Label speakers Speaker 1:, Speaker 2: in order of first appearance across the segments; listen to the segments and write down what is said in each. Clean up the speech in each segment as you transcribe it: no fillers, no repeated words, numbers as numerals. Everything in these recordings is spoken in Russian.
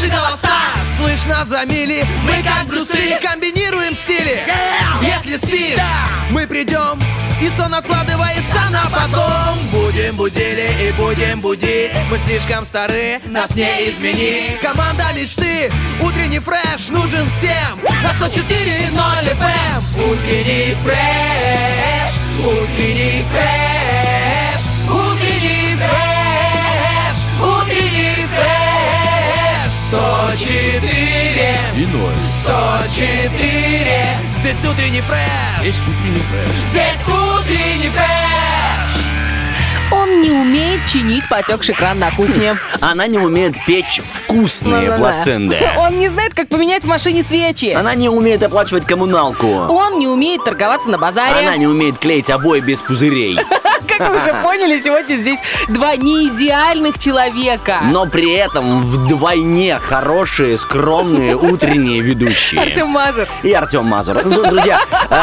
Speaker 1: наши голоса слышно за мили. Мы как Брюс Ли комбинируем стили. Если спишь, мы придем, и сон откладывается на потом. Будем будили и будем будить. Мы слишком стары, нас не изменить. Команда мечты, утренний фреш нужен всем. На 104.0 FM. Утренний фреш, утренний фреш, утренний фреш, утренний фреш. 104 и 0. 104. Здесь утренний фреш. Здесь утренний фреш. Здесь утренний фреш.
Speaker 2: Он не умеет чинить потекший кран на кухне.
Speaker 3: Она не умеет печь вкусные плаценты.
Speaker 2: Он не знает, как поменять в машине свечи.
Speaker 3: Она не умеет оплачивать коммуналку.
Speaker 2: Он не умеет торговаться на базаре.
Speaker 3: Она не умеет клеить обои без пузырей.
Speaker 2: Как вы уже поняли, сегодня здесь два неидеальных человека.
Speaker 3: Но при этом вдвойне хорошие, скромные утренние ведущие.
Speaker 2: Артем Мазур.
Speaker 3: И Артем Мазур. Ну, друзья,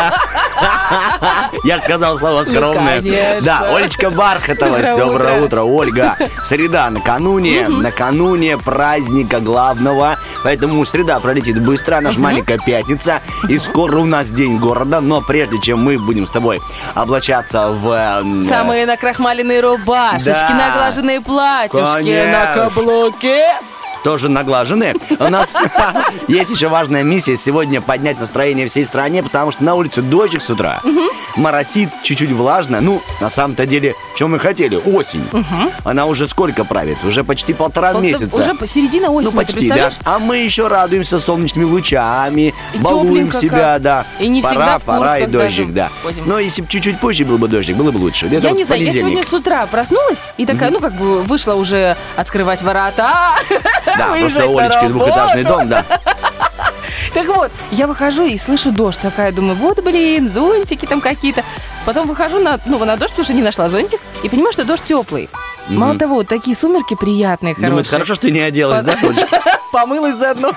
Speaker 3: я же сказал слово скромные.
Speaker 2: Конечно.
Speaker 3: Да, Олечка Бархатова. Доброе утро, Ольга. Среда накануне праздника главного. Поэтому среда пролетит быстро, она же маленькая пятница. И скоро у нас день города. Но прежде чем мы будем с тобой облачаться в...
Speaker 2: Самые накрахмаленные рубашечки, наглаженные платьюшки, на каблуке.
Speaker 3: Тоже наглажены. У нас есть еще важная миссия сегодня поднять настроение всей стране, потому что на улице дождик с утра. Моросит, чуть-чуть влажно. Ну, на самом-то деле, что мы хотели? Осень. Она уже сколько правит? Уже почти полтора месяца.
Speaker 2: Уже середина осени,
Speaker 3: ну, почти, да. А мы еще радуемся солнечными лучами, балуем себя, да.
Speaker 2: И не всегда в
Speaker 3: пора и дождик,
Speaker 2: даже
Speaker 3: да.
Speaker 2: ходим.
Speaker 3: Но если бы чуть-чуть позже был бы дождик, было бы лучше.
Speaker 2: Я не знаю, я сегодня с утра проснулась и такая, ну, как бы вышла уже открывать ворота.
Speaker 3: Да, просто у Олечки двухэтажный дом, да.
Speaker 2: Так вот, я выхожу и слышу дождь. Такая, думаю, вот, блин, зонтики там какие-то. Потом выхожу на дождь, потому что не нашла зонтик. И понимаю, что дождь теплый. Мало того, вот такие сумерки приятные, хорошие.
Speaker 3: Думаю, хорошо, что ты не оделась, да, Олечка?
Speaker 2: Помылась заодно.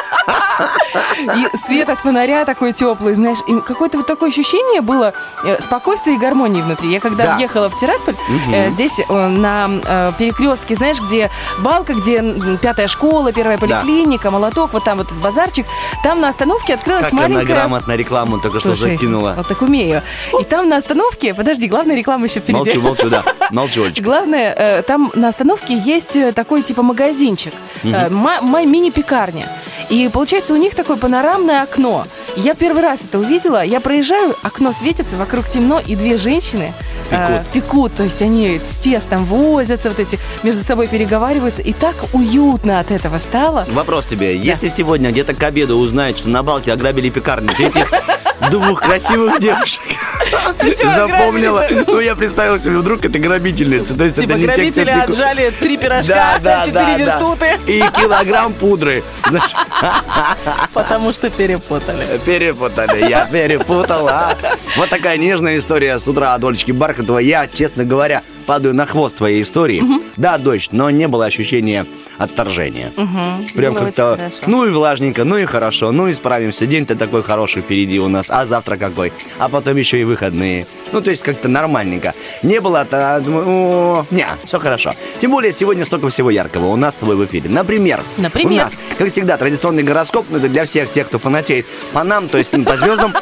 Speaker 2: И свет от фонаря такой теплый, знаешь. И какое-то вот такое ощущение было спокойствия и гармонии внутри. Я когда въехала в Тирасполь, здесь на перекрестке, знаешь, где балка, где 5-я школа, 1-я поликлиника, молоток, вот там вот этот базарчик. Там на остановке открылась маленькая...
Speaker 3: Как она грамотно рекламу только что закинула.
Speaker 2: Вот так умею. И там на остановке... Подожди, главная реклама еще впереди.
Speaker 3: Молчу, да. Молчу, Олечка.
Speaker 2: Главное, там на остановке есть такой типа магазинчик, мини-пекарня. И получается, у них такое панорамное окно. Я первый раз это увидела. Я проезжаю, окно светится, вокруг темно, и две женщины пекут. То есть они с тестом возятся, вот эти между собой переговариваются. И так уютно от этого стало.
Speaker 3: Вопрос тебе. Если сегодня где-то к обеду узнают, что на Балке ограбили пекарню, ты этих двух красивых девушек запомнила? Ну, я представил себе, вдруг это грабительница. То есть
Speaker 2: типа
Speaker 3: это не
Speaker 2: грабители отжали 3 пирожка, 4 вертуты.
Speaker 3: И килограмм пудры.
Speaker 2: Потому что перепутали.
Speaker 3: Я перепутала. Вот такая нежная история с утра от Олечки Бархатовой. Я, честно говоря, падаю на хвост твоей истории. Да, дождь, но не было ощущения отторжения. Прям как-то, ну и влажненько, ну и хорошо, ну и справимся. День-то такой хороший впереди у нас, а завтра какой? А потом еще и выходные. Ну, то есть как-то нормальненько. Не было, думаю, все хорошо. Тем более сегодня столько всего яркого у нас с тобой в эфире. Например, у нас, как всегда, традиционный гороскоп, ну это для всех тех, кто фанатеет по нам, то есть по звездам.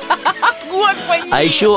Speaker 3: А еще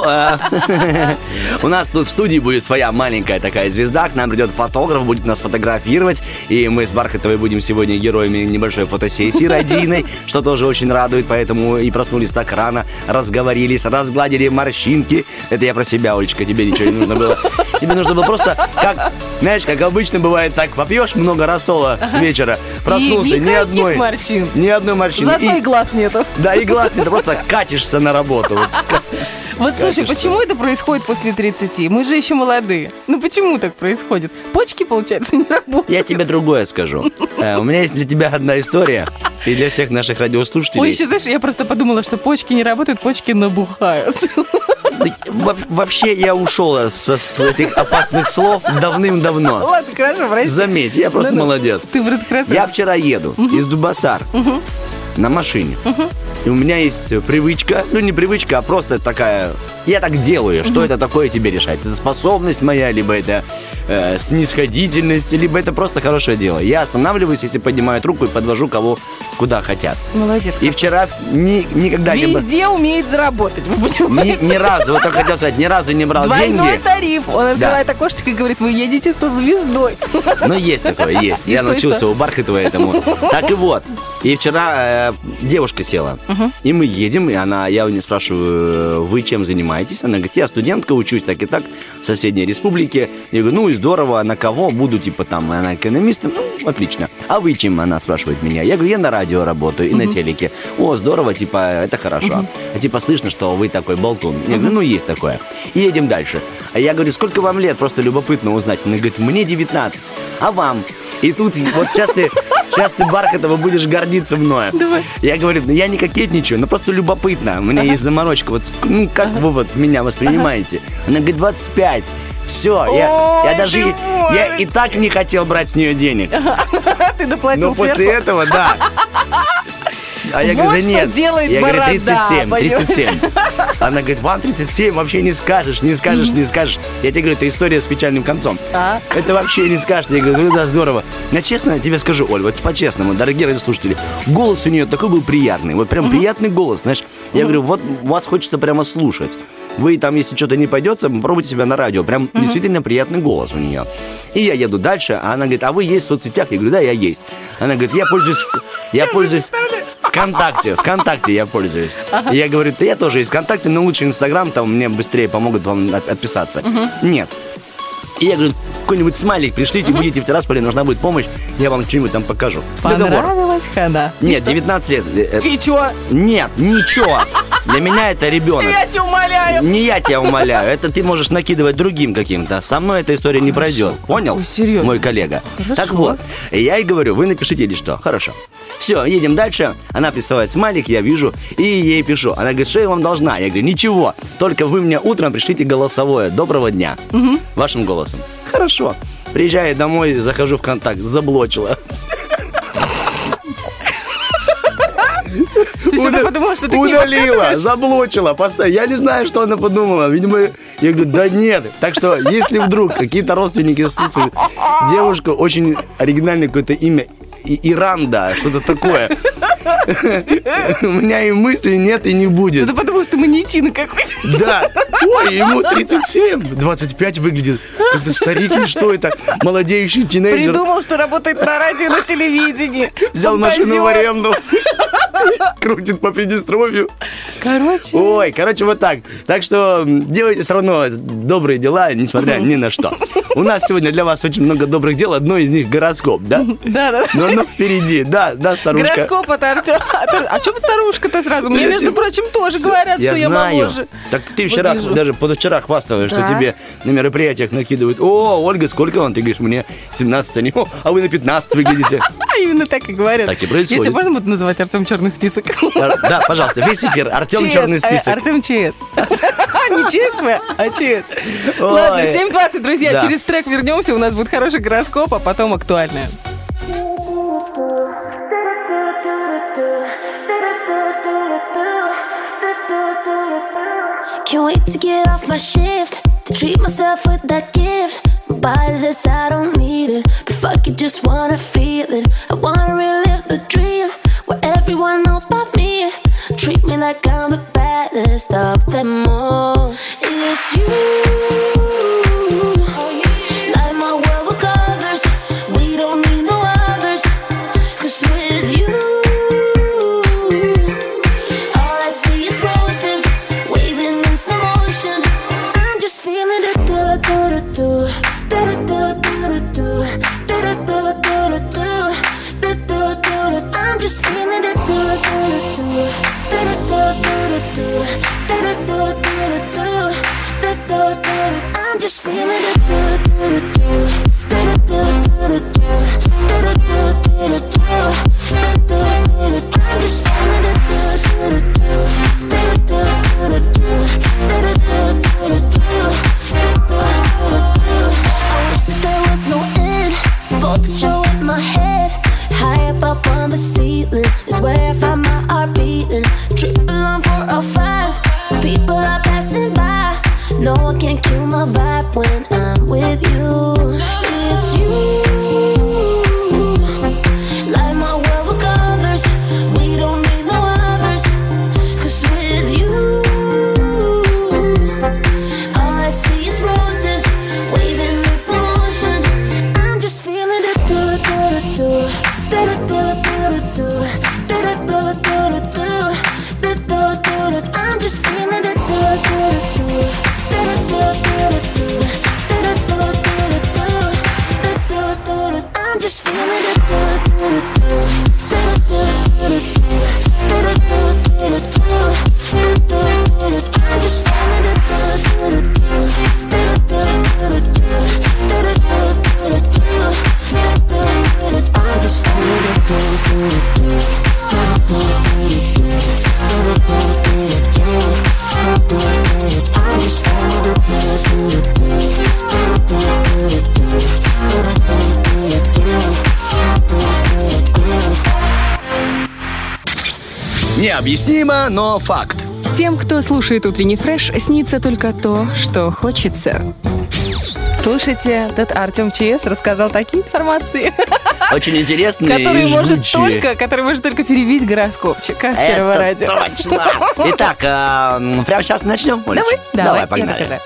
Speaker 3: у нас тут в студии будет своя маленькая такая звезда. К нам придет фотограф, будет нас фотографировать. И мы с Бархатовой будем сегодня героями небольшой фотосессии радийной, что тоже очень радует. Поэтому и проснулись так рано, разговорились, разгладили морщинки. Это я про себя, Олечка, тебе ничего не нужно было. Тебе нужно было просто, как, знаешь, как обычно бывает, так попьешь много рассола с вечера, проснулся, ни одной морщины.
Speaker 2: Зато и глаз нету.
Speaker 3: Да, и глаз нету, просто катишься на работу.
Speaker 2: Вот слушай, почему это происходит после 30? Мы же еще молодые. Ну почему так происходит? Почки, получается, не работают.
Speaker 3: Я тебе другое скажу. У меня есть для тебя одна история. И для всех наших радиослушателей.
Speaker 2: Ой, еще, знаешь, я просто подумала, что почки не работают, почки набухают.
Speaker 3: Вообще я ушел с этих опасных слов давным-давно.
Speaker 2: Ладно, хорошо, прости.
Speaker 3: Заметь, я просто молодец.
Speaker 2: Ты просто красавчик.
Speaker 3: Я вчера еду из Дубасар на машине. И у меня есть привычка, ну не привычка, а просто такая я так делаю. Что это такое, тебе решать? Это способность моя, либо это снисходительность, либо это просто хорошее дело. Я останавливаюсь, если поднимают руку и подвожу кого куда хотят.
Speaker 2: Молодец.
Speaker 3: И вчера никогда не...
Speaker 2: Везде умеет заработать, вы понимаете?
Speaker 3: Ни разу, вот так хотел сказать, ни разу не брал деньги.
Speaker 2: Двойной тариф. Он открывает окошечко и говорит, вы едете со звездой.
Speaker 3: Ну, есть такое, есть. Я научился у Бархатова этому. Так и вот. И вчера девушка села. И мы едем, и я у нее спрашиваю, вы чем занимаетесь? Она говорит, я студентка, учусь так и так в соседней республике. Я говорю, ну и здорово, на кого буду, типа там, она экономистом, ну, отлично. А вы чем? Она спрашивает меня. Я говорю, я на радио работаю и на телеке. О, здорово, типа, это хорошо. А типа слышно, что вы такой болтун. Я говорю, ну есть такое. И едем дальше. А я говорю, сколько вам лет? Просто любопытно узнать. Она говорит, мне 19. А вам? И тут вот сейчас ты, Бархатова, будешь гордиться мною.
Speaker 2: Давай.
Speaker 3: Я говорю, я не кокетничаю, но просто любопытно. У меня есть заморочка. Вот, ну, как вы вот меня воспринимаете? Она говорит, 25. Все, я даже я и так не хотел брать с нее денег.
Speaker 2: Ты доплатил
Speaker 3: но после
Speaker 2: сверху.
Speaker 3: этого, да. А я
Speaker 2: Вот
Speaker 3: говорю, да
Speaker 2: что
Speaker 3: нет.
Speaker 2: делает
Speaker 3: Я говорю,
Speaker 2: борода,
Speaker 3: 37. Она говорит, вам 37, вообще не скажешь. Я тебе говорю, это история с печальным концом. Это вообще не скажешь. Я говорю, ну да, здорово. Но честно, я тебе скажу, Оль, вот по-честному, дорогие радиослушатели, голос у нее такой был приятный. Вот прям приятный голос, знаешь. Я говорю, вот вас хочется прямо слушать. Вы там, если что-то не пойдется, попробуйте себя на радио. Прям действительно приятный голос у нее. И я еду дальше, а она говорит, а вы есть в соцсетях? Я говорю, да, я есть. Она говорит, я пользуюсь ВКонтакте я пользуюсь. И я говорю, да я тоже есть ВКонтакте, но лучше Инстаграм, там мне быстрее помогут вам отписаться. Нет. И я говорю, какой-нибудь смайлик пришлите, будете в Тирасполе, нужна будет помощь, я вам что-нибудь там покажу.
Speaker 2: Понравилась хана.
Speaker 3: Нет, 19 лет.
Speaker 2: И чё?
Speaker 3: Нет, ничего. Для меня это ребенок.
Speaker 2: Я тебя умоляю.
Speaker 3: Не я тебя умоляю, это ты можешь накидывать другим каким-то. Со мной эта история не пройдет. Понял?
Speaker 2: Серьезно?
Speaker 3: Мой коллега.
Speaker 2: Хорошо.
Speaker 3: Так вот, я ей говорю, вы напишите или что? Хорошо. Все, едем дальше. Она присылает смайлик, я вижу, и ей пишу. Она говорит, что я вам должна? Я говорю, ничего. Только вы мне утром пришлите голосовое. Доброго дня. Вашим голосом. Хорошо. Приезжаю домой, захожу в контакт, заблочила.
Speaker 2: Ты что-то подумала, что ты
Speaker 3: удалила, заблочила, поставила. Я не знаю, что она подумала. Видимо, я говорю, да нет. Так что, если вдруг какие-то родственники слушают, девушка, очень оригинальное какое-то имя, Иранда, что-то такое. У меня и мыслей нет, и не будет.
Speaker 2: Это потому, что маньячина какой-то.
Speaker 3: Да. Ой, ему 37. 25 выглядит. Как-то старик или что это? Молодеющий тинейджер.
Speaker 2: Придумал, что работает на радио, на телевидении.
Speaker 3: Взял машину в аренду. Крутит по Приднестровью. Короче, вот так. Так что делайте все равно добрые дела, несмотря ни на что. У нас сегодня для вас очень много добрых дел. Одно из них гороскоп, да?
Speaker 2: Да.
Speaker 3: Но впереди. Да, старушка.
Speaker 2: Гороскоп это Артем. А что старушка-то сразу? Мне, между прочим, тоже говорят, что я моложе.
Speaker 3: Так ты вчера, даже позавчера хвасталась, что тебе на мероприятиях накидывают. О, Ольга, сколько вам? Ты говоришь, мне 17, а вы на 15 выглядите.
Speaker 2: Именно так и говорят.
Speaker 3: Так и происходит.
Speaker 2: Я тебя можно называть Артем Черный список?
Speaker 3: Да, пожалуйста, весь эфир Артем Черный список.
Speaker 2: Артем ЧС. Не ЧС мы, а ЧС. Ладно, 7:20, друзья, через трек вернемся, у нас будет хороший гороскоп, а потом актуальное.
Speaker 4: Can't wait to get off my shift, to treat myself with that gift. My body says I don't need it, but fuck it, just wanna feel it. I wanna relive the dream, where everyone knows about me. Treat me like I'm the baddest of them all. It's you. Light my world with colors, we don't need no others. 'Cause with you, all I see is roses waving in slow motion. I'm just feeling it. I'm just feeling it. I'm just feeling it. I wish that there was no end for the show in my head. High up on the ceiling is where I find my heart beating. Triple on 405, people are passing by. when I'm with you. It's you. Light my world with colors. We don't need no others. 'Cause with you, all I see is roses waving in slow motion. I'm just feeling it. Do do do do do do do do do do do do. I'm just feeling it. Do do do do do do do. I'm just feeling it. I'm just feeling
Speaker 3: Необъяснимо, но факт.
Speaker 2: Тем, кто слушает утренний фреш, снится только то, что хочется. Слушайте, тут Артем ЧС рассказал такие информации,
Speaker 3: Очень интересные
Speaker 2: которые
Speaker 3: и
Speaker 2: может
Speaker 3: жгучие.
Speaker 2: только перевить гороскопчик с Первого
Speaker 3: Это
Speaker 2: радио.
Speaker 3: точно. Итак, прямо сейчас начнем, Олечка?
Speaker 2: Давай, я
Speaker 3: погнали.
Speaker 2: так и знаю.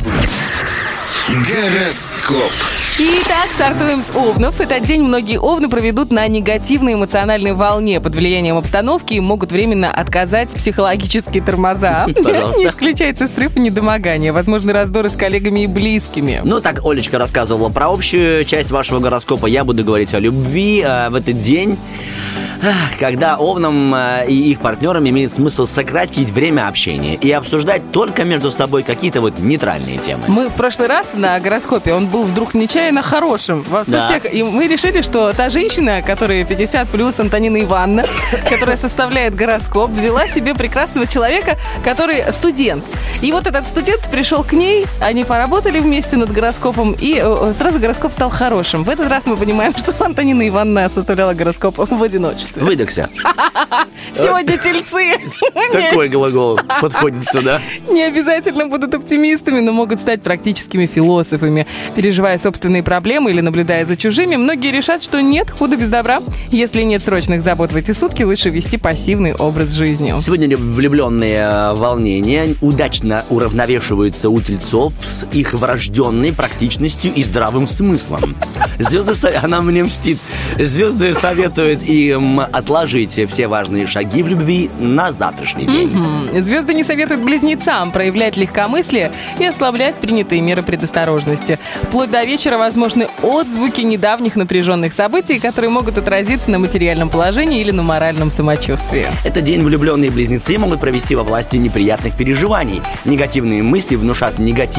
Speaker 5: Гороскоп.
Speaker 2: Итак, стартуем с овнов. Этот день многие овны проведут на негативной эмоциональной волне. Под влиянием обстановки им могут временно отказать психологические тормоза.
Speaker 3: Пожалуйста.
Speaker 2: Не исключается срыв и недомогание. Возможны раздоры с коллегами и близкими.
Speaker 3: Ну, так Олечка рассказывала про общую часть вашего гороскопа. Я буду говорить о любви в этот день, когда овнам и их партнерам имеет смысл сократить время общения и обсуждать только между собой какие-то вот нейтральные темы.
Speaker 2: Мы в прошлый раз на гороскопе, он был вдруг нечаянно хорошим.
Speaker 3: Да.
Speaker 2: И мы решили, что та женщина, которая 50+, Антонина Ивановна, которая составляет гороскоп, взяла себе прекрасного человека, который студент. И вот этот студент пришел к ней, они поработали вместе над гороскопом, и сразу гороскоп стал хорошим. В этот раз мы понимаем, что Антонина Ивановна составляла гороскоп в одиночестве.
Speaker 3: Выдохся.
Speaker 2: Сегодня тельцы.
Speaker 3: Такой глагол подходит сюда.
Speaker 2: Не обязательно будут оптимистами, но могут стать практическими философами. Переживая собственные проблемы или наблюдая за чужими, многие решат, что нет худа без добра. Если нет срочных забот в эти сутки, лучше вести пассивный образ жизни.
Speaker 3: Сегодня влюбленные волнения удачно уравновешиваются у тельцов с их врожденной практичностью и здравым смыслом. Она мне мстит. Звезды советуют им отложить все важные шаги в любви на завтрашний день.
Speaker 2: Звезды не советуют близнецам проявлять легкомыслие и ослаблять принятые меры предосторожности. Вплоть до вечера возможны отзвуки недавних напряженных событий, которые могут отразиться на материальном положении или на моральном самочувствии.
Speaker 3: Этот день влюбленные близнецы могут провести во власти неприятных переживаний. Негативные мысли внушат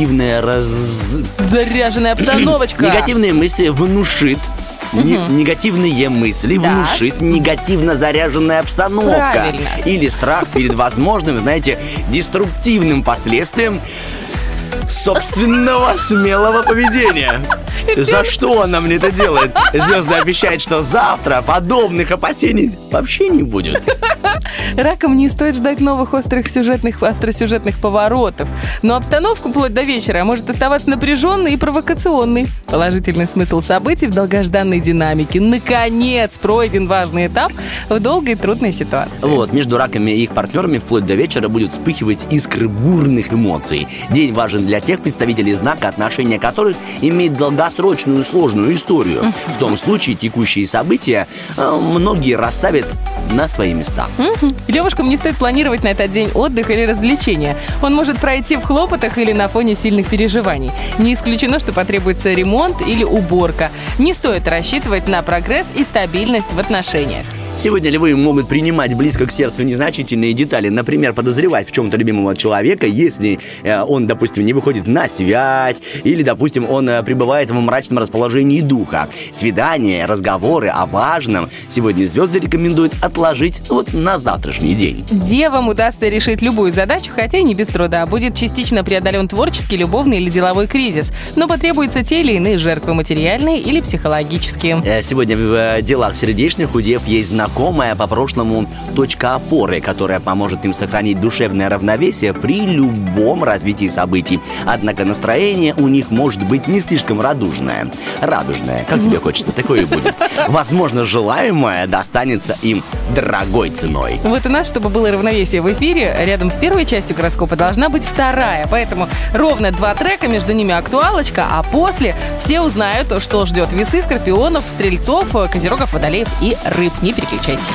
Speaker 2: Заряженная обстановочка.
Speaker 3: Негативные мысли внушит. Негативные мысли
Speaker 2: Да.
Speaker 3: внушит негативно заряженная обстановка.
Speaker 2: Правильно.
Speaker 3: Или страх перед возможным, знаете, деструктивным последствием собственного смелого поведения. За что она мне это делает? Звезды обещают, что завтра подобных опасений вообще не будет.
Speaker 2: Ракам не стоит ждать новых остросюжетных поворотов. Но обстановка вплоть до вечера может оставаться напряженной и провокационной. Положительный смысл событий в долгожданной динамике. Наконец пройден важный этап в долгой и трудной ситуации.
Speaker 3: Вот, между раками и их партнерами вплоть до вечера будут вспыхивать искры бурных эмоций. День важен для тех представителей знака, отношения которых имеет долгосрочную сложную историю. В том случае текущие события многие расставят на свои места.
Speaker 2: Левушкам не стоит планировать на этот день отдых или развлечения. Он может пройти в хлопотах или на фоне сильных переживаний. Не исключено, что потребуется ремонт или уборка. Не стоит рассчитывать на прогресс и стабильность в отношениях.
Speaker 3: Сегодня львы могут принимать близко к сердцу незначительные детали, например, подозревать в чем-то любимого человека, если он, допустим, не выходит на связь, или, допустим, он пребывает в мрачном расположении духа. Свидания, разговоры о важном сегодня звезды рекомендуют отложить вот на завтрашний день.
Speaker 2: Девам удастся решить любую задачу, хотя и не без труда. Будет частично преодолен творческий, любовный или деловой кризис, но потребуются те или иные жертвы, материальные или психологические.
Speaker 3: Сегодня в делах сердечных у дев есть знак знакомая по прошлому точка опоры, которая поможет им сохранить душевное равновесие при любом развитии событий. Однако настроение у них может быть не слишком радужное. Радужное, как тебе хочется, такое и будет. Возможно, желаемое достанется им дорогой ценой.
Speaker 2: Вот у нас, чтобы было равновесие в эфире, рядом с первой частью гороскопа должна быть вторая. Поэтому ровно 2 трека, между ними актуалочка, а после все узнают, что ждет весы, скорпионов, стрельцов, козерогов, водолеев и рыб. Не переключайтесь.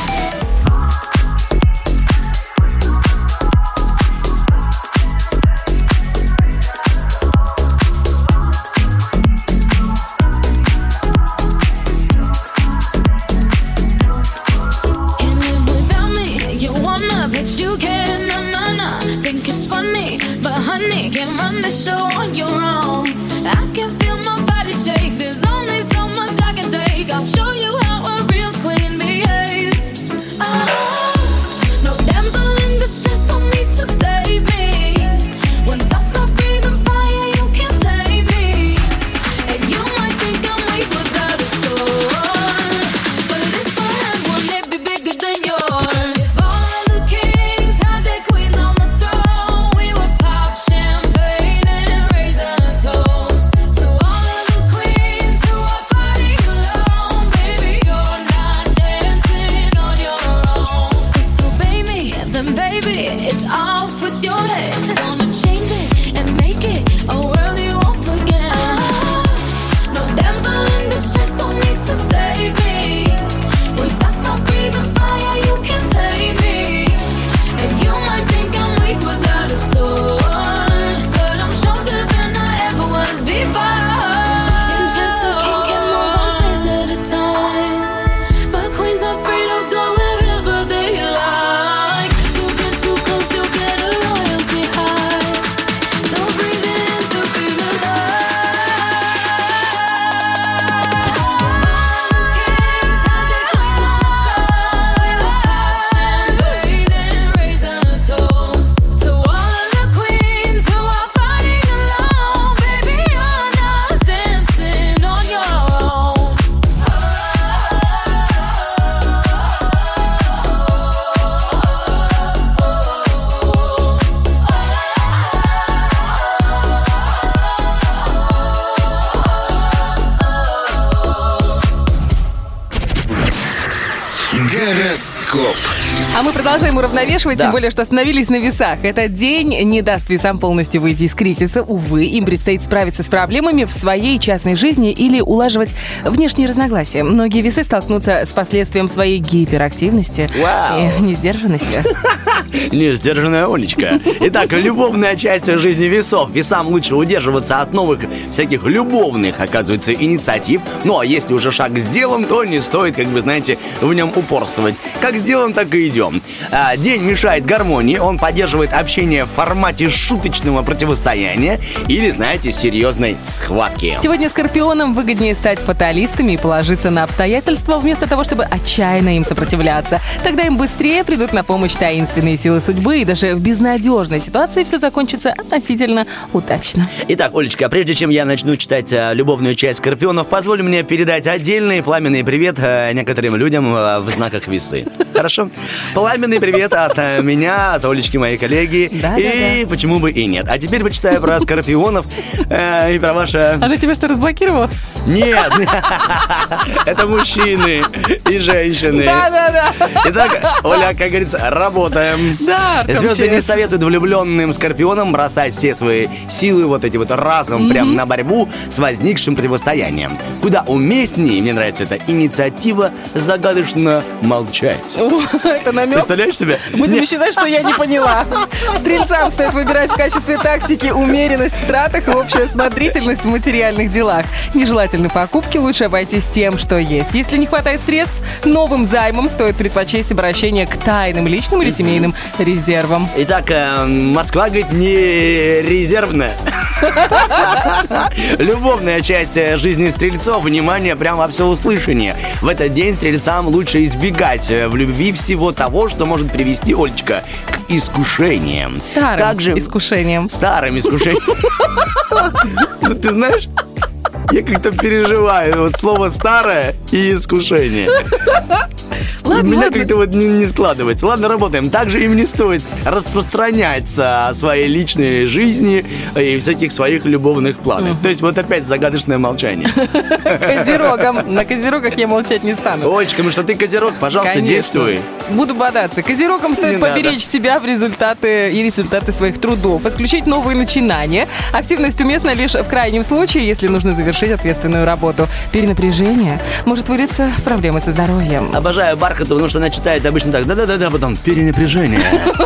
Speaker 5: Гороскоп.
Speaker 2: А мы продолжаем уравновешивать,
Speaker 3: Да.
Speaker 2: тем более, что остановились на весах. Этот день не даст весам полностью выйти из кризиса. Увы, им предстоит справиться с проблемами в своей частной жизни или улаживать внешние разногласия. Многие весы столкнутся с последствием своей гиперактивности
Speaker 3: Вау.
Speaker 2: и несдержанности.
Speaker 3: Несдержанная Олечка. Итак, любовная часть жизни весов. Весам лучше удерживаться от новых всяких любовных, оказывается, инициатив. Ну, а если уже шаг сделан, то не стоит, как бы, знаете, в нем упорствовать. Как сделан, так и идем. День мешает гармонии. Он поддерживает общение в формате шуточного противостояния или, знаете, серьезной схватки.
Speaker 2: Сегодня скорпионам выгоднее стать фаталистами и положиться на обстоятельства, вместо того, чтобы отчаянно им сопротивляться. Тогда им быстрее придут на помощь таинственные силы судьбы, и даже в безнадежной ситуации все закончится относительно удачно.
Speaker 3: Итак, Олечка, прежде чем я начну читать любовную часть скорпионов, позволь мне передать отдельный пламенный привет некоторым людям в знаках весы. Хорошо? Пламенный привет от меня, от Олечки, моей коллеги. И почему бы и нет. А теперь почитаю про скорпионов и про ваше...
Speaker 2: Она тебя что, разблокировала?
Speaker 3: Нет! Это мужчины и женщины.
Speaker 2: Да.
Speaker 3: Итак, Оля, как говорится, работаем.
Speaker 2: Да,
Speaker 3: Звезды не советуют влюбленным скорпионам бросать все свои силы вот эти вот разом прям на борьбу с возникшим противостоянием. Куда уместнее, мне нравится эта инициатива, загадочно молчать.
Speaker 2: Это намек.
Speaker 3: Представляешь себе?
Speaker 2: Будем считать, что я не поняла. Стрельцам стоит выбирать в качестве тактики умеренность в тратах и общую осмотрительность в материальных делах. Нежелательны покупки, лучше обойтись тем, что есть. Если не хватает средств, новым займом стоит предпочесть обращение к тайным, личным или семейным резервам.
Speaker 3: Итак, Москва, говорит, не резервная. Любовная часть жизни стрельцов. Внимание, прямо во всеуслышание. В этот день стрельцам лучше избегать в любви всего того, что может привести, Олечка, к искушениям.
Speaker 2: Старым искушением.
Speaker 3: Старым искушением. Ну, ты знаешь, я как-то переживаю вот слово «старое» и «искушение». У меня
Speaker 2: ладно.
Speaker 3: как-то вот не складывается. Ладно, работаем. Также им не стоит распространяться о своей личной жизни и всяких своих любовных планах. То есть вот опять загадочное молчание.
Speaker 2: Козерогам. На козерогах я молчать не стану.
Speaker 3: Олечка, потому что ты козерог, пожалуйста,
Speaker 2: Конечно.
Speaker 3: действуй.
Speaker 2: Буду бодаться. Козерогам стоит
Speaker 3: Не
Speaker 2: поберечь себя в результаты своих трудов. Исключить новые начинания. Активность уместна лишь в крайнем случае, если нужно завершить ответственную работу. Перенапряжение может вылиться в проблемы со здоровьем.
Speaker 3: Обожаю Бархатову, потому что она читает обычно так. Да-да-да, потом перенапряжение.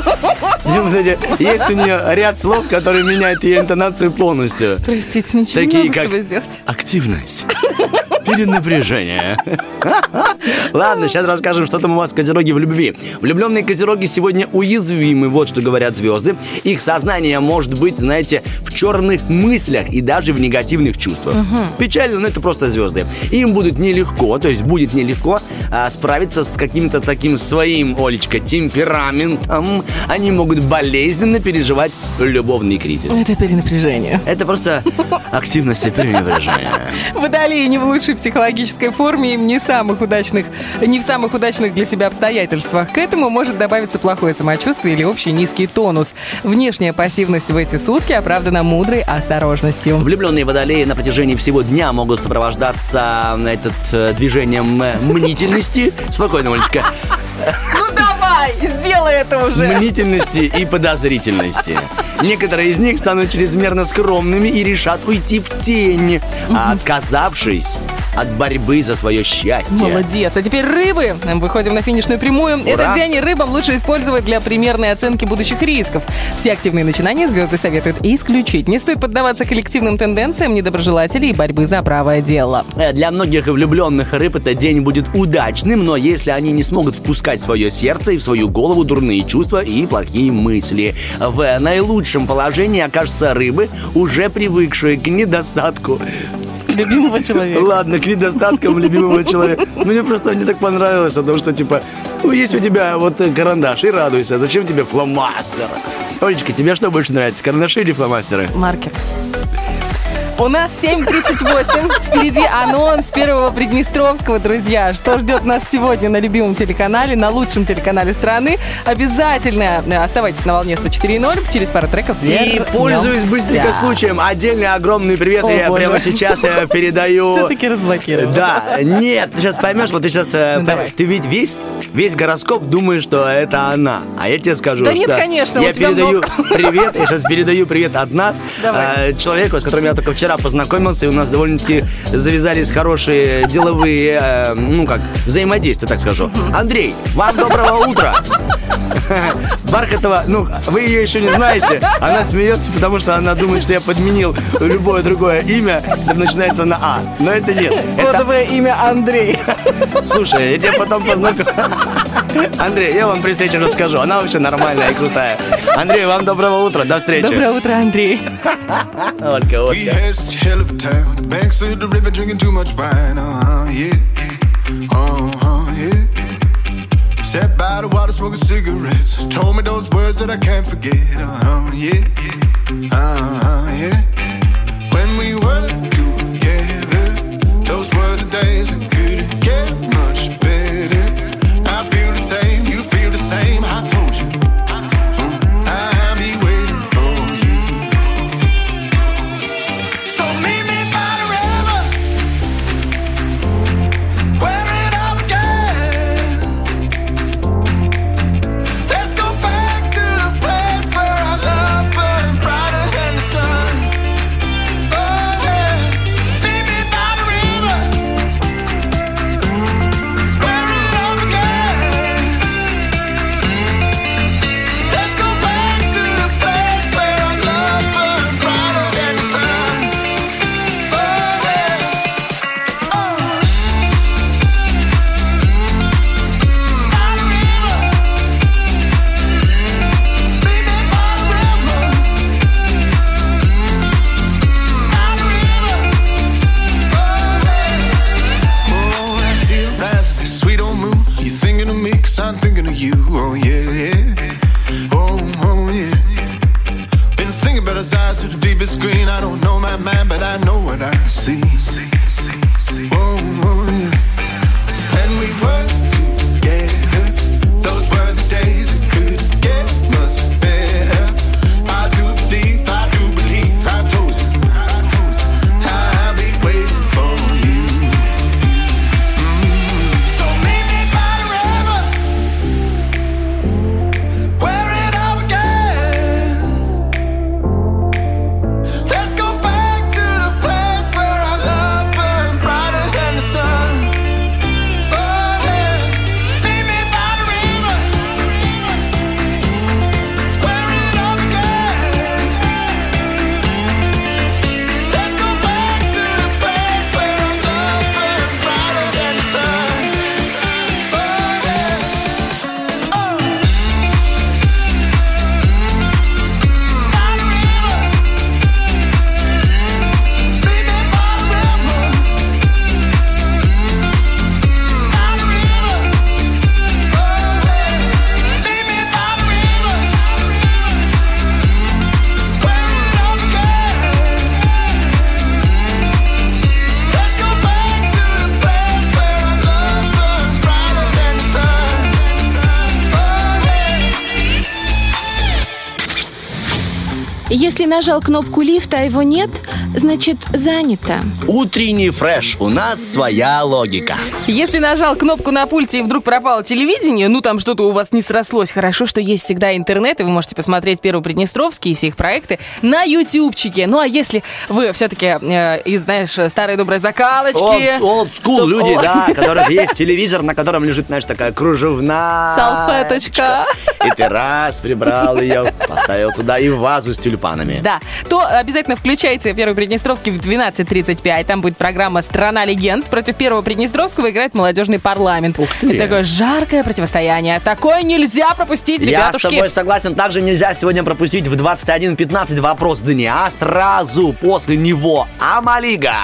Speaker 3: Есть у нее ряд слов, которые меняют ее интонацию полностью.
Speaker 2: Простите, ничего не
Speaker 3: Такие
Speaker 2: могу с
Speaker 3: как
Speaker 2: собой сделать.
Speaker 3: активность, перенапряжение. Ладно, сейчас расскажем, что там у вас, козероги, в любви. Влюбленные козероги сегодня уязвимы, вот что говорят звезды. Их сознание может быть, знаете, в черных мыслях и даже в негативных чувствах. Печально, но это просто звезды. Им будет нелегко справиться с каким-то таким своим, Олечка, темпераментом. Они могут болезненно переживать любовный кризис.
Speaker 2: Это перенапряжение.
Speaker 3: Это просто активность и перенапряжение.
Speaker 2: Водолеи не в лучшей психологической форме, им не в самых удачных для себя обстоятельствах. К этому может добавиться плохое самочувствие или общий низкий тонус. Внешняя пассивность в эти сутки оправдана мудрой осторожностью.
Speaker 3: Влюбленные водолеи на протяжении всего дня могут сопровождаться движением мнительности. Спокойно, Олечка.
Speaker 2: Ну давай, сделай это уже.
Speaker 3: Мнительности и подозрительности. Некоторые из них станут чрезмерно скромными и решат уйти в тень, отказавшись от борьбы за свое счастье.
Speaker 2: Молодец. А теперь рыбы. Выходим на финишную прямую.
Speaker 3: Ура.
Speaker 2: Этот день рыбам лучше использовать для примерной оценки будущих рисков. Все активные начинания звезды советуют исключить. Не стоит поддаваться коллективным тенденциям недоброжелателей и борьбы за правое дело.
Speaker 3: Для многих влюбленных рыб этот день будет удачным, но если они не смогут впускать в свое сердце и в свою голову дурные чувства и плохие мысли. В наилучшем положении окажутся рыбы, уже привыкшие к недостатку
Speaker 2: Любимого человека.
Speaker 3: Ладно, к недостаткам любимого человека. Мне просто не так понравилось, потому что, есть у тебя вот карандаш, и радуйся. Зачем тебе фломастер? Олечка, тебе что больше нравится, карандаши или фломастеры?
Speaker 2: Маркер. У нас 7:38. Впереди анонс Первого Приднестровского, друзья. Что ждет нас сегодня на любимом телеканале, на лучшем телеканале страны? Обязательно оставайтесь на волне 104.0. Через пару треков
Speaker 3: И пользуюсь быстренько случаем. Отдельный огромный привет. Я прямо сейчас передаю.
Speaker 2: Все-таки разблокировал.
Speaker 3: Да, нет, ты сейчас поймешь, вот ты сейчас... Ты ведь весь гороскоп думаешь, что это она. А я тебе скажу,
Speaker 2: да
Speaker 3: что...
Speaker 2: нет, конечно,
Speaker 3: я
Speaker 2: у тебя
Speaker 3: передаю
Speaker 2: много.
Speaker 3: привет, я сейчас передаю привет от нас.
Speaker 2: Давай.
Speaker 3: Человеку, с которым я только вчера познакомился, и у нас довольно-таки завязались хорошие деловые, взаимодействия, так скажу. Андрей, вам доброго утра. Бархатова, вы ее еще не знаете, она смеется, потому что она думает, что я подменил любое другое имя, это начинается на А, но это нет.
Speaker 2: Кодовое имя Андрей.
Speaker 3: Слушай, я тебя потом познакомлю. Андрей, я вам при встрече расскажу, она вообще нормальная и крутая. Андрей, вам доброго утра, до встречи.
Speaker 2: Доброе утро, Андрей.
Speaker 3: Вот кого.
Speaker 5: We had such a hell of a time on the banks of the river, drinking too much wine. Yeah. Sat by the water, smoking cigarettes. Told me those words that I can't forget. Yeah. When we were together, those were the days that couldn't get much better. I feel the same, you feel the same. I told you. I'll be waiting for you. So meet me by the river, where it all began. Let's go back to the place where our love burned brighter than the sun. Oh yeah, meet me by the river, where it all began. Let's go back to the place where our love burned brighter than the sun. Oh yeah. By the river, meet me by the river. By the river, oh I see it rising, sweet old moon. You thinking of me 'cause I'm thinking of you. Oh yeah. Oh yeah. Been thinking about his eyes to the deepest green. I don't know my mind, but I know what I see. Oh yeah. And we were together.
Speaker 2: Если нажал кнопку лифта, а его нет, значит занято.
Speaker 3: Утренний фреш. У нас своя логика.
Speaker 2: Если нажал кнопку на пульте и вдруг пропало телевидение, ну там что-то у вас не срослось, хорошо, что есть всегда интернет, и вы можете посмотреть Первый Приднестровский и все их проекты на ютубчике. Ну а если вы все-таки из, знаешь, старой доброй закалочки...
Speaker 3: Old school люди, да, у которых есть телевизор, на котором лежит, знаешь, такая кружевная...
Speaker 2: Салфеточка.
Speaker 3: И ты раз прибрал ее, поставил туда и вазу с тюльпанами.
Speaker 2: Да, то обязательно включайте Первый Приднестровский в 12:35. Там будет программа «Страна легенд». Против Первого Приднестровского играет молодежный парламент.
Speaker 3: Ух ты.
Speaker 2: Это такое жаркое противостояние. Такое нельзя пропустить, ребятушки.
Speaker 3: Я с тобой согласен. Также нельзя сегодня пропустить в 21:15 вопрос дня. А сразу после него Амалига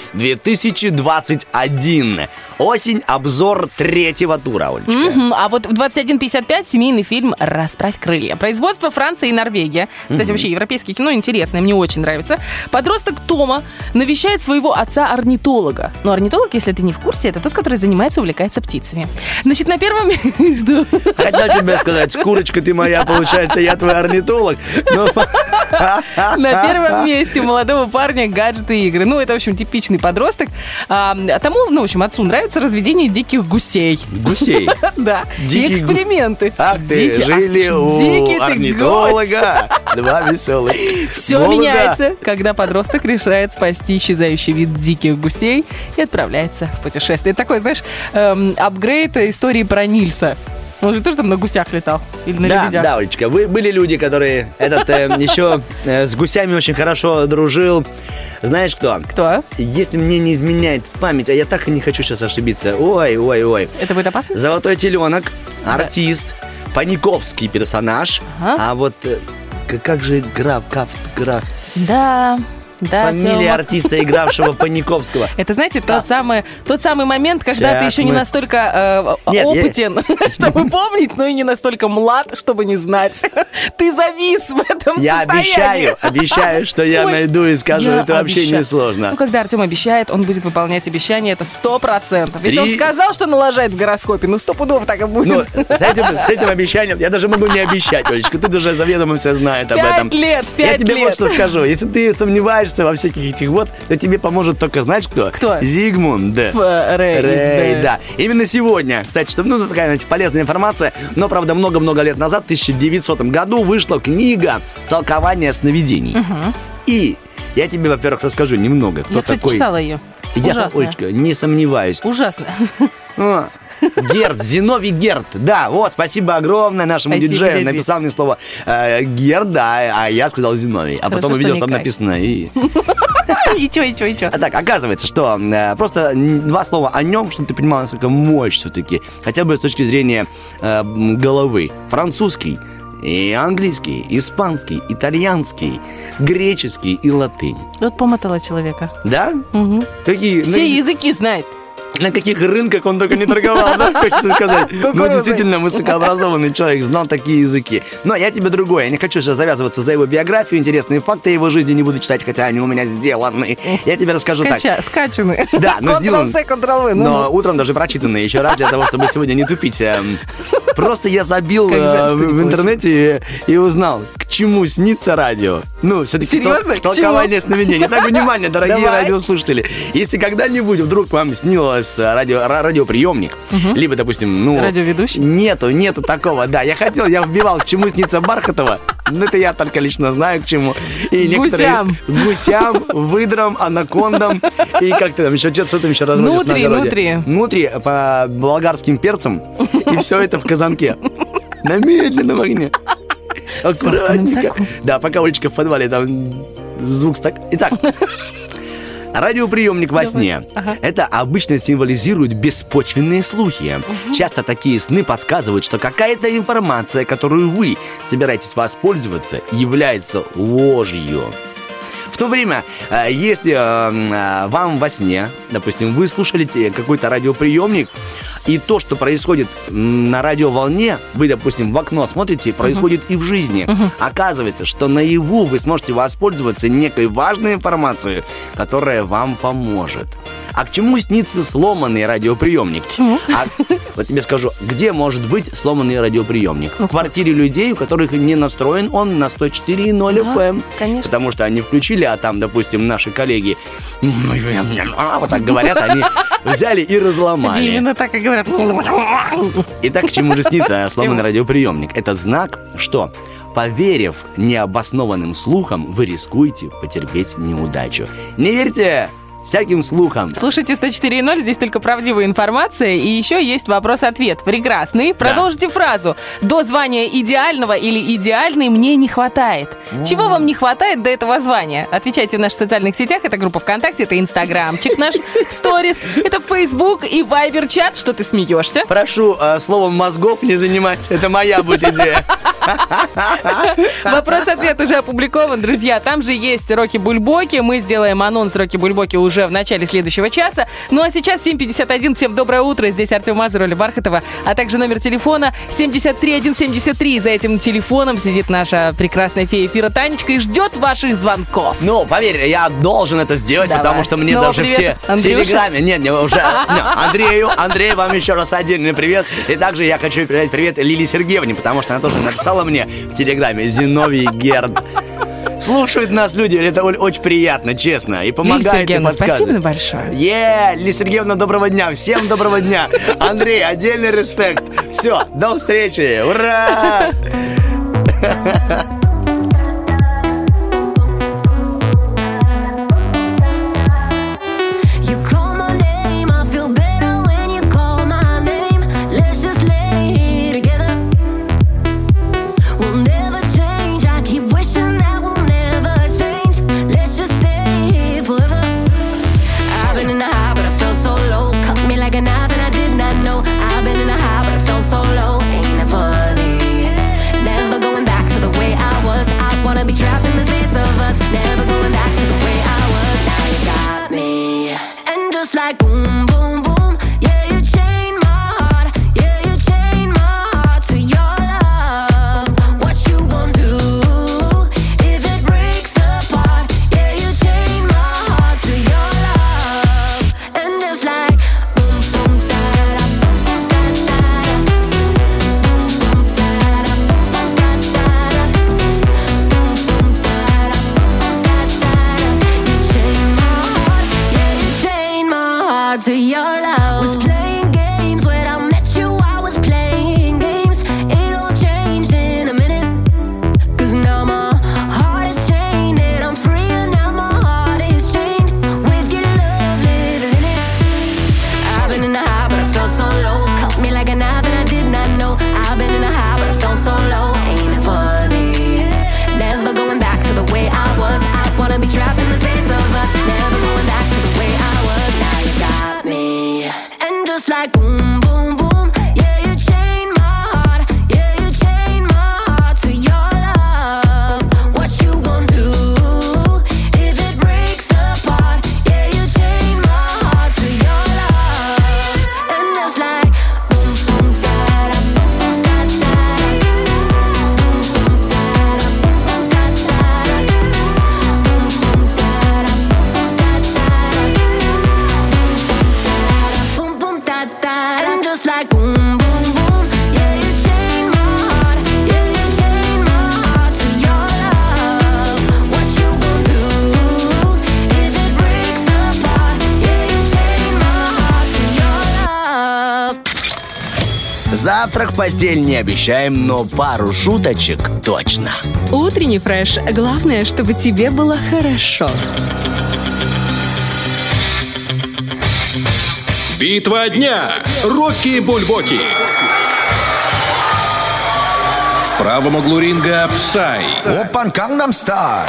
Speaker 3: 2021. Осень, обзор третьего тура, Олечка.
Speaker 2: А вот в 21:55 семейный фильм «Расправь крылья». Производство Франция и Норвегия. Кстати, вообще европейское кино интересное, мне очень нравится. Подросток Тома навещает своего отца-орнитолога. Но орнитолог, если ты не в курсе, это тот, который увлекается птицами. Значит, на первом...
Speaker 3: Хотел тебе сказать, курочка ты моя, получается, я твой орнитолог.
Speaker 2: На первом месте у молодого парня гаджеты и игры. Ну, это, в общем, типичный подросток. А тому, ну, в общем, отцу нравится разведение диких гусей.
Speaker 3: Гусей?
Speaker 2: Да. И эксперименты.
Speaker 3: Ах ты, жили у орнитолога два веселых.
Speaker 2: Все меняется, когда подросток решает спасти исчезающий вид диких гусей и отправляется в путешествие. Это такой, знаешь, апгрейд истории про Нильса. Он же тоже там на гусях летал? Или на лебедях?
Speaker 3: Да, Олечка, были люди, которые еще с гусями очень хорошо дружил. Знаешь кто?
Speaker 2: Кто?
Speaker 3: Если мне не изменяет память, а я так и не хочу сейчас ошибиться. Ой.
Speaker 2: Это будет опасно?
Speaker 3: Золотой теленок, артист, паниковский персонаж. А вот как же граф?
Speaker 2: Да,
Speaker 3: фамилия
Speaker 2: Тёма.
Speaker 3: артиста, игравшего Паниковского.
Speaker 2: Это, знаете, тот самый момент, когда ты еще не настолько опытен, чтобы помнить, но и не настолько млад, чтобы не знать. Ты завис в этом состоянии.
Speaker 3: Обещаю, что я найду и скажу, это вообще не сложно.
Speaker 2: Ну, когда Артем обещает, он будет выполнять обещание, это 100%. Если он сказал, что налажает в гороскопе, ну 100 пудов так и будет.
Speaker 3: Ну, с этим обещанием я даже могу не обещать, Олечка, тут уже заведомо все знают об этом.
Speaker 2: 5 лет.
Speaker 3: Я тебе вот что скажу, если ты сомневаешься во всяких этих то тебе поможет только, знаешь кто?
Speaker 2: Кто?
Speaker 3: Зигмунд Фрейд, да. Именно сегодня, кстати, чтобы, такая, знаете, полезная информация, но, правда, много-много лет назад, в 1900 году, вышла книга «Толкование сновидений». И я тебе, во-первых, расскажу немного, кто
Speaker 2: кстати,
Speaker 3: такой.
Speaker 2: Читала ее.
Speaker 3: Я,
Speaker 2: Ужасно.
Speaker 3: Олечка, не сомневаюсь.
Speaker 2: Ужасно.
Speaker 3: Герд, Зиновий Герд. Да, вот, спасибо огромное нашему диджею. Написал мне слово Герд, да, а я сказал Зиновий. А потом увидел, там написано и...
Speaker 2: И чё?
Speaker 3: А так, оказывается, что просто два слова о нем, чтобы ты понимал, насколько мощь все-таки. Хотя бы с точки зрения головы. Французский, и английский, испанский, итальянский, греческий и латынь.
Speaker 2: Вот помотала человека.
Speaker 3: Да?
Speaker 2: Угу.
Speaker 3: Какие?
Speaker 2: Все языки знает.
Speaker 3: На каких рынках он только не торговал, да, хочется сказать. Ну, действительно, высокообразованный человек, знал такие языки. Но я тебе другое. Я не хочу сейчас завязываться за его биографию. Интересные факты его жизни не буду читать, хотя они у меня сделаны. Я тебе расскажу так.
Speaker 2: Скачаны.
Speaker 3: Да, но сделаны.
Speaker 2: Ctrl-C, Ctrl-V.
Speaker 3: Но утром даже прочитаны еще раз, для того, чтобы сегодня не тупить. Просто я забил в интернете и узнал, к чему снится радио. Ну, все-таки толкование сновидений. Так, внимание, дорогие радиослушатели. Если когда-нибудь вдруг вам снилось радиоприемник, либо, допустим,
Speaker 2: радиоведущий?
Speaker 3: Нету такого, да. Я вбивал, к чему снится Бархатова. Ну, это я только лично знаю, к чему. И некоторые гусям, выдрам, анакондам. И как ты там еще что-то там еще разводишь на огороде. Внутри по болгарским перцам. И все это в казанке. На медленном огне. Аккуратненько. Да, пока Олечка в подвале, там звук так. Итак. Радиоприемник во сне. Это обычно символизирует беспочвенные слухи. Часто такие сны подсказывают, что какая-то информация, которую вы собираетесь воспользоваться, является ложью. В то время, если вам во сне, допустим, вы слушали какой-то радиоприемник, и то, что происходит на радиоволне, вы, допустим, в окно смотрите, происходит и в жизни. Оказывается, что наяву вы сможете воспользоваться некой важной информацией, которая вам поможет. А к чему снится сломанный радиоприемник? Вот тебе скажу, где может быть сломанный радиоприемник? В квартире людей, у которых не настроен он на 104.0 FM.
Speaker 2: Конечно.
Speaker 3: Потому что они включили, а там, допустим, наши коллеги вот так говорят, они взяли и разломали.
Speaker 2: Именно так и говорят.
Speaker 3: Итак, к чему же снится сломанный радиоприемник? Это знак, что, поверив необоснованным слухам, вы рискуете потерпеть неудачу. Не верьте всяким слухам.
Speaker 2: Слушайте 104.0, здесь только правдивая информация. И еще есть вопрос-ответ. Прекрасный. Продолжите фразу. До звания идеального или идеальной мне не хватает. Чего вам не хватает до этого звания? Отвечайте в наших социальных сетях. Это группа ВКонтакте, это Инстаграмчик наш в сторис, это Фейсбук и Вайбер-чат. Что ты смеешься?
Speaker 3: Прошу словом мозгов не занимать. Это моя будет идея.
Speaker 2: Вопрос-ответ уже опубликован, друзья. Там же есть Роки-Бульбоки. Мы сделаем анонс Роки-Бульбоки уже в начале следующего часа. Ну а сейчас 7:51. Всем доброе утро. Здесь Артем Мазур, Оля Бархатова, а также номер телефона 73173. За этим телефоном сидит наша прекрасная фея эфира Танечка и ждет ваших звонков.
Speaker 3: Ну, поверь, я должен это сделать,
Speaker 2: Давай.
Speaker 3: потому что мне
Speaker 2: Снова
Speaker 3: даже
Speaker 2: привет,
Speaker 3: в Телеграме... Нет, уже... Андрей, вам еще раз отдельный привет. И также я хочу передать привет Лилии Сергеевне, потому что она тоже написала мне в Телеграме Зиновий Герд. Слушают нас люди, это очень приятно, честно. И помогает, и подсказывает.
Speaker 2: Спасибо большое.
Speaker 3: Лилия Сергеевна, доброго дня. Всем доброго дня. Андрей, отдельный респект. Все, до встречи. Ура! Завтрак в постель не обещаем, но пару шуточек точно.
Speaker 2: Утренний фреш. Главное, чтобы тебе было хорошо.
Speaker 6: Битва дня. Роки-Бульбоки. В правом углу ринга Псай.
Speaker 7: Опан Gangnam Style.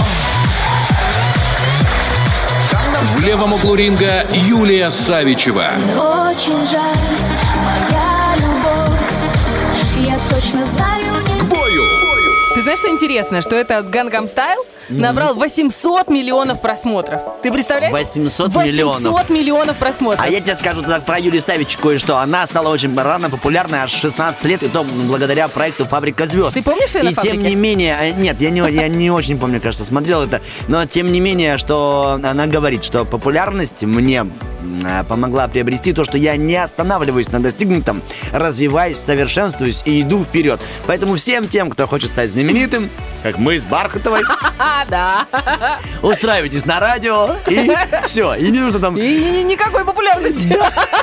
Speaker 6: В левом углу ринга Юлия Савичева.
Speaker 4: Очень жаль, моя любовь. Я точно знаю, не...
Speaker 6: К бою!
Speaker 2: Ты знаешь, что интересно? Что этот Gangnam Style набрал 800 миллионов просмотров. Ты представляешь?
Speaker 3: 800 миллионов.
Speaker 2: 800 миллионов просмотров.
Speaker 3: А я тебе скажу так про Юлию Савич кое-что. Она стала очень рано популярной, аж 16 лет, и то благодаря проекту «Фабрика звезд».
Speaker 2: Ты помнишь ее на
Speaker 3: И
Speaker 2: «Фабрике»?
Speaker 3: тем не менее... Нет, я не очень помню, кажется, смотрел это. Но тем не менее, что она говорит, что популярность мне помогла приобрести то, что я не останавливаюсь на достигнутом, развиваюсь, совершенствуюсь и иду вперед. Поэтому всем тем, кто хочет стать знаменитым, как мы с Бархатовой,
Speaker 2: Да.
Speaker 3: устраивайтесь на радио, и все. И не нужно там...
Speaker 2: И никакой популярности.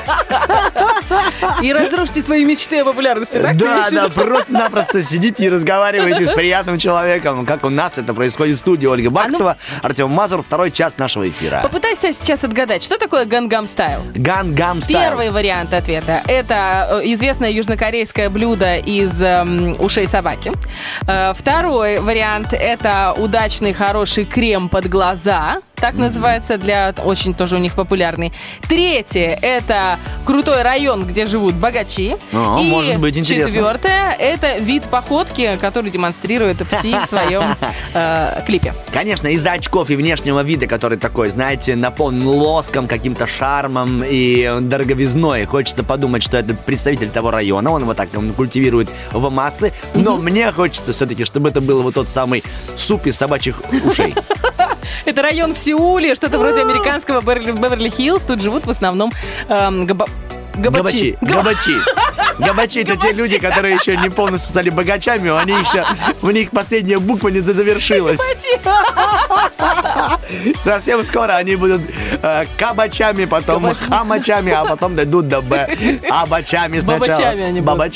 Speaker 2: И разрушьте свои мечты о популярности, так?
Speaker 3: Да, просто-напросто сидите и разговариваете с приятным человеком, как у нас это происходит в студии. Ольга Бархатова, Артем Мазур, второй час нашего эфира.
Speaker 2: Попытайся сейчас отгадать, что такое Gangnam Style?
Speaker 3: Gangnam Style.
Speaker 2: Первый вариант ответа – это известное южнокорейское блюдо из ушей собаки. Второй вариант – это удачный, хороший крем под глаза. Так называется, для очень тоже у них популярный. Третье – это крутой район, где живут богачи. И
Speaker 3: может быть интересно.
Speaker 2: Четвертое – это вид походки, который демонстрирует Пси в своем клипе.
Speaker 3: Конечно, из-за очков и внешнего вида, который такой, знаете, наполнен лоском, каким-то шармом и дороговизной. Хочется подумать, что это представитель того района, он его так культивирует в массы. Но мне хочется все-таки, чтобы это был вот тот самый суп из собачьих ушей.
Speaker 2: Это район в Сеуле, что-то вроде американского Беверли-Хиллз. Тут живут в основном габачи.
Speaker 3: Габачи это те люди, которые еще не полностью стали богачами, у них последняя буква не завершилась. Совсем скоро они будут кабачами, потом хамачами, а потом дойдут до Б. Абачами сначала.
Speaker 2: Бабачами они будут.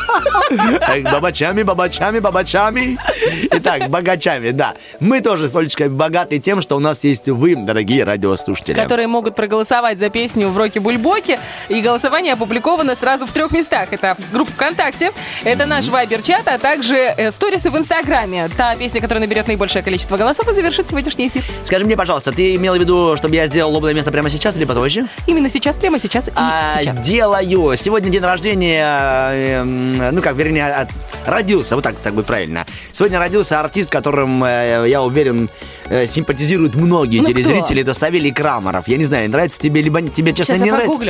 Speaker 3: Бабачами. Итак, богачами, да. Мы тоже с Олечкой богаты тем, что у нас есть вы, дорогие радиослушатели.
Speaker 2: Которые могут проголосовать за песню в Роке Бульбоке. И голосование опубликовано сразу в 3 местах. Это группа ВКонтакте, это наш Вайбер-чат, а также сторисы в Инстаграме. Та песня, которая наберет наибольшее количество голосов и завершит сегодняшний эфир.
Speaker 3: Скажи мне, пожалуйста, ты имела в виду, чтобы я сделал лобное место прямо сейчас или попозже?
Speaker 2: Именно сейчас, прямо сейчас и сейчас.
Speaker 3: Делаю. Сегодня день рождения, родился, вот так будет правильно. Сегодня родился артист, которым, я уверен, симпатизируют многие телезрители. Это Савелий Крамаров. Я не знаю, нравится тебе, либо тебе, честно,
Speaker 2: сейчас
Speaker 3: не
Speaker 2: я
Speaker 3: нравится.
Speaker 2: погуглю.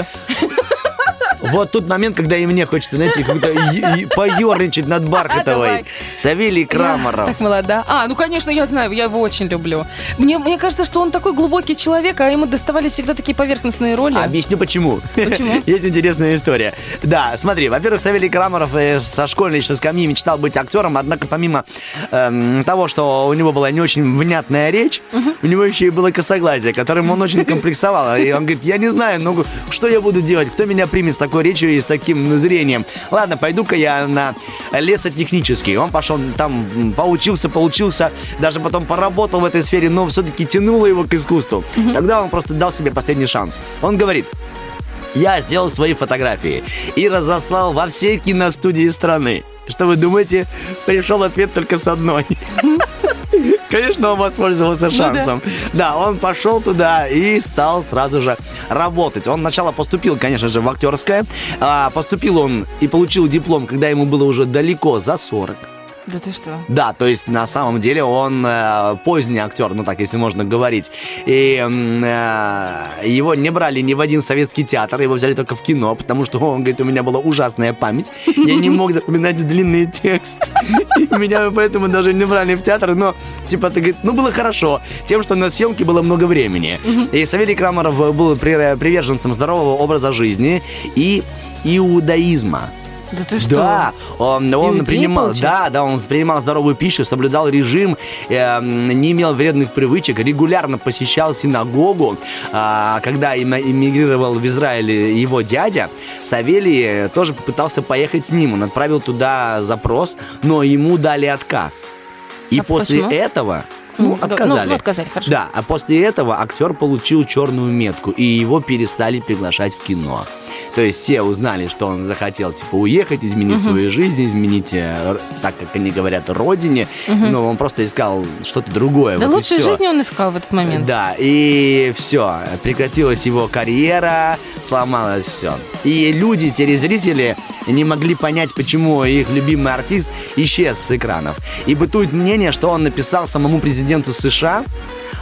Speaker 3: Вот тот момент, когда и мне хочется, знаете, как-то поерничать над Бархатовой.
Speaker 2: Давай.
Speaker 3: Савелий Крамаров.
Speaker 2: Так молода. Ну, конечно, я знаю, я его очень люблю. Мне кажется, что он такой глубокий человек, а ему доставались всегда такие поверхностные роли.
Speaker 3: Объясню, почему.
Speaker 2: Почему?
Speaker 3: Есть интересная история. Да, смотри, во-первых, Савелий Крамаров со школьной еще скамьи мечтал быть актером, однако помимо того, что у него была не очень внятная речь, у него еще и было косоглазие, которым он очень комплексовал. И он говорит, я не знаю, что я буду делать, кто меня примет с такой речью и с таким зрением. Ладно, пойду-ка я на лесотехнический. Он пошел там, поучился, даже потом поработал в этой сфере, но все-таки тянуло его к искусству. Тогда он просто дал себе последний шанс. Он говорит, я сделал свои фотографии и разослал во все киностудии страны. Что вы думаете? Пришел ответ только с одной. Конечно, он воспользовался шансом. Да, он пошел туда и стал сразу же работать. Он сначала поступил, конечно же, в актерское. Поступил он и получил диплом, когда ему было уже далеко за 40.
Speaker 2: Да ты что?
Speaker 3: Да, то есть на самом деле он поздний актер, так если можно говорить. И его не брали ни в один советский театр, его взяли только в кино, потому что он говорит, у меня была ужасная память, я не мог запоминать длинный текст. И меня поэтому даже не брали в театр, но ты говорит, было хорошо, тем, что на съемке было много времени. И Савелий Крамаров был приверженцем здорового образа жизни и иудаизма.
Speaker 2: Да ты что?
Speaker 3: Да, он принимал здоровую пищу, соблюдал режим, не имел вредных привычек, регулярно посещал синагогу. Когда эмигрировал в Израиль его дядя, Савелий тоже попытался поехать с ним. Он отправил туда запрос, но ему дали отказ. И после этого... отказали.
Speaker 2: Отказали, хорошо.
Speaker 3: Да, а после этого актер получил черную метку, и его перестали приглашать в кино. То есть все узнали, что он захотел, уехать, изменить свою жизнь, изменить, так как они говорят, родине. Но он просто искал что-то другое.
Speaker 2: Да, лучшей жизни он искал в этот момент.
Speaker 3: Да, и все. Прекратилась его карьера, сломалось все. И люди, телезрители, не могли понять, почему их любимый артист исчез с экранов. И бытует мнение, что он написал самому президенту США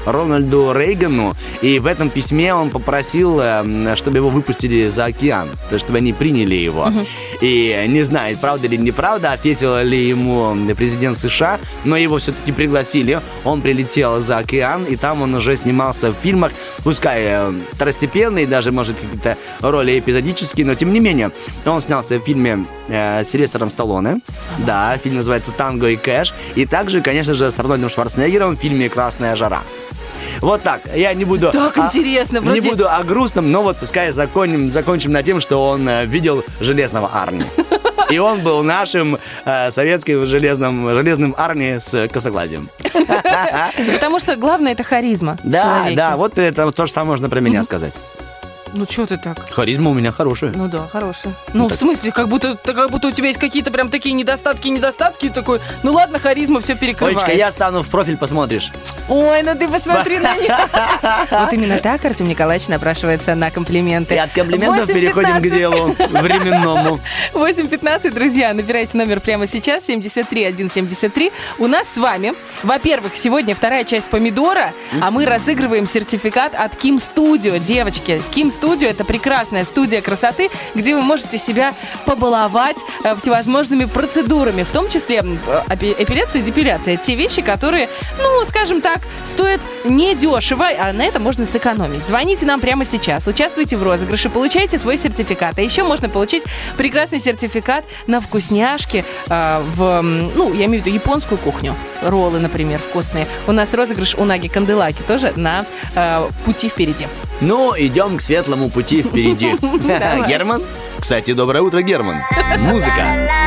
Speaker 3: Рональду Рейгану, и в этом письме он попросил, чтобы его выпустили за океан, то есть чтобы они приняли его. И не знает, правда или неправда, ответил ли ему президент США, но его все-таки пригласили. Он прилетел за океан, и там он уже снимался в фильмах, пускай второстепенные, даже, может, какие-то роли эпизодические, но тем не менее, он снялся в фильме с Сильвестром Сталлоне. Да, фильм называется «Танго и Кэш». И также, конечно же, с Арнольдом Шварценеггером в фильме «Красная жара». Вот так. Я не буду...
Speaker 2: Так интересно.
Speaker 3: Не буду о грустном, но вот пускай закончим на тем, что он видел Железного Арни. И он был нашим советским железным Арни с косоглазием.
Speaker 2: Потому что главное — это харизма.
Speaker 3: Да, вот это то же самое можно про меня сказать.
Speaker 2: Ну, что ты так?
Speaker 3: Харизма у меня хорошая.
Speaker 2: Ну да, хорошая. Ну, в смысле, как будто у тебя есть какие-то прям такие недостатки, такой, ну ладно, харизма все перекрывает.
Speaker 3: Олечка, я стану в профиль, посмотришь.
Speaker 2: Ой, ну ты посмотри на них. Вот именно так Артем Николаевич напрашивается на комплименты.
Speaker 3: И от комплиментов переходим к делу временному.
Speaker 2: 8:15, друзья, набирайте номер прямо сейчас, 73173. У нас с вами, во-первых, сегодня вторая часть «Помидора», а мы разыгрываем сертификат от Kim Studio. Девочки, Kim Studio — это прекрасная студия красоты, где вы можете себя побаловать всевозможными процедурами, в том числе эпиляция и депиляция. Те вещи, которые, ну, скажем так, стоят недешево, а на это можно сэкономить. Звоните нам прямо сейчас, участвуйте в розыгрыше, получайте свой сертификат. А еще можно получить прекрасный сертификат на вкусняшки я имею в виду японскую кухню. Роллы, например, вкусные. У нас розыгрыш унаги канделаки тоже на пути впереди.
Speaker 3: Ну, идем к светлому пути впереди. Герман? Кстати, доброе утро, Герман. Музыка.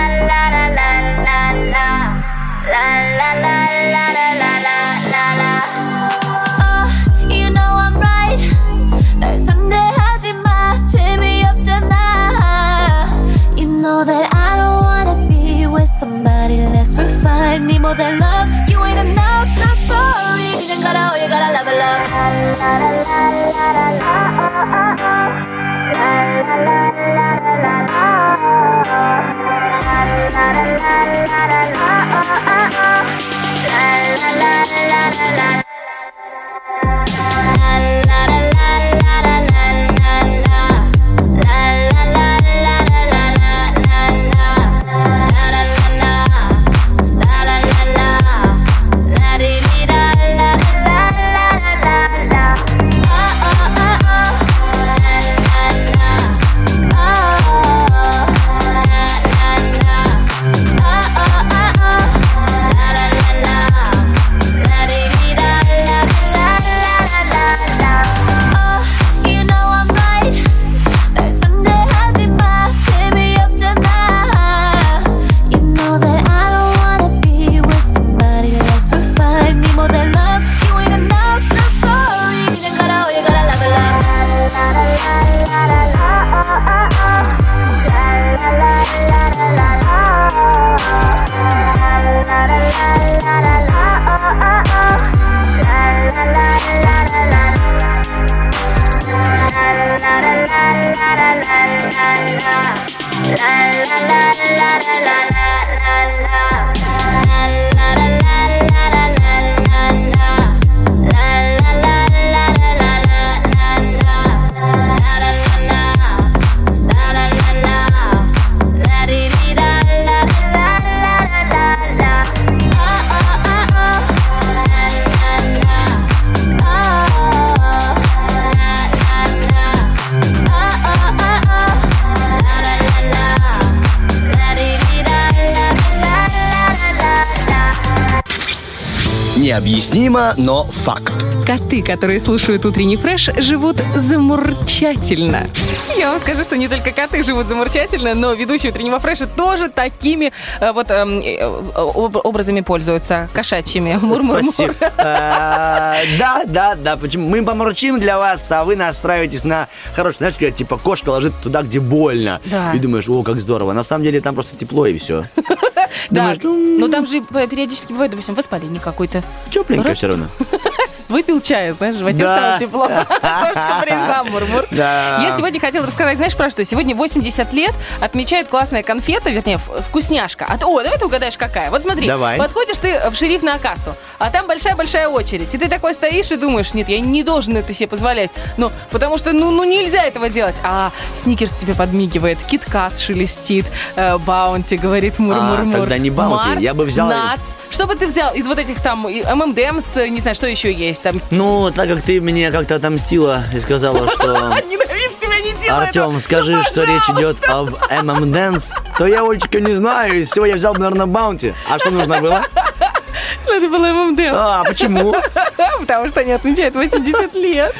Speaker 4: Somebody less refined, need more than love. You ain't enough, not sorry. 그냥 가라, you gotta love it, love.
Speaker 3: Необъяснимо, но факт.
Speaker 2: Коты, которые слушают утренний фреш, живут замурчательно. Я вам скажу, что не только коты живут замурчательно, но ведущие утреннего фреша тоже такими образами пользуются, кошачьими.
Speaker 3: Спасибо. Да. Почему? Мы помурчим для вас, а вы настраиваетесь на хороший. Знаешь, когда типа кошка ложит туда, где больно.
Speaker 2: Да.
Speaker 3: И думаешь, о, как здорово. На самом деле там просто тепло и все.
Speaker 2: Да, но там же периодически бывает, допустим, воспаление какое-то.
Speaker 3: Тепленько все равно.
Speaker 2: Выпил чая, знаешь, в животе стало тепло. Кошечка пришла, Мурмур.
Speaker 3: Да.
Speaker 2: Я сегодня хотела рассказать, знаешь, про что? Сегодня 80 лет отмечает классная конфета, вернее, вкусняшка. Давай ты угадаешь, какая. Вот смотри,
Speaker 3: Давай.
Speaker 2: подходишь ты в шериф на кассу, а там большая-большая очередь. И ты такой стоишь и думаешь, нет, я не должен это себе позволять. Ну, потому что, нельзя этого делать. А Сникерс тебе подмигивает, Киткат шелестит, Баунти говорит мур-мур-мур.
Speaker 3: Тогда не Баунти,
Speaker 2: Марс,
Speaker 3: я бы взял...
Speaker 2: Нац. Что бы ты взял из вот этих там ММДМС, не знаю, что еще есть там?
Speaker 3: Ну, так как ты мне как-то отомстила и сказала, что...
Speaker 2: Ненавижу тебя, не делай
Speaker 3: Артем,
Speaker 2: это.
Speaker 3: скажи,
Speaker 2: Ну,
Speaker 3: что речь идет об Dance, то я, Олечка, не знаю. Из всего я взял, наверное, Баунти. А что нужно было?
Speaker 2: Это было ММДМС.
Speaker 3: А, почему?
Speaker 2: Потому что они отмечают 80 лет.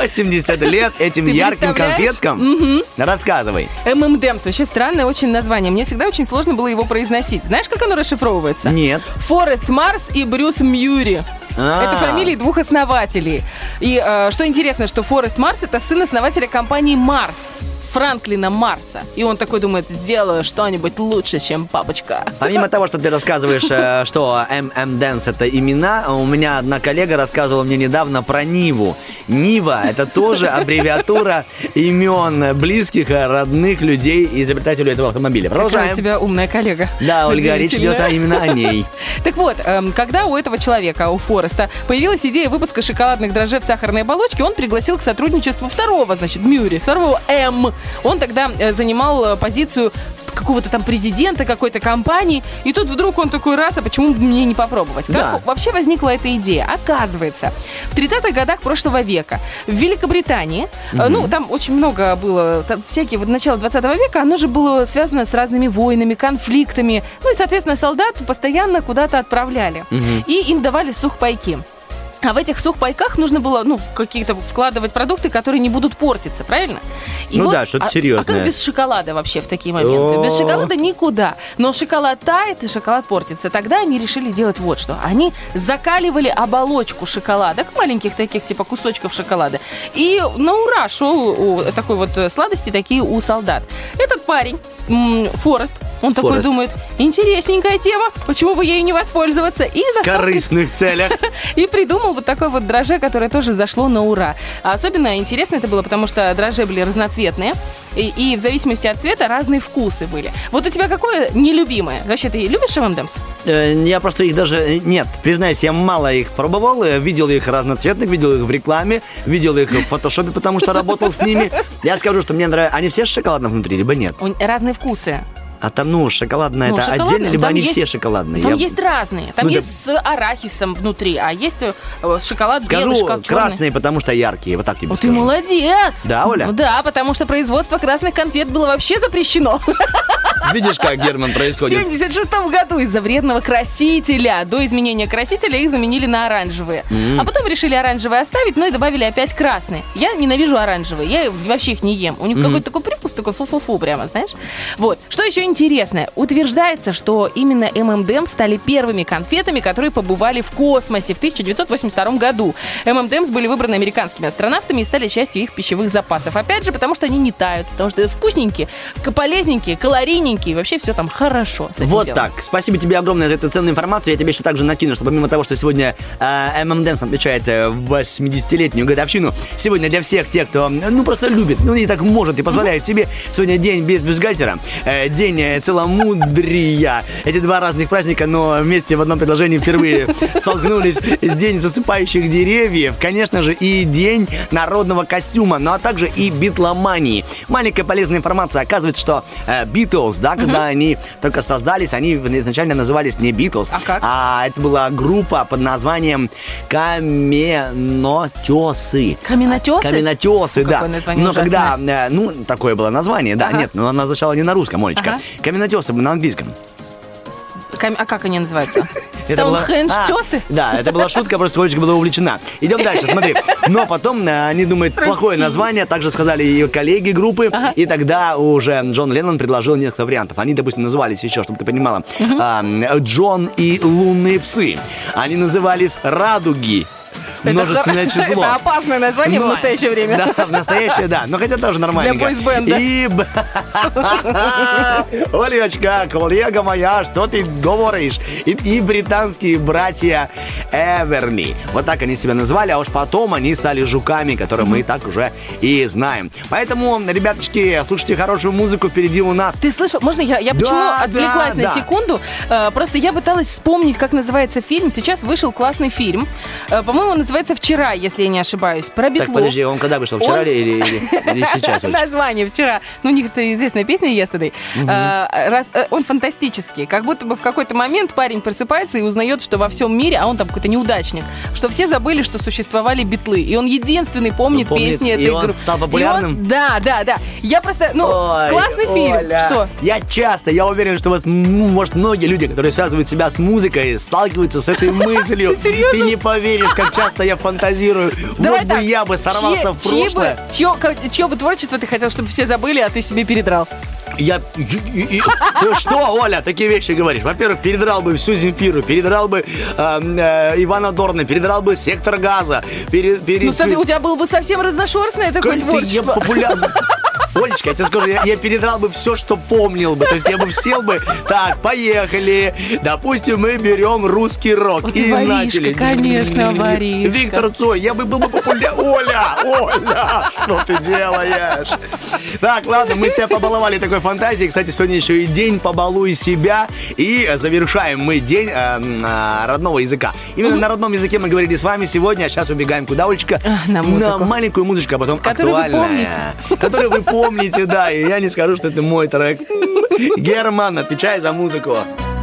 Speaker 3: 80 лет этим
Speaker 2: Ты
Speaker 3: ярким
Speaker 2: представляешь?
Speaker 3: конфеткам? Рассказывай.
Speaker 2: ММДМС. Вообще странное очень название. Мне всегда очень сложно было его произносить. Знаешь, как оно расшифровывается?
Speaker 3: Нет.
Speaker 2: Форест Марс и Брюс Мьюри. Это фамилии двух основателей. И что интересно, что Форест Марс — это сын основателя компании Марс, Франклина Марса. И он такой думает, сделаю что-нибудь лучше, чем папочка.
Speaker 3: Помимо того, что ты рассказываешь, что Dance это имена, у меня одна коллега рассказывала мне недавно про Ниву. Нива — это тоже аббревиатура имен близких, родных людей, изобретателей этого автомобиля.
Speaker 2: Какая
Speaker 3: Продолжаем.
Speaker 2: у тебя умная коллега.
Speaker 3: Да, Ольга, речь идет именно о ней.
Speaker 2: Так вот, когда у этого человека, у Фореста, появилась идея выпуска шоколадных дрожжей в сахарной оболочке, он пригласил к сотрудничеству второго Мьюри, второго М. Он тогда занимал позицию какого-то там президента какой-то компании, и тут вдруг он такой раз, а почему бы мне не попробовать? Как вообще возникла эта идея? Оказывается, в 30-х годах прошлого века в Великобритании, там очень много было, там всякие, вот начало 20 века, оно же было связано с разными войнами, конфликтами, и, соответственно, солдат постоянно куда-то отправляли, и им давали сухпайки. А в этих сухпайках нужно было, какие-то вкладывать продукты, которые не будут портиться, правильно? И
Speaker 3: что-то серьезное.
Speaker 2: А как без шоколада вообще в такие моменты? Без шоколада никуда. Но шоколад тает, и шоколад портится. Тогда они решили делать вот что. Они закаливали оболочку шоколадок, маленьких таких, типа кусочков шоколада. И на ура шел такой вот сладости такие у солдат. Этот парень, Форест, он такой думает, интересненькая тема, почему бы ею не воспользоваться? И
Speaker 3: В корыстных целях.
Speaker 2: И придумал вот такое вот дрожжи, которое тоже зашло на ура. А особенно интересно это было, потому что дрожжи были разноцветные, и в зависимости от цвета разные вкусы были. Вот у тебя какое нелюбимое? Вообще, ты любишь ММДМС?
Speaker 3: Я просто их даже... Нет, признаюсь, я мало их пробовал. Видел их разноцветных, видел их в рекламе, видел их в фотошопе, потому что работал с ними. Я скажу, что мне нравится... Они все с шоколадом внутри, либо нет?
Speaker 2: Разные вкусы.
Speaker 3: А там, шоколадное это отдельно, либо они все шоколадные?
Speaker 2: Там есть разные. Там есть с арахисом внутри, а есть шоколад белый, шоколад черный.
Speaker 3: Красные, потому что яркие, вот так тебе скажу.
Speaker 2: Ты молодец!
Speaker 3: Да, Оля?
Speaker 2: Да, потому что производство красных конфет было вообще запрещено.
Speaker 3: Видишь, как, Герман, происходит?
Speaker 2: В 1976 году из-за вредного красителя. До изменения красителя их заменили на оранжевые. А потом решили оранжевые оставить, но и добавили опять красные. Я ненавижу оранжевые, я вообще их не ем. У них какой-то такой привкус, такой фу-фу-фу прямо, знаешь? Вот. Что еще интересное? Утверждается, что именно ММДМС стали первыми конфетами, которые побывали в космосе в 1982 году. ММДМС были выбраны американскими астронавтами и стали частью их пищевых запасов. Опять же, потому что они не тают, потому что вкусненькие, полезненькие, калорийненькие, и вообще все там хорошо.
Speaker 3: Вот
Speaker 2: делом.
Speaker 3: так. Спасибо тебе огромное за эту ценную информацию. Я тебе еще также накину, что помимо того, что сегодня ММДМС отмечает 80-летнюю годовщину, сегодня для всех тех, кто, просто любит, не так может и позволяет себе, сегодня день без бюстгальтера, день целомудрия. Эти два разных праздника, но вместе в одном предложении впервые столкнулись. День засыпающих деревьев, конечно же, и день народного костюма, ну а также и битломании. Маленькая полезная информация. Оказывается, что Beatles, да, когда они только создались, они изначально назывались не Beatles, а это была группа под названием Каменотесы.
Speaker 2: Каменотесы?
Speaker 3: Каменотесы, да.
Speaker 2: Какое название
Speaker 3: но
Speaker 2: ужасное.
Speaker 3: когда, такое было название, да, нет, но она звучала не на русском, Олечка. Каменотесы на английском.
Speaker 2: А как они называются?
Speaker 3: Это
Speaker 2: Стоунхендж-тесы?
Speaker 3: Да, это была шутка, просто Олечка была увлечена. Идем дальше, смотри. Но потом они думают, плохое название, также сказали ее коллеги группы, и тогда уже Джон Леннон предложил несколько вариантов. Они, допустим, назывались еще, чтобы ты понимала, Джон и лунные псы. Они назывались радуги. множественное число.
Speaker 2: Это опасное название в настоящее время.
Speaker 3: Да, в настоящее, да. Но хотя тоже нормально.
Speaker 2: Для бойсбенда.
Speaker 3: И... Олечка, коллега моя, что ты говоришь? И британские братья Эверли. Вот так они себя назвали, а уж потом они стали жуками, которые мы так уже и знаем. Поэтому, ребяточки, слушайте хорошую музыку, впереди у нас.
Speaker 2: Ты слышал? Можно я почему отвлеклась на секунду? Просто я пыталась вспомнить, как называется фильм. Сейчас вышел классный фильм. По-моему, он называется «Вчера», если я не ошибаюсь. Про Битлов.
Speaker 3: Так, подожди, он когда вышел? Вчера или сейчас?
Speaker 2: Название «Вчера». Ну, у них это известная песня «Yesterday». Он фантастический. Как будто бы в какой-то момент парень просыпается и узнает, что во всем мире, а он там какой-то неудачник, что все забыли, что существовали Битлы. И он единственный помнит песни этой группы.
Speaker 3: И он стал популярным?
Speaker 2: Да. Я просто... классный фильм.
Speaker 3: Оля,
Speaker 2: Что?
Speaker 3: Я уверен, что может, многие люди, которые связывают себя с музыкой, сталкиваются с этой мыслью. Ты не поверишь, как часто я фантазирую. Вот бы я бы сорвался в прошлое.
Speaker 2: Чье бы творчество ты хотел, чтобы все забыли, а ты себе передрал?
Speaker 3: Ты что, Оля, такие вещи говоришь? Во-первых, передрал бы всю Земфиру, передрал бы Ивана Дорна, передрал бы «Сектор газа».
Speaker 2: У тебя было бы совсем разношерстное такое творчество.
Speaker 3: Олечка, я тебе скажу, я передрал бы все, что помнил бы. То есть я бы сел бы, так, поехали. Допустим, мы берем русский рок.
Speaker 2: Вот
Speaker 3: и
Speaker 2: воришка,
Speaker 3: начали.
Speaker 2: Конечно, воришка.
Speaker 3: Виктор Цой, я бы был бы популярен. Оля, что ты делаешь? Так, ладно, мы себя побаловали такой фантазией. Кстати, сегодня еще и день «Побалуй себя». И завершаем мы день родного языка. Именно на родном языке мы говорили с вами сегодня. А сейчас убегаем куда, Олечка?
Speaker 2: На музыку.
Speaker 3: На маленькую музычку, а потом актуальная. Которую вы помните, да. И я не скажу, что это мой трек. Герман, отвечай за музыку.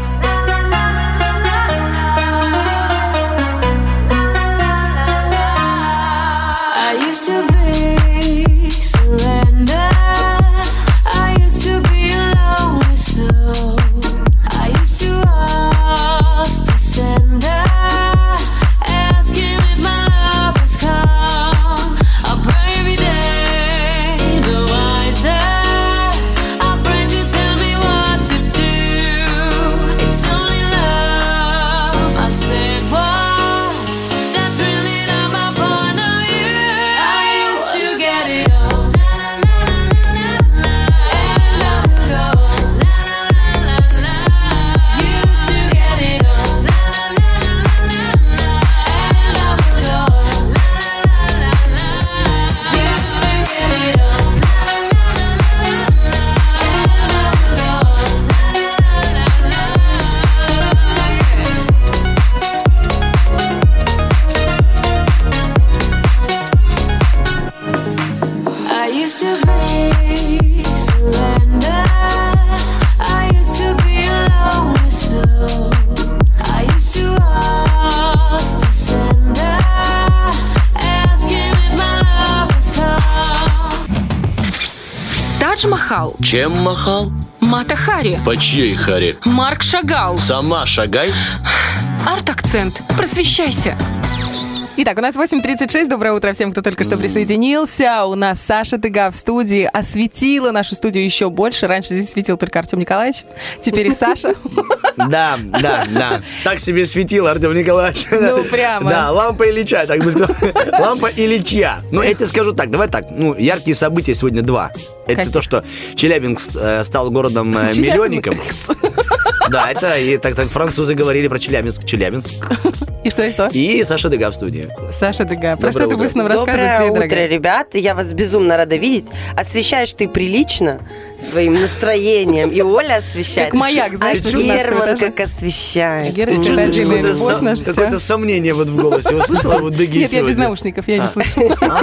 Speaker 2: Махал.
Speaker 6: Чем махал?
Speaker 2: Мата Хари.
Speaker 6: По чьей Хари?
Speaker 2: Марк шагал.
Speaker 6: Сама шагай.
Speaker 2: Арт-акцент. Просвещайся. Итак, у нас 8:36. Доброе утро всем, кто только что присоединился. У нас Саша Тыга в студии осветила нашу студию еще больше. Раньше здесь светил только Артем Николаевич, теперь и Саша.
Speaker 3: Да. Так себе светил Артем Николаевич.
Speaker 2: Ну, прямо.
Speaker 3: Да, лампа Ильича, так бы сказал. Лампа Ильичья. Ну, я тебе скажу так, давай так. Ну, яркие события сегодня два. Это то, что Челябинск стал городом-миллионником. Да, это и так французы говорили про Челябинск.
Speaker 2: И что?
Speaker 3: И Саша Дыга в студии.
Speaker 2: Саша Дыга, про что ты будешь нам рассказывать?
Speaker 8: Доброе утро, ребят. Я вас безумно рада видеть. Освещаешь ты прилично своим настроением. И Оля освещает.
Speaker 2: Как маяк, знаешь,
Speaker 8: а Герман как освещает.
Speaker 2: Герочка, это отдельная любовь наша.
Speaker 3: Какое-то сомнение вот в голосе. Вы слышала вот Дыги
Speaker 2: Нет,
Speaker 3: сегодня?
Speaker 2: я без наушников, я не слышу.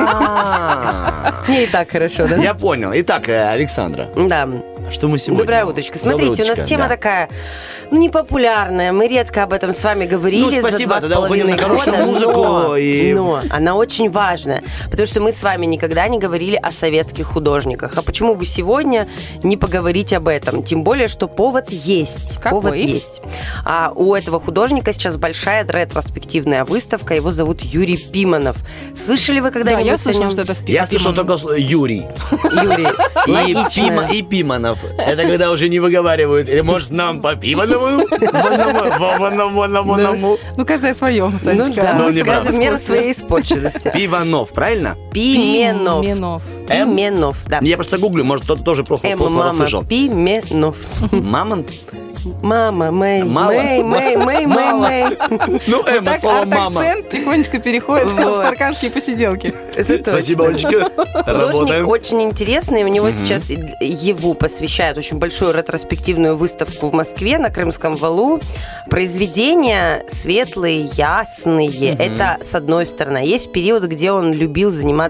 Speaker 8: Мне и так хорошо, да?
Speaker 3: Я понял. Итак, Александра.
Speaker 8: Да.
Speaker 3: Что мы сегодня?
Speaker 8: Доброе утречко. Смотрите, у нас тема такая, непопулярная. Мы редко об этом с вами говорили за 2,5 года. Но она очень важная, потому что мы с вами никогда не говорили о советских художниках. А почему бы сегодня не поговорить об этом? Тем более, что повод есть. Повод есть. А у этого художника сейчас большая ретроспективная выставка. Его зовут Юрий Пиманов. Слышали вы когда-нибудь?
Speaker 2: Да, я слышала, что это
Speaker 3: Я слышал только Юрий.
Speaker 8: Юрий.
Speaker 3: И Пиманов. Это когда уже не выговаривают. Или, может, нам по пиваному?
Speaker 2: Ну, каждое свое, Санечка.
Speaker 8: Ну, да, каждый в меру своей испорченности.
Speaker 3: Пиванов, правильно?
Speaker 8: Пименов. Пименов, да.
Speaker 3: Я просто гуглю, может, кто-то тоже плохо слышал.
Speaker 8: Пименов.
Speaker 3: Мамонт?
Speaker 8: Мама, Мэй.
Speaker 3: Мало?
Speaker 8: Мэй.
Speaker 3: Ну, Эмма, слово мама.
Speaker 2: Акцент тихонечко переходит в парканские посиделки.
Speaker 8: Это точно.
Speaker 3: Спасибо, Олечка.
Speaker 8: Художник очень интересный. У него сейчас его посвящают очень большую ретроспективную выставку в Москве на Крымском валу. Произведения светлые, ясные. Это с одной стороны. Есть период, где он любил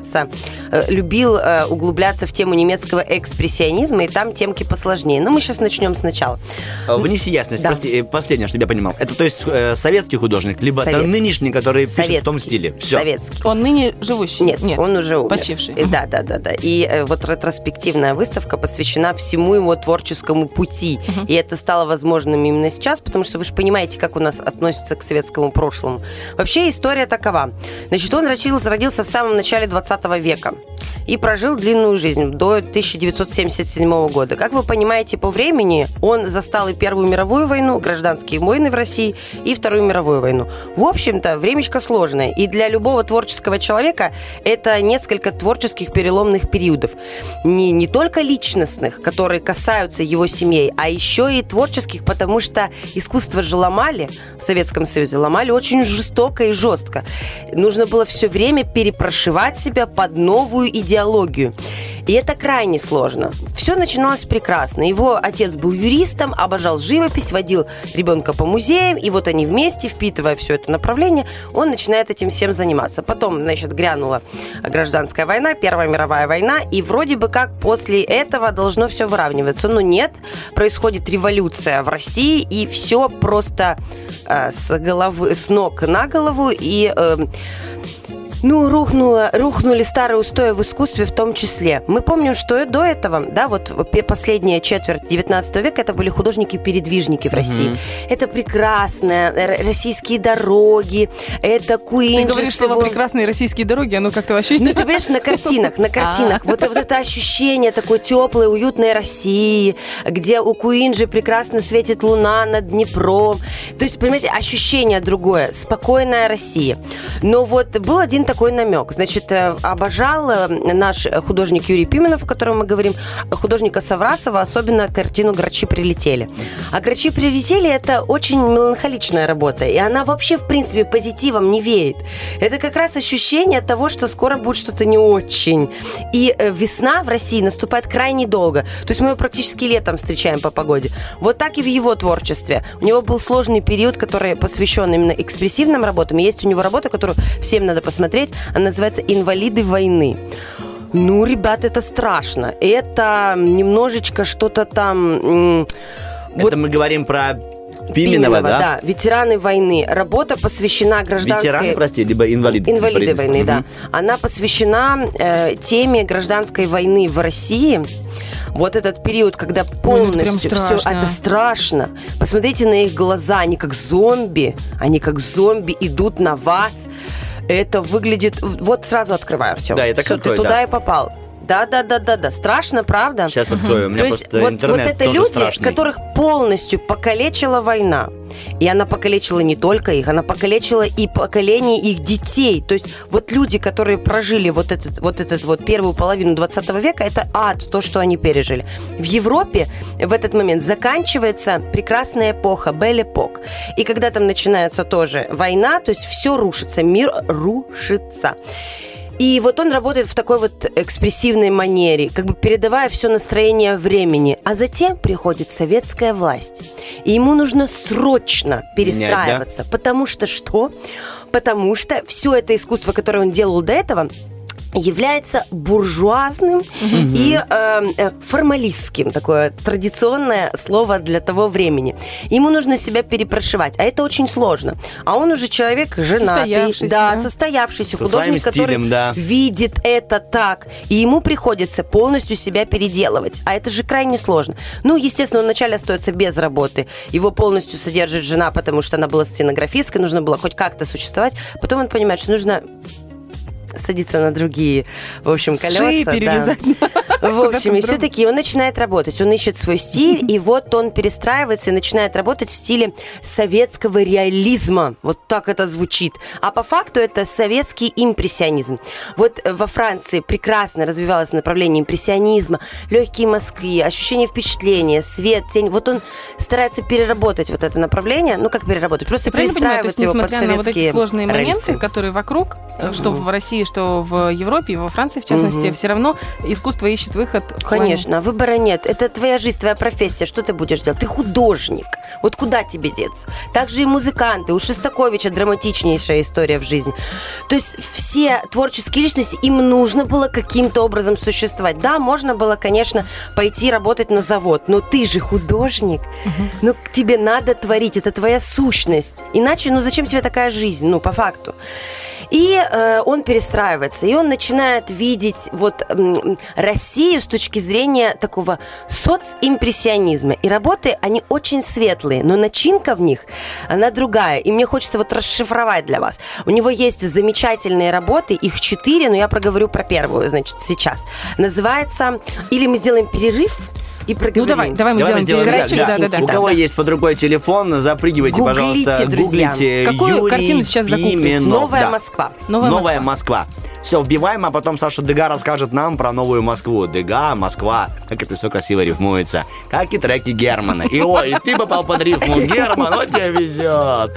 Speaker 8: углубляться в тему немецкого экспрессионизма, и там темки посложнее. Но мы сейчас начнем сначала.
Speaker 3: Внеси ясность, прости, последнее, чтобы я понимал. Это, то есть, советский художник, либо это нынешний, который пишет в том стиле? Все.
Speaker 8: Советский.
Speaker 2: Он ныне живущий?
Speaker 8: Нет, он уже умер.
Speaker 2: Почивший.
Speaker 8: Да. И вот ретроспективная выставка посвящена всему его творческому пути. И это стало возможным именно сейчас, потому что вы же понимаете, как у нас относятся к советскому прошлому. Вообще история такова. Значит, он родился в самом начале 20 века и прожил длинную жизнь до 1977 года. Как вы понимаете, по времени он застал и Первую мировую войну, гражданские войны в России, и Вторую мировую войну. В общем-то, времечко сложное. И для любого творческого человека это несколько творческих переломных периодов. Не только личностных, которые касаются его семьи, а еще и творческих, потому что искусство же ломали в Советском Союзе. Ломали очень жестоко и жестко. Нужно было все время перепрошивать себя под новую идеологию. И это крайне сложно. Все начиналось прекрасно. Его отец был юристом, обожал живопись, водил ребенка по музеям, и вот они вместе, впитывая все это направление, он начинает этим всем заниматься. Потом, значит, грянула гражданская война, Первая мировая война, и вроде бы как после этого должно все выравниваться. Но нет, происходит революция в России, и все просто с ног на голову, и... рухнули старые устои в искусстве в том числе. Мы помним, что до этого, да, вот последняя четверть 19 века, это были художники-передвижники в России. Это прекрасные российские дороги, это куинджи.
Speaker 2: Ты говоришь слово «прекрасные российские дороги», оно как-то вообще...
Speaker 8: Ну, ты понимаешь, на картинах. Вот это ощущение такой теплой, уютной России, где у Куинджи прекрасно светит луна над Днепром. То есть, понимаете, ощущение другое, спокойная Россия. Но вот был один такой намек. Значит, обожал наш художник Юрий Пименов, о котором мы говорим, художника Саврасова, особенно картину «Грачи прилетели». А «Грачи прилетели» — это очень меланхоличная работа, и она вообще, в принципе, позитивом не веет. Это как раз ощущение того, что скоро будет что-то не очень. И весна в России наступает крайне долго. То есть мы ее практически летом встречаем по погоде. Вот так и в его творчестве. У него был сложный период, который посвящен именно экспрессивным работам. И есть у него работа, которую всем надо посмотреть. Она называется «Инвалиды войны». Ну, ребят, это страшно. Это немножечко что-то там...
Speaker 3: Это мы говорим про Пименова, да?
Speaker 8: Ветераны войны. Работа посвящена гражданской...
Speaker 3: Ветераны, прости, либо инвалиды.
Speaker 8: Инвалиды войны, да. Она посвящена теме гражданской войны в России. Вот этот период, когда полностью все... Это страшно. Посмотрите на их глаза. Они как зомби идут на вас. Это выглядит... Вот сразу открываю, Артем.
Speaker 3: Да, я так открою,
Speaker 8: ты туда и попал. Да. Страшно, правда?
Speaker 3: Сейчас открою. У меня просто интернет
Speaker 8: вот это
Speaker 3: тоже
Speaker 8: люди,
Speaker 3: страшный.
Speaker 8: которых полностью покалечила война. И она покалечила не только их, она покалечила и поколение их детей. То есть вот люди, которые прожили вот этот первую половину 20 века, это ад, то, что они пережили. В Европе в этот момент заканчивается прекрасная эпоха, Belle Époque. И когда там начинается тоже война, то есть все рушится, мир рушится. И вот он работает в такой вот экспрессивной манере, как бы передавая все настроение времени. А затем приходит советская власть. И ему нужно срочно перестраиваться. Нет, да? Потому что что? Потому что все это искусство, которое он делал до этого, является буржуазным и формалистским, такое традиционное слово для того времени. Ему нужно себя перепрошивать, а это очень сложно. А он уже человек женатый, состоявшийся художник,
Speaker 3: стилем,
Speaker 8: который видит это так, и ему приходится полностью себя переделывать, а это же крайне сложно. Ну, естественно, он вначале остается без работы, его полностью содержит жена, потому что она была сценографисткой, нужно было хоть как-то существовать, потом он понимает, что нужно садиться на другие, в общем, колеса.
Speaker 2: Шеи перелезать.
Speaker 8: В общем, и все-таки он начинает работать. Он ищет свой стиль, и вот он перестраивается и начинает работать в стиле советского реализма. Вот так это звучит. А по факту это советский импрессионизм. Вот во Франции прекрасно развивалось направление импрессионизма, легкие мазки, ощущение впечатления, свет, тень. Вот он старается переработать вот это направление. Ну, как переработать? Просто перестраивать его под советские
Speaker 2: несмотря на вот эти сложные
Speaker 8: рельсы.
Speaker 2: моменты, которые вокруг, что в России, что в Европе, и во Франции, в частности, все равно искусство ищет выход.
Speaker 8: Конечно, выбора нет. Это твоя жизнь, твоя профессия. Что ты будешь делать? Ты художник. Вот куда тебе деться? Также и музыканты. У Шостаковича драматичнейшая история в жизни. То есть все творческие личности, им нужно было каким-то образом существовать. Да, можно было, конечно, пойти работать на завод, но ты же художник. Ну, тебе надо творить. Это твоя сущность. Иначе, ну, зачем тебе такая жизнь? Ну, по факту. И он перестраивается, и он начинает видеть вот Россию с точки зрения такого социмпрессионизма. И работы, они очень светлые, но начинка в них, она другая. И мне хочется вот расшифровать для вас. У него есть замечательные работы, их 4, но я проговорю про первую, значит, сейчас. Называется «Или мы сделаем перерыв», и проговорим.
Speaker 2: Ну, давай мы сделаем перерыв.
Speaker 3: Да. У кого есть под рукой телефон, запрыгивайте, пожалуйста, гуглите.
Speaker 2: Какую картину сейчас загуглите?
Speaker 8: Новая Москва.
Speaker 3: Новая Москва. Все, вбиваем, а потом Саша Дега расскажет нам про новую Москву. Дега, Москва. Как это все красиво рифмуется. Как и треки Германа. И ой, ты попал под рифму. Герман, вот тебе везет.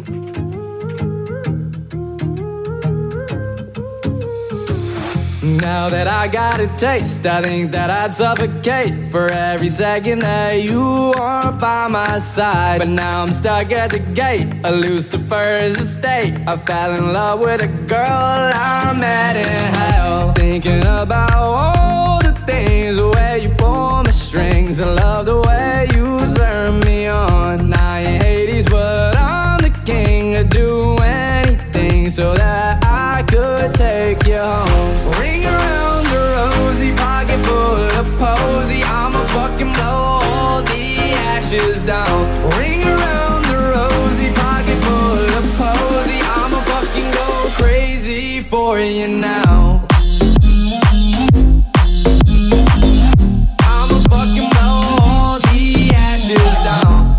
Speaker 1: Now that I got a taste, I think that I'd suffocate for every second that you aren't by my side. But now I'm stuck at the gate, a Lucifer's estate. I fell in love with a girl I met in hell. Thinking about all the things, the way you pull my strings. I love the way you turn me on. I ain't Hades, but I'm the king. I'd do anything so that I could take you home. Ring around the rosy, pocket full of posy. I'ma fucking blow all the ashes down. Ring around the rosy, pocket full of posy. I'ma fucking go crazy for you now. I'ma fucking blow all the ashes down.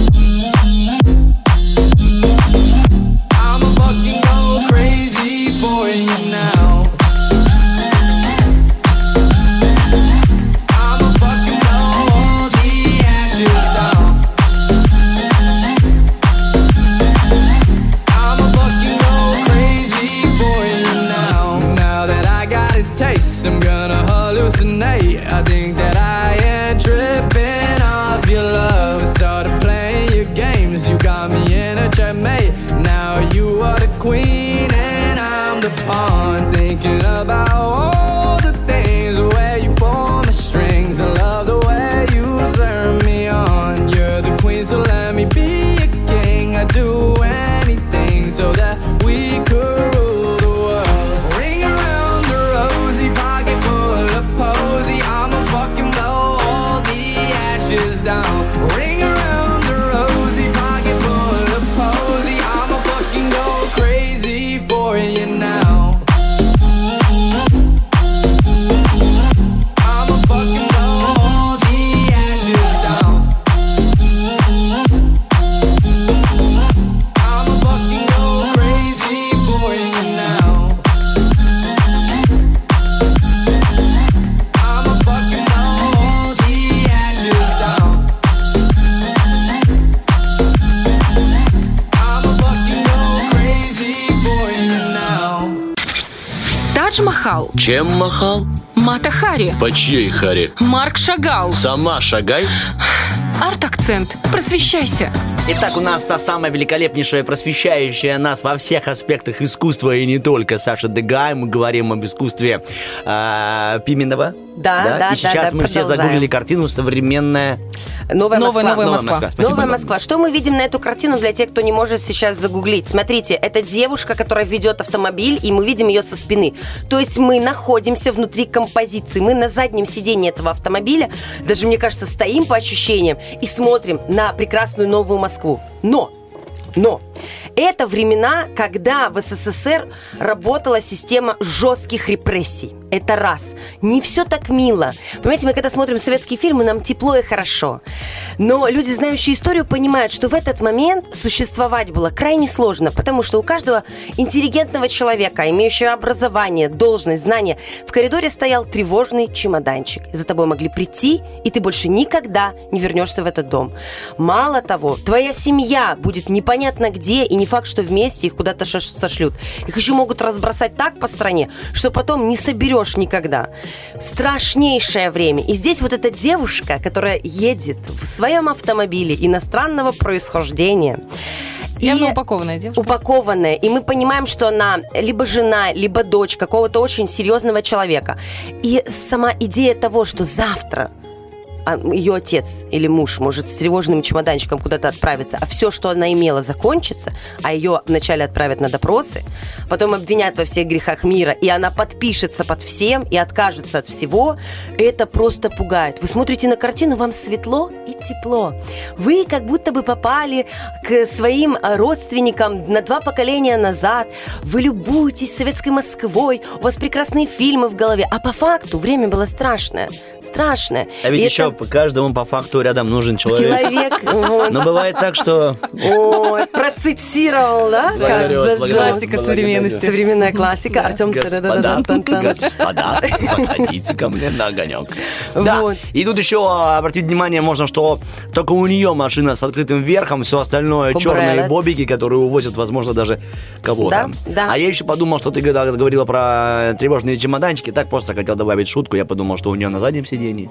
Speaker 1: I'ma fucking go crazy for you now. I'm gonna hallucinate. I think that I am tripping off your love. I started playing your games. You got me in a checkmate. Now you are the queen and I'm the pawn. Thinking about all the things where you pull my strings. I love the way you turn me on. You're the queen, so let me be a king. I'd do anything so that we could rule the world. Ring around the rosy, pocket full of posy. I'ma fucking blow all the ashes down. Ring around the rosy, pocket full of posy. I'ma fucking go crazy for you now. I'ma fucking blow all the ashes down. I'ma fucking go crazy for you now. I'ma fucking blow all the ashes down. I'ma fucking go crazy for you now.
Speaker 2: Тадж-Махал,
Speaker 6: Чем махал?
Speaker 2: Мата Хари,
Speaker 6: По чьей Хари?
Speaker 2: Марк Шагал,
Speaker 6: Сама шагай.
Speaker 2: арт-акцент. Просвещайся.
Speaker 3: Итак, у нас та самая великолепнейшая, просвещающая нас во всех аспектах искусства, и не только, Саша Дегай. Мы говорим об искусстве Пименова.
Speaker 8: Да.
Speaker 3: И сейчас мы все
Speaker 8: продолжаем.
Speaker 3: загуглили картину «Современная...»
Speaker 2: Новая Москва.
Speaker 3: Спасибо.
Speaker 8: Новая Москва. Что мы видим на эту картину для тех, кто не может сейчас загуглить? Смотрите, это девушка, которая ведет автомобиль, и мы видим ее со спины. То есть мы находимся внутри композиции. Мы на заднем сидении этого автомобиля, даже, мне кажется, стоим по ощущениям и смотрим на прекрасную новую Москву. Но Это времена, когда в СССР работала система жестких репрессий. Это раз. Не все так мило. Понимаете, мы когда смотрим советские фильмы, нам тепло и хорошо. Но люди, знающие историю, понимают, что в этот момент существовать было крайне сложно, потому что у каждого интеллигентного человека, имеющего образование, должность, знания, в коридоре стоял тревожный чемоданчик. За тобой могли прийти, и ты больше никогда не вернешься в этот дом. Мало того, твоя семья будет непонятно где, и не факт, что вместе их куда-то сошлют. Их еще могут разбросать так по стране, что потом не соберешь никогда. Страшнейшее время. И здесь вот эта девушка, которая едет в своем автомобиле иностранного происхождения.
Speaker 2: Явно упакованная девушка.
Speaker 8: Упакованная. И мы понимаем, что она либо жена, либо дочь какого-то очень серьезного человека. И сама идея того, что завтра ее отец или муж может с тревожным чемоданчиком куда-то отправиться, а все, что она имела, закончится, а ее вначале отправят на допросы, потом обвинят во всех грехах мира, и она подпишется под всем и откажется от всего, это просто пугает. Вы смотрите на картину, вам светло и тепло. Вы как будто бы попали к своим родственникам на 2 поколения назад. Вы любуетесь советской Москвой, у вас прекрасные фильмы в голове, а по факту время было страшное. Страшное.
Speaker 3: А ведь еще каждому по факту рядом нужен человек. Но бывает так, что...
Speaker 8: Ой, процитировал, да?
Speaker 2: Классика современности.
Speaker 8: Современная классика. Артем...
Speaker 3: Господа, заходите ко мне на огонек. Да, и тут еще обратить внимание можно, что только у нее машина с открытым верхом, все остальное черные бобики, которые увозят, возможно, даже кого-то. А я еще подумал, что ты говорила про тревожные чемоданчики, так просто хотел добавить шутку, я подумал, что у нее на заднем сиденье.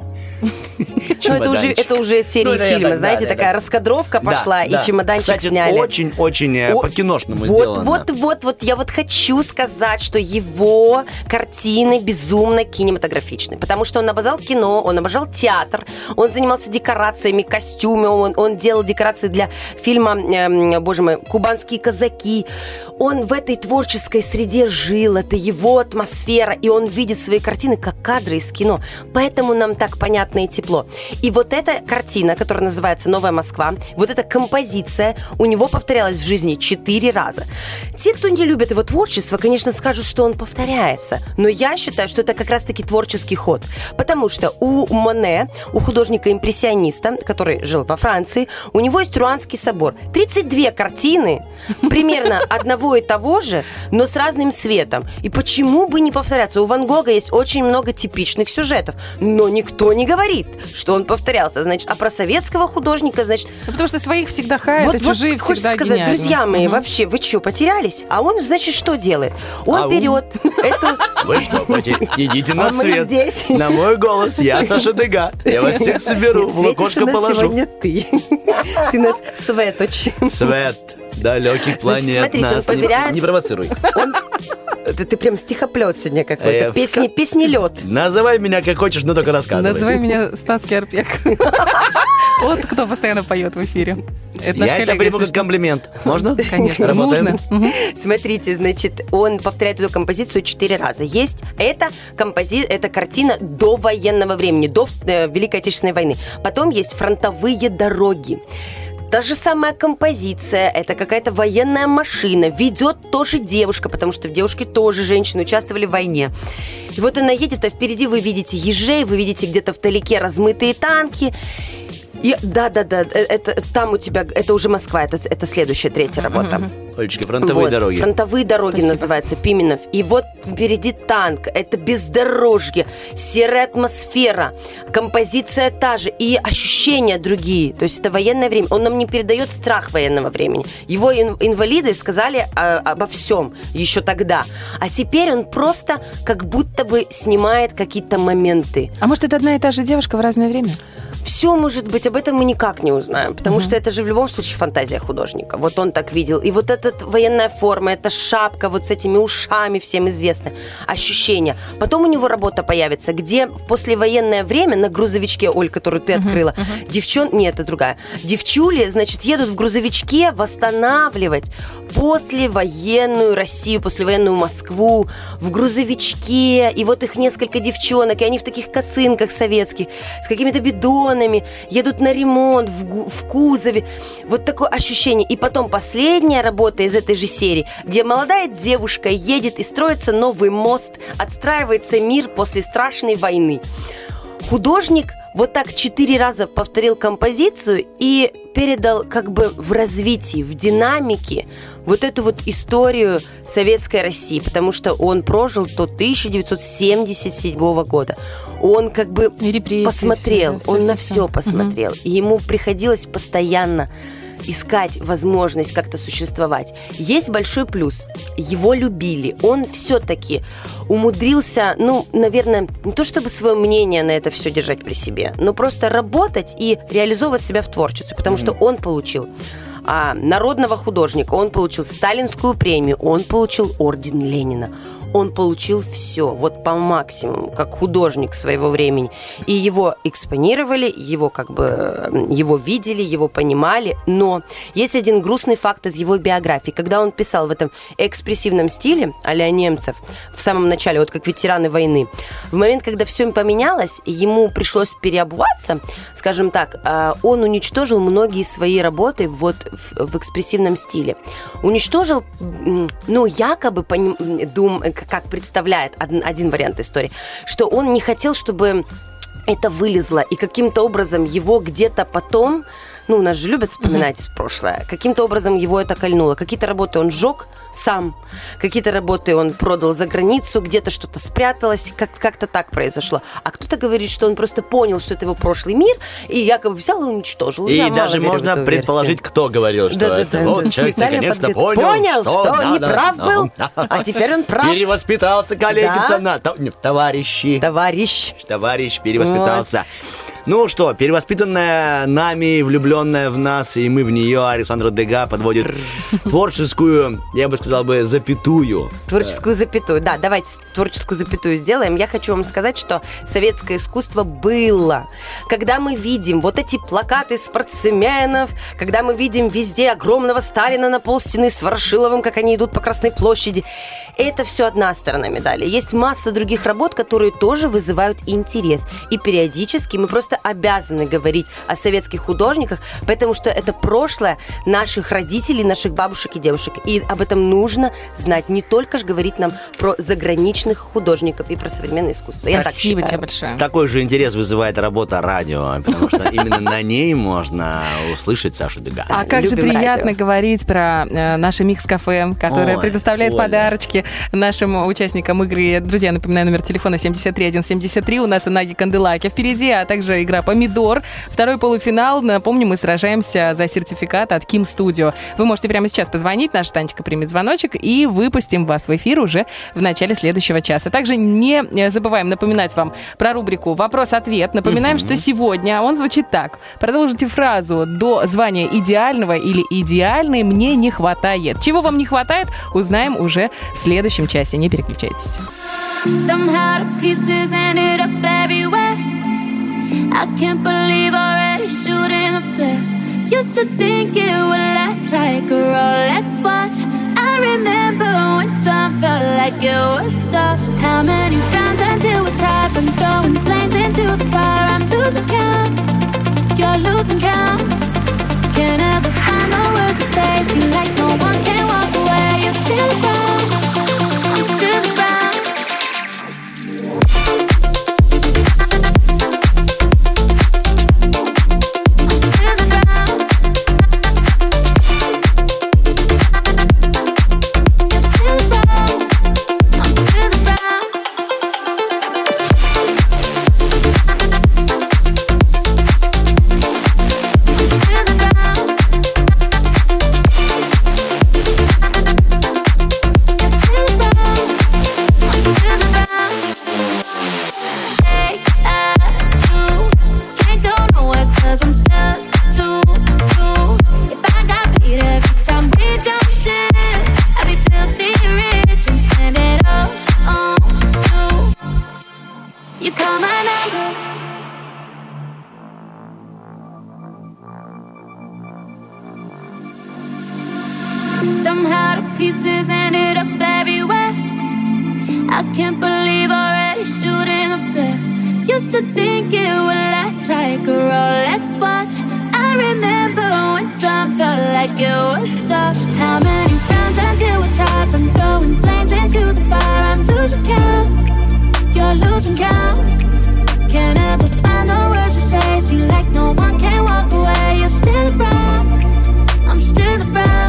Speaker 8: Это уже серия фильма, знаете, такая раскадровка пошла, и чемоданчик сняли.
Speaker 3: Кстати, очень по-киношному сделано.
Speaker 8: Вот, я вот хочу сказать, что его картины безумно кинематографичны, потому что он обожал кино, он обожал театр, он занимался декорациями, костюмами, он делал декорации для фильма, боже мой, «Кубанские казаки». Он в этой творческой среде жил, это его атмосфера, и он видит свои картины как кадры из кино. Поэтому нам так понятно и тепло. И вот эта картина, которая называется «Новая Москва», вот эта композиция у него повторялась в жизни 4 раза. Те, кто не любит его творчество, конечно, скажут, что он повторяется. Но я считаю, что это как раз-таки творческий ход. Потому что у Моне, у художника-импрессиониста, который жил во Франции, у него есть Руанский собор. 32 картины примерно одного и того же, но с разным светом. И почему бы не повторяться? У Ван Гога есть очень много типичных сюжетов, но никто не говорит, что он повторялся. Значит, а про советского художника, значит...
Speaker 2: Потому что своих всегда хаят, а чужие всегда гениальны. Сказать,
Speaker 8: друзья мои, вообще, вы что, потерялись? А он, значит, что делает? Он берет эту...
Speaker 3: Вы что, идите на свет, на мой голос, я Саша Дега. Я вас всех соберу, в лукошко положу.
Speaker 8: Сегодня ты. Ты нас светоч.
Speaker 3: Свет. Далекий планет.
Speaker 8: Смотрите,
Speaker 3: нас
Speaker 8: он поверяет...
Speaker 3: Не провоцируй.
Speaker 8: Ты прям стихоплет сегодня какой-то. Песнелет.
Speaker 3: Называй меня как хочешь, но только рассказывай.
Speaker 2: Называй меня Стаский Арпек. Вот кто постоянно поет в эфире.
Speaker 3: Я это приму как комплимент. Можно?
Speaker 2: Конечно, можно.
Speaker 8: Смотрите, значит, он повторяет эту композицию 4 раза. Есть эта картина до военного времени, до Великой Отечественной войны. Потом есть «Фронтовые дороги». Та же самая композиция, это какая-то военная машина, ведет тоже девушка, потому что в девушке тоже женщины участвовали в войне. И вот она едет, а впереди вы видите ежей, вы видите где-то вдалеке размытые танки. И, да, это там у тебя, это уже Москва, это следующая, 3-я работа.
Speaker 3: Олечки, «Фронтовые дороги».
Speaker 8: «Фронтовые дороги» называется, Пименов. И вот впереди танк, это бездорожье, серая атмосфера, композиция та же, и ощущения другие. То есть это военное время. Он нам не передает страх военного времени. Его инвалиды сказали обо всем еще тогда. А теперь он просто как будто бы снимает какие-то моменты.
Speaker 2: А может, это одна и та же девушка в разное время?
Speaker 8: Все может быть, об этом мы никак не узнаем, потому что это же в любом случае фантазия художника. Вот он так видел. И вот это эта военная форма, эта шапка вот с этими ушами всем известны, ощущения. Потом у него работа появится, где в послевоенное время на грузовичке, Оль, которую ты открыла, нет, это другая. Девчули, значит, едут в грузовичке восстанавливать послевоенную Россию, послевоенную Москву, в грузовичке, и вот их несколько девчонок, и они в таких косынках советских, с какими-то бидонами, едут на ремонт в кузове. Вот такое ощущение. И потом последняя работа из этой же серии, где молодая девушка едет и строится новый мост, отстраивается мир после страшной войны. Художник вот так 4 раза повторил композицию и передал как бы в развитии, в динамике вот эту вот историю советской России, потому что он прожил до 1977 года. Он как бы посмотрел, он на все посмотрел, и ему приходилось постоянно искать возможность как-то существовать. Есть большой плюс. Его любили. Он все-таки умудрился, наверное, не то чтобы свое мнение на это все держать при себе, но просто работать и реализовывать себя в творчестве, потому что он получил народного художника, он получил Сталинскую премию, он получил орден Ленина. Он получил все, вот по максимуму, как художник своего времени. И его экспонировали, его видели, его понимали. Но есть один грустный факт из его биографии. Когда он писал в этом экспрессивном стиле а-ля Немцев в самом начале, вот как ветераны войны, в момент, когда все поменялось, ему пришлось переобуваться, скажем так, он уничтожил многие свои работы вот в экспрессивном стиле. Уничтожил, якобы, как представляет один вариант истории, что он не хотел, чтобы это вылезло, и каким-то образом его где-то потом, у нас же любят вспоминать прошлое, каким-то образом его это кольнуло. Какие-то работы он сжег сам, какие-то работы он продал за границу, где-то что-то спряталось, как-то так произошло. А кто-то говорит, что он просто понял, что это его прошлый мир, и якобы взял и уничтожил.
Speaker 3: И даже можно предположить, кто говорил, что это вот человек наконец-то понял,
Speaker 8: что не прав был, а теперь он прав.
Speaker 3: Перевоспитался, коллеги, товарищ перевоспитался. Ну что, перевоспитанная нами, влюбленная в нас, и мы в нее, Александра Дега подводит творческую, я бы сказал запятую.
Speaker 8: Творческую запятую, да, давайте творческую запятую сделаем. Я хочу вам сказать, что советское искусство было. Когда мы видим вот эти плакаты спортсменов, когда мы видим везде огромного Сталина на полстены с Ворошиловым, как они идут по Красной площади, это все одна сторона медали. Есть масса других работ, которые тоже вызывают интерес. И периодически мы просто обязаны говорить о советских художниках, потому что это прошлое наших родителей, наших бабушек и девушек. И об этом нужно знать. Не только же говорить нам про заграничных художников и про современное искусство.
Speaker 2: Спасибо тебе большое.
Speaker 3: Такой же интерес вызывает работа радио, потому что именно на ней можно услышать Сашу Дега.
Speaker 2: А как же приятно говорить про наше Микс-кафе, которое предоставляет подарочки нашим участникам игры. Друзья, напоминаю, номер телефона 73173. У нас у Наги Канделаки впереди, а также игра «Помидор». Второй полуфинал. Напомню, мы сражаемся за сертификат от Kim Studio. Вы можете прямо сейчас позвонить, наша Танечка примет звоночек, и выпустим вас в эфир уже в начале следующего часа. Также не забываем напоминать вам про рубрику «Вопрос-ответ». Напоминаем, что сегодня он звучит так. Продолжите фразу «До звания идеального» или «Идеальный мне не хватает». Чего вам не хватает, узнаем уже в следующем часе. Не переключайтесь.
Speaker 4: I can't believe already shooting the flare. Used to think it would last like a Rolex watch. I remember when time felt like it would stop. How many rounds until we're tired from throwing flames into the fire? I'm losing count, you're losing count. Can't ever find the words to say. Seem like no one can walk away. You're still around, I'm still around. I'm still pieces ended up everywhere. I can't believe already shooting the flare. Used to think it would last like a Rolex watch. I remember when time felt like it would stop. How many rounds until we're tired from throwing flames into the fire? I'm losing count, you're losing count. Can't ever find the words to say. Seem like no one can walk away. You're still around, I'm still around.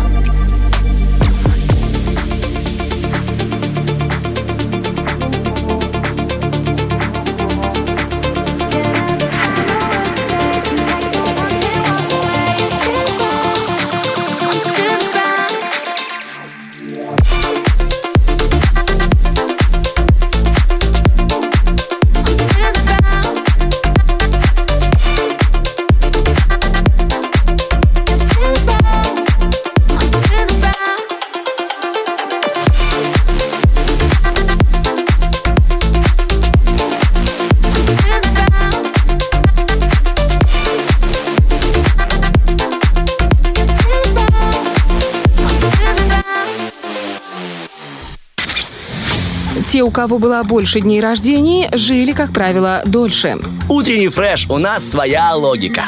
Speaker 2: Те, у кого было больше дней рождения, жили, как правило, дольше.
Speaker 3: Утренний фреш, у нас своя логика.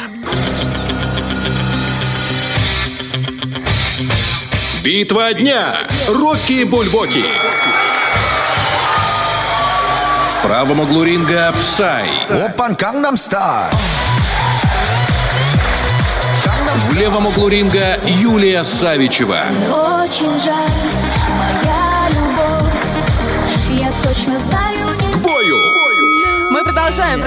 Speaker 6: Битва дня. Рокки Бульбоки. В правом углу ринга Псай.
Speaker 7: Опан Gangnam Style.
Speaker 6: В левом углу ринга Юлия Савичева.
Speaker 4: Очень жаль, моя любовь. Я точно знаю, не...
Speaker 6: К бою!
Speaker 2: Мы продолжаем.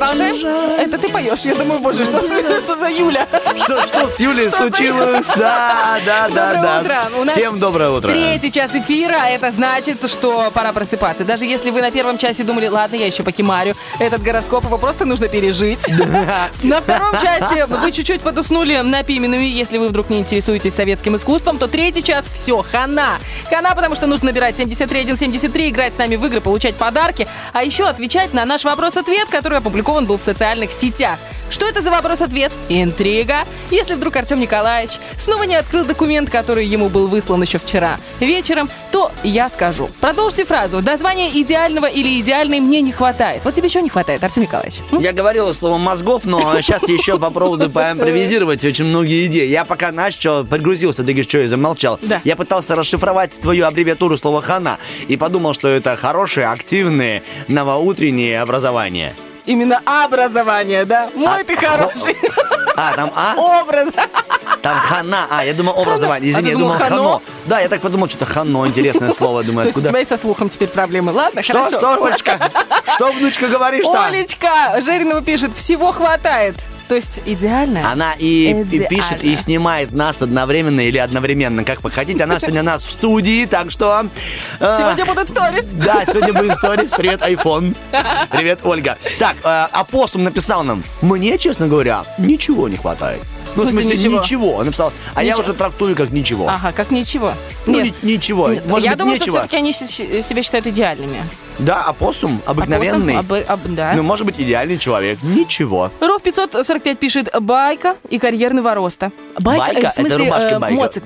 Speaker 2: Это ты поешь? Я думаю, боже, что за Юля?
Speaker 3: Что с Юлей случилось? Да.
Speaker 2: Доброе утро. У нас
Speaker 3: Всем доброе утро.
Speaker 2: 3-й час эфира. Это значит, что пора просыпаться. Даже если вы на первом часе думали, ладно, я еще покемарю этот гороскоп, его просто нужно пережить. На втором часе вы чуть-чуть подуснули на пименами. Если вы вдруг не интересуетесь советским искусством, то 3-й час все, хана. Хана, потому что нужно набирать 73173, играть с нами в игры, получать подарки, а еще отвечать на наш вопрос-ответ, который опубликован был в социальных сетях. Что это за вопрос-ответ? Интрига. Если вдруг Артем Николаевич снова не открыл документ, который ему был выслан еще вчера вечером, то я скажу. Продолжите фразу. До звания идеального или идеальной мне не хватает. Вот тебе чего не хватает, Артем Николаевич?
Speaker 3: Я говорил слово мозгов, но сейчас еще попробую поимпровизировать очень многие идеи. Я пока, знаешь, что прогрузился, ты говоришь, что я замолчал.
Speaker 2: Да.
Speaker 3: Я пытался расшифровать твою аббревиатуру слова «хана» и подумал, что это хорошие, активные, новоутренние образования.
Speaker 2: Именно образование, да? Мой ты хороший.
Speaker 3: Там
Speaker 2: Образ.
Speaker 3: Там хана. Я думал образование. Извини, я думал хано. Да, я так подумал, что-то хано, интересное слово. Думаю,
Speaker 2: То есть у тебя и со слухом теперь проблемы. Ладно, хорошо.
Speaker 3: Что, Олечка? Что, внучка, говоришь-то?
Speaker 2: Олечка Жеринова пишет, всего хватает. То есть идеально?
Speaker 3: Она и пишет, и снимает нас одновременно или одновременно, как вы хотите. Она сегодня у нас в студии, так что...
Speaker 2: Сегодня будут сторис.
Speaker 3: Да, сегодня будет сторис. Привет, iPhone. Привет, Ольга. Так, Апоссум написал нам, мне, честно говоря, ничего не хватает. Ну, в смысле, ничего. Он написал, я уже трактую как ничего.
Speaker 2: Ага, как ничего.
Speaker 3: Нет. Ничего. Может
Speaker 2: я
Speaker 3: быть,
Speaker 2: думаю,
Speaker 3: нечего.
Speaker 2: что все-таки они себя считают идеальными.
Speaker 3: Да, опоссум обыкновенный.
Speaker 2: Да.
Speaker 3: Ну, может быть, идеальный человек. Ничего.
Speaker 2: Ров 545 пишет байка и карьерного роста.
Speaker 3: Байка?
Speaker 2: В смысле,
Speaker 3: это рубашки байка.
Speaker 2: Моцик.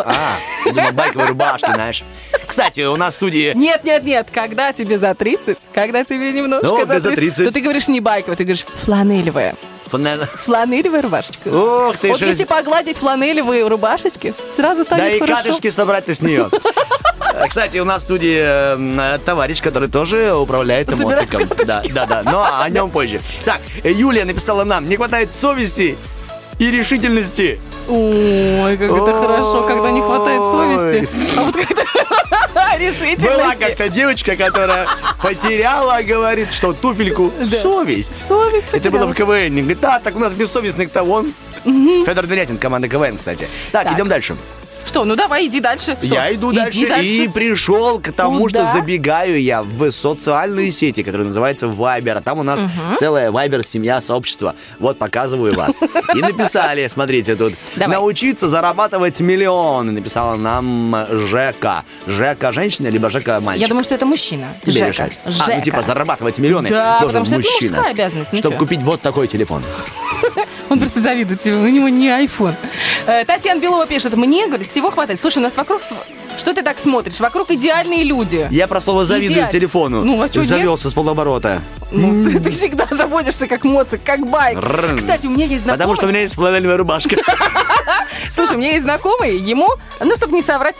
Speaker 3: Я думал, байковые рубашки, знаешь. Кстати, у нас в студии...
Speaker 2: Нет. Когда тебе за 30, когда тебе немножко
Speaker 3: за 30,
Speaker 2: то ты говоришь не байковая, ты говоришь фланелевая. Фланелевая рубашечка.
Speaker 3: Ух ты,
Speaker 2: вот если погладить фланелевые рубашечки, сразу станет хорошо.
Speaker 3: Да и катышки собрать-то с нее. Кстати, у нас в студии товарищ, который тоже управляет эмоциком. Да, но о нем позже. Так, Юлия написала нам, не хватает совести и решительности.
Speaker 2: Ой, как это хорошо, когда не хватает совести. А вот когда решительности.
Speaker 3: Была как-то девочка, которая потеряла, говорит, что туфельку. Совесть. Это было в КВН. Говорит, да, так у нас бессовестных-то вон. Федор Дурятин, команда КВН, кстати. Так, идем дальше.
Speaker 2: Что, ну давай, иди дальше. Что?
Speaker 3: Я иду дальше и пришел к тому, что забегаю я в социальные сети, которые называются Viber. А там у нас целая Viber, семья, сообщество. Вот, показываю вас. И написали, смотрите тут, научиться зарабатывать миллионы. Написала нам Жека. Жека женщина, либо Жека мальчик?
Speaker 2: Я думаю, что это мужчина.
Speaker 3: Тебе
Speaker 2: Жека.
Speaker 3: решать.
Speaker 2: Жека.
Speaker 3: Ну типа зарабатывать миллионы
Speaker 2: да,
Speaker 3: должен
Speaker 2: потому что
Speaker 3: мужчина.
Speaker 2: Это мужская обязанность.
Speaker 3: Чтобы купить вот такой телефон.
Speaker 2: Он просто завидует тебе, у него не iPhone. Татьяна Белова пишет, мне, говорит, всего хватает. Слушай, у нас вокруг... Что ты так смотришь? Вокруг идеальные люди.
Speaker 3: Я про слово завидую телефону.
Speaker 2: Ну, а что,
Speaker 3: завелся с полоборота.
Speaker 2: Ну, ты всегда заводишься как моцик, как байк. Кстати, у меня есть знакомый...
Speaker 3: Потому что у меня есть фланелевая рубашка.
Speaker 2: Слушай, у меня есть знакомый, ему, ну, чтобы не соврать,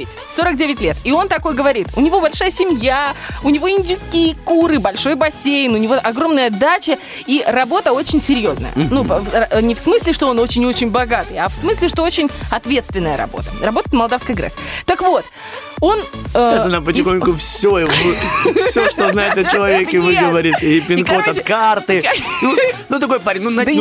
Speaker 2: 49 лет. И он такой говорит, у него большая семья, у него индюки, куры, большой бассейн, у него огромная дача, и работа очень серьезная. Ну, не в смысле, что он очень-очень богатый, а в смысле, что очень ответственная работа. Работает в Молдавской ГРЭС. Так вот, он...
Speaker 3: Сейчас она потихоньку все, что знает о человеке, выговорит. И пин-код от карты. Ну, такой парень,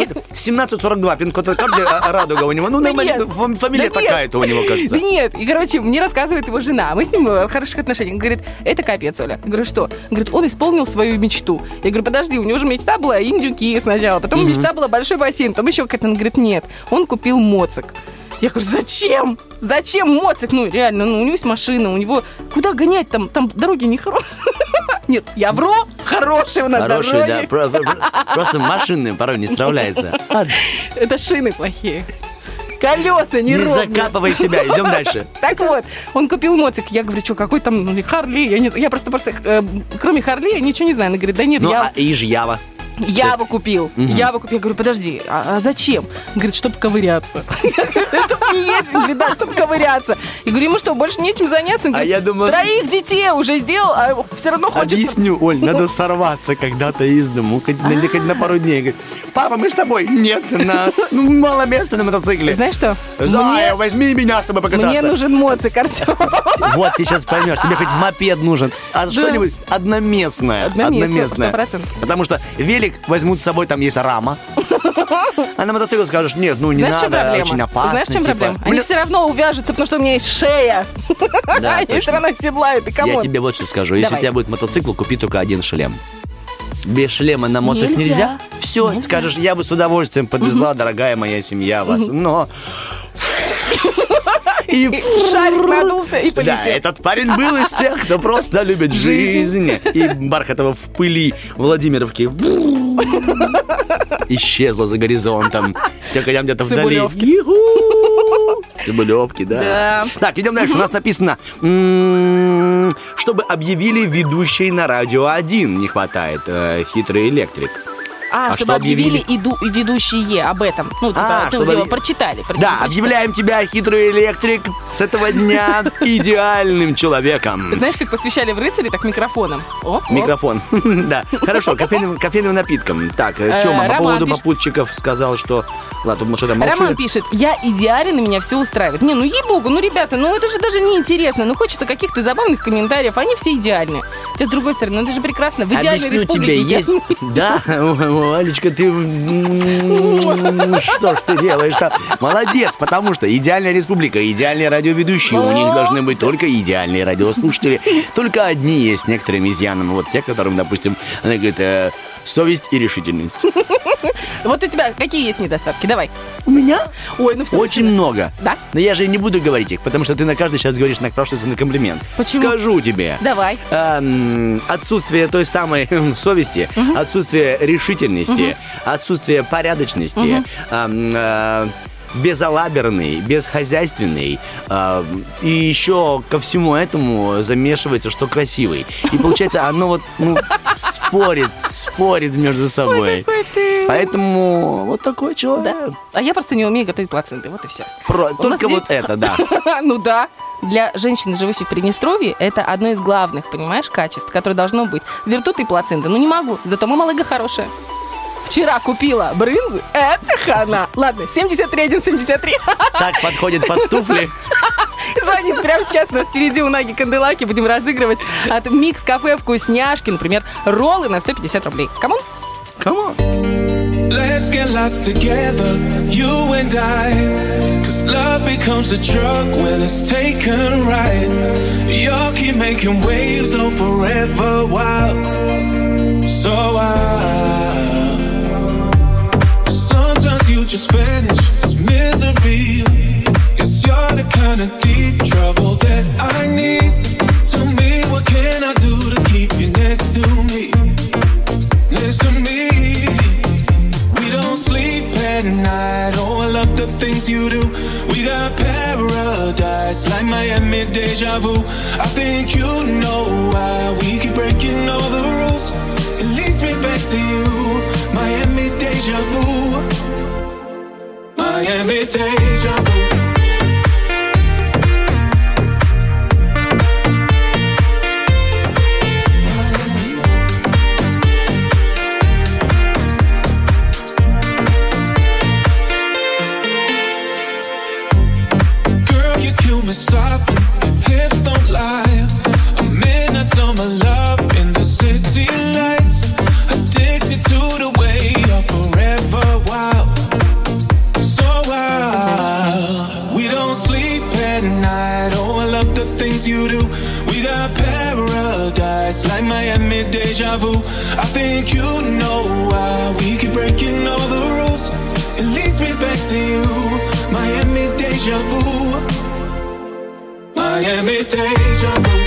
Speaker 3: 1742, пин-код от карты, радуга у него. Ну, нормально, фамилия такая-то у него, кажется.
Speaker 2: Да нет, и, короче, мне рассказывает его жена. Мы с ним в хороших отношениях. Он говорит, это капец, Оля. Я говорю, что? Он говорит, он исполнил свою мечту. Я говорю, подожди, у него же мечта была индюки сначала, потом мечта была большой бассейн, потом еще какая-то. Он говорит, нет, он купил моцик. Я говорю, зачем? Зачем моцик? Ну, реально, у него есть машина, у него... Куда гонять? Там дороги не хорошие. Нет, я вру, хорошие у нас дороги.
Speaker 3: Хорошие, да. Просто машины порой не справляются.
Speaker 2: Это шины плохие. Колеса неровные.
Speaker 3: Не закапывай себя, идем дальше.
Speaker 2: Так вот, он купил мотик. Я говорю, что, какой там Харли? Я просто кроме Харли, я ничего не знаю. Она говорит, да нет,
Speaker 3: я... Ну, и же Ява.
Speaker 2: Яву купил. Я говорю, подожди, а зачем? Он говорит, чтобы ковыряться. Чтобы не ездить. Говорит, да, чтобы ковыряться. Я говорю, ему что, больше нечем заняться? Он говорит, 3 детей уже сделал, а все равно хочет...
Speaker 3: Объясню, Оль, надо сорваться когда-то из дому, хоть на пару дней. Говорит, папа, мы с тобой. Нет, мало места на мотоцикле.
Speaker 2: Знаешь что?
Speaker 3: Зая, возьми меня с собой покататься.
Speaker 2: Мне нужен моцик, Артем.
Speaker 3: Вот, ты сейчас поймешь, тебе хоть мопед нужен. А что-нибудь одноместное. Одноместное.
Speaker 2: 100%.
Speaker 3: Потому что велик возьмут с собой, там есть рама. А на мотоцикл скажешь, нет, ну не надо, очень опасно.
Speaker 2: Знаешь, в чем проблема? Они все равно увяжутся, потому что у меня есть шея. Они все равно седлают, и камон.
Speaker 3: Я тебе вот что скажу. Если у тебя будет мотоцикл, купи только один шлем. Без шлема на мотоцикл нельзя. Все, скажешь, я бы с удовольствием подвезла, дорогая моя семья, вас. Но...
Speaker 2: И шарик надулся и полетел.
Speaker 3: Да, этот парень был из тех, кто просто любит жизнь. И Бархатова в пыли Владимировки исчезла за горизонтом. Где-то вдали. Цибулевки, да. Так, идем дальше. У нас написано, чтобы объявили ведущей на Радио 1. Не хватает. Хитрый электрик.
Speaker 2: Чтобы объявили ведущие об этом. Ну, типа, его прочитали.
Speaker 3: Да, объявляем тебя, хитрый электрик, с этого дня идеальным человеком.
Speaker 2: Знаешь, как посвящали в рыцаре, так микрофоном.
Speaker 3: Микрофон, да. Хорошо, кофейным напитком. Так, Тёма по поводу попутчиков сказал, что... Ладно, что там молчу.
Speaker 2: Роман пишет, я идеален, и меня все устраивает. Не, ну ей-богу, ну, ребята, ну это же даже не интересно. Ну, хочется каких-то забавных комментариев, они все идеальные. Хотя, с другой стороны, ну это же прекрасно. В идеальной республике
Speaker 3: есть... Да, Алечка, ты что ж ты делаешь там? Молодец, потому что идеальная республика, идеальные радиоведущие, у них должны быть только идеальные радиослушатели. Только одни есть с некоторыми изъянами. Вот те, которым, допустим, она говорит, совесть и решительность.
Speaker 2: Вот у тебя какие есть недостатки? Давай.
Speaker 3: У меня?
Speaker 2: Ой, ну все.
Speaker 3: Очень много.
Speaker 2: Да?
Speaker 3: Но я же не буду говорить их, потому что ты на каждый сейчас говоришь, напрашивается на комплимент.
Speaker 2: Почему?
Speaker 3: Скажу тебе.
Speaker 2: Давай.
Speaker 3: Отсутствие той самой совести, отсутствие решительности, отсутствие порядочности, безалаберный, бесхозяйственный, и еще ко всему этому замешивается, что красивый. И получается, оно вот спорит между собой. Поэтому вот такой человек.
Speaker 2: Да. А я просто не умею готовить плаценты, вот и все.
Speaker 3: Только вот это, да.
Speaker 2: Ну да. Для женщины, живущей в Приднестровье, это одно из главных, понимаешь, качеств, которое должно быть. Вертуты и плаценты. Ну не могу, зато мамалыга хорошая. Вчера купила брынзы, это хана. Ладно, 73-173.
Speaker 3: Так подходит под туфли.
Speaker 2: Звоните прямо сейчас, у нас впереди у Наги Канделаки. Будем разыгрывать от Микс Кафе вкусняшки, например, роллы на 150 рублей. Камон?
Speaker 3: Камон.
Speaker 9: Let's get lost together, you and I. Cause love becomes a drug when it's taken right. You'll keep making waves on forever wild. So sometimes you just vanish, it's misery. Guess you're the kind of deep trouble that I need. Tell me, what can I do to keep you next to me? Next to me. We don't sleep at at night. Oh, I love the things you do. We got paradise, like Miami deja vu. I think you know why we keep breaking all the rules. It leads me back to you, Miami deja vu. Miami deja vu. Softly, your hips don't lie. A midnight summer love in the city lights. Addicted to the way you're forever wild, so wild. We don't sleep at night. Oh, I love the things you do. We got paradise, like Miami deja vu. I think you know why we keep breaking all the rules. It leads me back to you, Miami deja vu. Miami deja vu.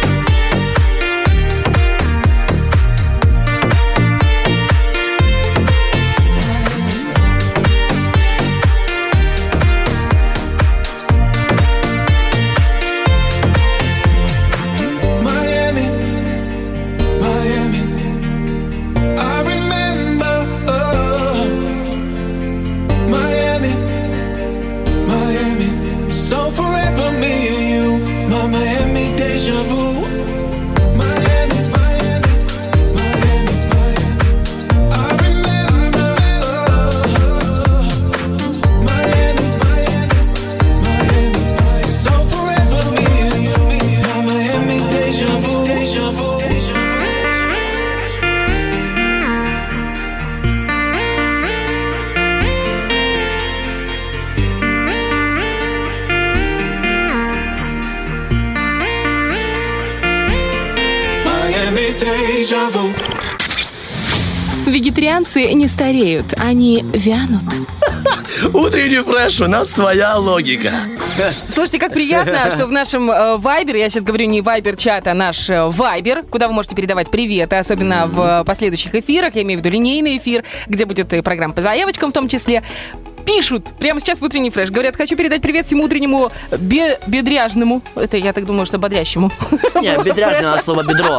Speaker 2: Вегетарианцы не стареют, они вянут.
Speaker 3: Утренний фреш, у нас своя логика.
Speaker 2: Слушайте, как приятно, что в нашем Вайбер, я сейчас говорю не Вайбер-чат, а наш Вайбер, куда вы можете передавать приветы, особенно в последующих эфирах, я имею в виду линейный эфир, где будет и программа по заявочкам в том числе. Пишут прямо сейчас в утренний фреш. Говорят, хочу передать привет всему утреннему бедряжному. Это я так думаю, что бодрящему.
Speaker 3: Нет, бедряжное от слова бедро.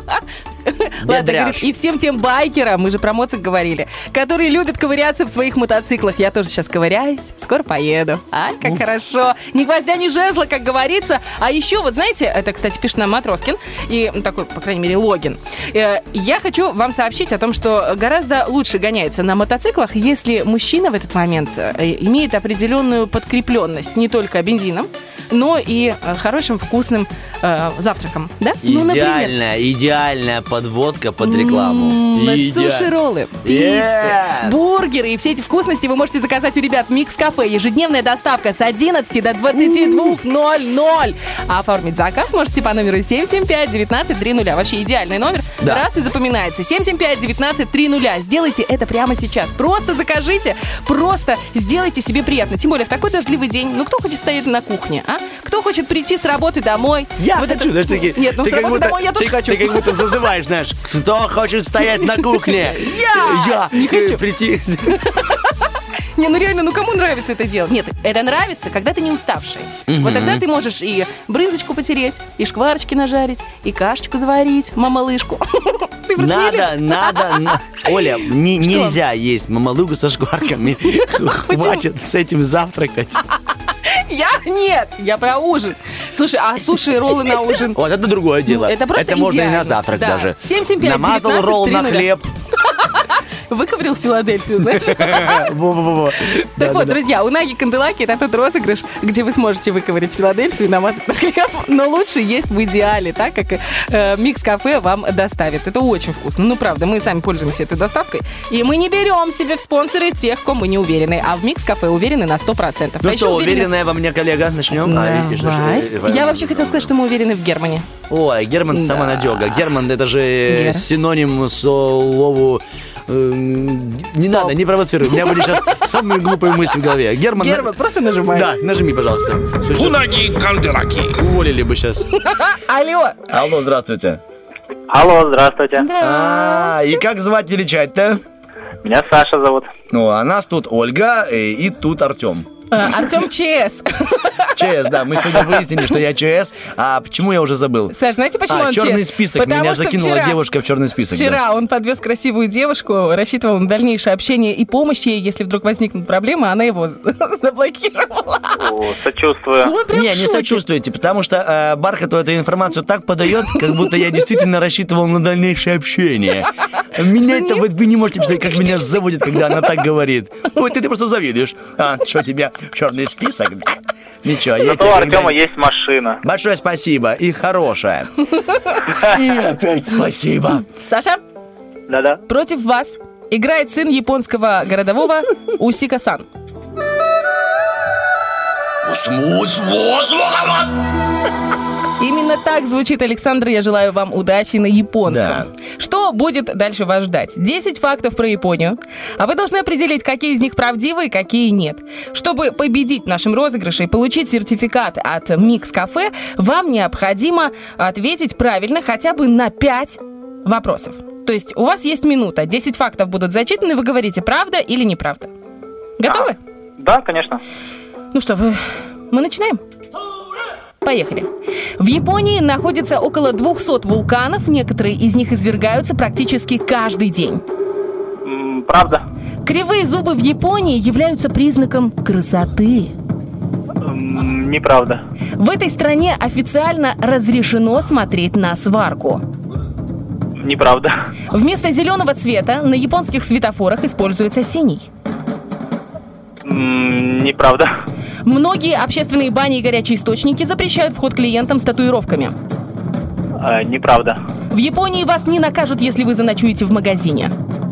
Speaker 2: Ладно, говорит, и всем тем байкерам, мы же про моцик говорили, которые любят ковыряться в своих мотоциклах. Я тоже сейчас ковыряюсь, скоро поеду. А, как хорошо. Ни гвоздя, ни жезла, как говорится. А еще, вот знаете, это, кстати, пишет нам Матроскин, и такой, по крайней мере, логин. Я хочу вам сообщить о том, что гораздо лучше гоняется на мотоциклах, если мужчина в этот момент имеет определенную подкрепленность не только бензином, но и хорошим вкусным завтраком, да?
Speaker 3: Идеальная подводка под рекламу.
Speaker 2: Суши-роллы, пиццы, бургеры и все эти вкусности вы можете заказать у ребят в Микс-кафе. Ежедневная доставка с 11 до 22:00. А оформить заказ можете по номеру 775-1930. Вообще идеальный номер. Да. Раз и запоминается. 775-1930. Сделайте это прямо сейчас. Просто закажите, просто сделайте себе приятно. Тем более в такой дождливый день. Ну, кто хочет стоять на кухне, а? Кто хочет прийти с работи домой?
Speaker 3: Я вот хочу, знаешь, такие...
Speaker 2: Нет, ну с работы домой я тоже хочу.
Speaker 3: Ты как будто зазываешь, знаешь, кто хочет стоять на кухне?
Speaker 2: Я не хочу
Speaker 3: прийти.
Speaker 2: Не, ну реально, ну кому нравится это делать? Нет, это нравится, когда ты не уставший. Вот тогда ты можешь и брынзочку потереть, и шкварочки нажарить, и кашечку заварить, мамалышку.
Speaker 3: Надо. Оля, нельзя есть мамалыгу со шкварками. Хватит с этим завтракать.
Speaker 2: Я про ужин. Слушай, а суши и роллы на ужин?
Speaker 3: Вот это другое дело.
Speaker 2: Это просто
Speaker 3: это можно и на завтрак даже.
Speaker 2: 775-1930.
Speaker 3: Намазал ролл на хлеб.
Speaker 2: Выковырил Филадельфию, знаешь? Так вот, друзья, у Наги Канделаки это тот розыгрыш, где вы сможете выковырить Филадельфию и намазать на хлеб, но лучше есть в идеале, так как Микс-кафе вам доставит. Это очень вкусно. Ну, правда, мы сами пользуемся этой доставкой, и мы не берем себе в спонсоры тех, кому мы не уверены, а в Микс-кафе уверены на 100%.
Speaker 3: Ну что, уверенная во мне коллега, начнем?
Speaker 2: Я вообще хотела сказать, что мы уверены в Германе.
Speaker 3: Ой, Герман сама надега. Герман это же синоним слову... Не надо, не провоцируй. У меня были сейчас самые глупые мысли в голове. Герман,
Speaker 2: просто нажимай.
Speaker 3: Да, нажми, пожалуйста.
Speaker 6: У Наги Канделаки.
Speaker 3: Уволили бы сейчас.
Speaker 2: Алло,
Speaker 3: здравствуйте.
Speaker 10: Алло, здравствуйте.
Speaker 3: И как звать величать-то?
Speaker 10: Меня Саша зовут.
Speaker 3: Ну, а нас тут Ольга и тут Артем.
Speaker 2: Артем ЧС.
Speaker 3: ЧС, да, мы сегодня выяснили, что я ЧС. А почему я уже забыл?
Speaker 2: Саш, знаете, почему он
Speaker 3: черный
Speaker 2: ЧС?
Speaker 3: список.
Speaker 2: Потому
Speaker 3: меня
Speaker 2: что
Speaker 3: закинула девушка в черный список.
Speaker 2: Вчера он подвез красивую девушку, рассчитывал на дальнейшее общение и помощь ей, если вдруг возникнут проблемы, она его заблокировала.
Speaker 10: Сочувствую.
Speaker 3: Не сочувствуйте, потому что Бархатова эту информацию так подает, как будто я действительно рассчитывал на дальнейшее общение. Меня это вы не можете представить, как меня заводит, когда она так говорит. Ой, ты просто завидуешь. А, что тебе, черный список? Ничего, я
Speaker 10: зато у Артема есть машина.
Speaker 3: Большое спасибо, и хорошая. И опять спасибо.
Speaker 2: Саша?
Speaker 10: Да-да.
Speaker 2: Против вас играет сын японского городового Усика-сан. Именно так звучит, Александр. Я желаю вам удачи на японском. Да. Что будет дальше вас ждать? 10 фактов про Японию. А вы должны определить, какие из них правдивы, какие нет. Чтобы победить в нашем розыгрыше и получить сертификат от Mix Cafe, вам необходимо ответить правильно хотя бы на 5 вопросов. То есть у вас есть минута. 10 фактов будут зачитаны, вы говорите, правда или неправда. Готовы?
Speaker 10: Да, конечно.
Speaker 2: Ну что, мы начинаем? Поехали. В Японии находится около 200 вулканов. Некоторые из них извергаются практически каждый день.
Speaker 10: Правда.
Speaker 2: Кривые зубы в Японии являются признаком красоты.
Speaker 10: Неправда.
Speaker 2: В этой стране официально разрешено смотреть на сварку.
Speaker 10: Неправда.
Speaker 2: Вместо зеленого цвета на японских светофорах используется синий.
Speaker 10: Неправда.
Speaker 2: Многие общественные бани и горячие источники запрещают вход клиентам с татуировками.
Speaker 10: Неправда.
Speaker 2: В Японии вас не накажут, если вы заночуете в магазине.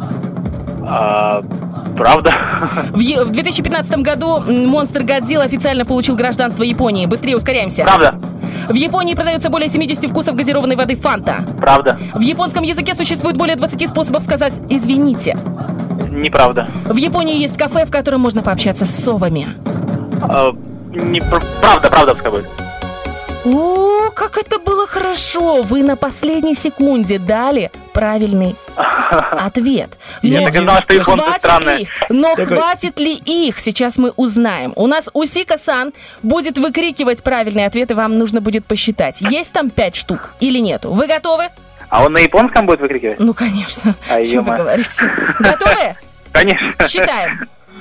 Speaker 10: Правда.
Speaker 2: В 2015 году монстр Годзилла официально получил гражданство Японии. Быстрее ускоряемся.
Speaker 10: Правда.
Speaker 2: В Японии продается более 70 вкусов газированной воды Фанта.
Speaker 10: Правда.
Speaker 2: В японском языке существует более 20 способов сказать «извините».
Speaker 10: Неправда.
Speaker 2: В Японии есть кафе, в котором можно пообщаться с совами.
Speaker 10: Правда, пускай будет.
Speaker 2: О, как это было хорошо! Вы на последней секунде дали правильный ответ.
Speaker 10: Я так и знал, что японцы странные.
Speaker 2: Хватит ли их? Сейчас мы узнаем. У нас Усика-сан будет выкрикивать правильные ответы, вам нужно будет посчитать. Есть там 5 штук или нету? Вы готовы?
Speaker 10: А он на японском будет выкрикивать?
Speaker 2: Ну, конечно. Что вы говорите? Готовы?
Speaker 10: Конечно.
Speaker 2: Считаем.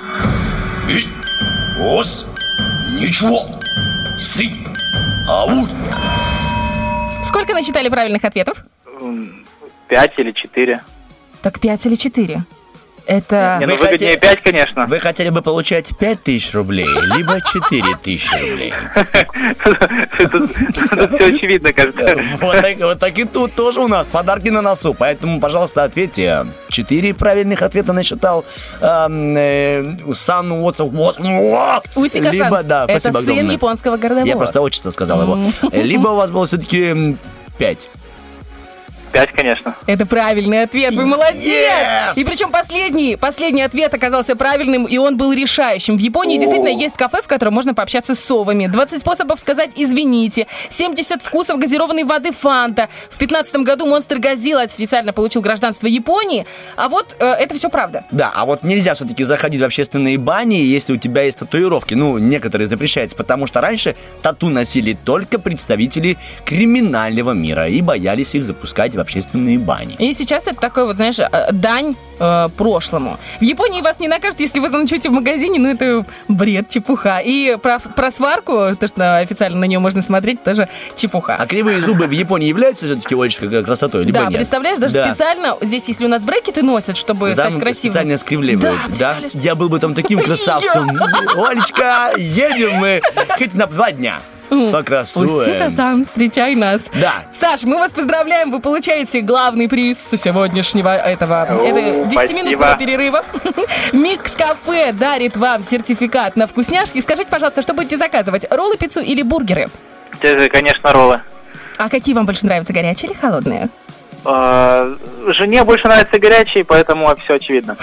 Speaker 7: Ос, ничего, си, ау.
Speaker 2: Сколько насчитали правильных ответов?
Speaker 10: 5 или 4.
Speaker 2: Так 5 или 4? Это...
Speaker 10: Не, ну выгоднее 5, конечно.
Speaker 3: Вы хотели бы получать 5000 рублей, либо 4000 рублей.
Speaker 10: Тут все очевидно, кажется.
Speaker 3: Вот так и тут тоже у нас подарки на носу. Поэтому, пожалуйста, ответьте. 4 правильных ответа насчитал Сан
Speaker 2: Усика-сан.
Speaker 3: Либо, да,
Speaker 2: это
Speaker 3: спасибо
Speaker 2: сын
Speaker 3: огромное.
Speaker 2: японского городового.
Speaker 3: Я просто отчество сказал его. Либо у вас было все-таки 5.
Speaker 10: 5, конечно.
Speaker 2: Это правильный ответ, вы молодец!
Speaker 3: Yes!
Speaker 2: И причем последний ответ оказался правильным, и он был решающим. В Японии действительно есть кафе, в котором можно пообщаться с совами. 20 способов сказать «извините», 70 вкусов газированной воды Фанта. В 2015 году монстр Годзилла официально получил гражданство Японии. А вот это все правда.
Speaker 3: Да, а вот нельзя все-таки заходить в общественные бани, если у тебя есть татуировки. Ну, некоторые запрещаются, потому что раньше тату носили только представители криминального мира и боялись их запускать в общественные бани.
Speaker 2: И сейчас это такой вот, знаешь, дань прошлому. В Японии вас не накажут, если вы заночуете в магазине, ну это бред, чепуха. И про сварку, то, что официально на нее можно смотреть, тоже чепуха.
Speaker 3: А кривые зубы в Японии являются все-таки, Олечка, красотой, либо
Speaker 2: да,
Speaker 3: нет?
Speaker 2: Представляешь, даже специально здесь, если у нас брекеты носят, чтобы стать красивым.
Speaker 3: Специально скривливают, да? Я был бы там таким красавцем. Олечка, едем мы хоть на 2 дня. Покрасуем.
Speaker 2: Усика-сан, встречай нас.
Speaker 3: Да.
Speaker 2: Саш, мы вас поздравляем, вы получаете главный приз сегодняшнего это 10-минутного перерыва. Микс Кафе дарит вам сертификат на вкусняшки. Скажите, пожалуйста, что будете заказывать? Роллы, пиццу или бургеры?
Speaker 10: Это, конечно, роллы.
Speaker 2: А какие вам больше нравятся, горячие или холодные?
Speaker 10: Жене больше нравятся горячие, поэтому все очевидно.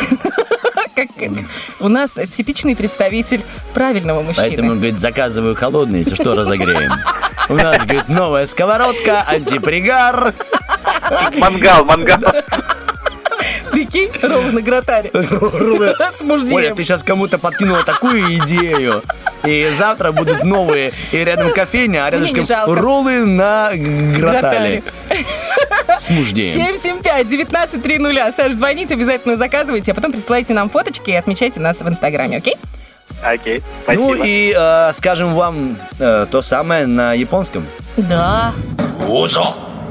Speaker 2: У нас типичный представитель правильного мужчины.
Speaker 3: Поэтому, говорит, заказываю холодные, если что, разогреем. У нас, говорит, новая сковородка, антипригар.
Speaker 10: Мангал.
Speaker 2: Прикинь, роллы на гратаре. С муждением.
Speaker 3: Оля, ты сейчас кому-то подкинула такую идею. И завтра будут новые. И рядом кофейня, а рядышком роллы на гратале. С муждением.
Speaker 2: 775-1930. Саш, звоните, обязательно заказывайте, а потом присылайте нам фоточки и отмечайте нас в Инстаграме, окей?
Speaker 10: Окей, спасибо.
Speaker 3: Ну и скажем вам то самое на японском.
Speaker 2: Да.
Speaker 7: Узо.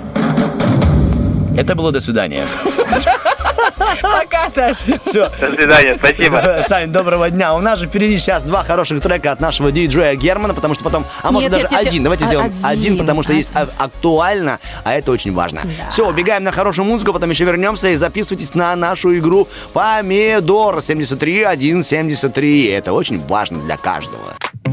Speaker 3: Это было до свидания.
Speaker 2: Пока, Саш.
Speaker 3: Все.
Speaker 10: До свидания, спасибо.
Speaker 3: Сань, доброго дня. У нас же впереди сейчас 2 хороших трека от нашего диджея Германа, потому что потом, может даже один. Давайте сделаем один, потому что есть актуально, а это очень важно. Все, убегаем на хорошую музыку, потом еще вернемся и записывайтесь на нашу игру Помидор 73173. Это очень важно для каждого.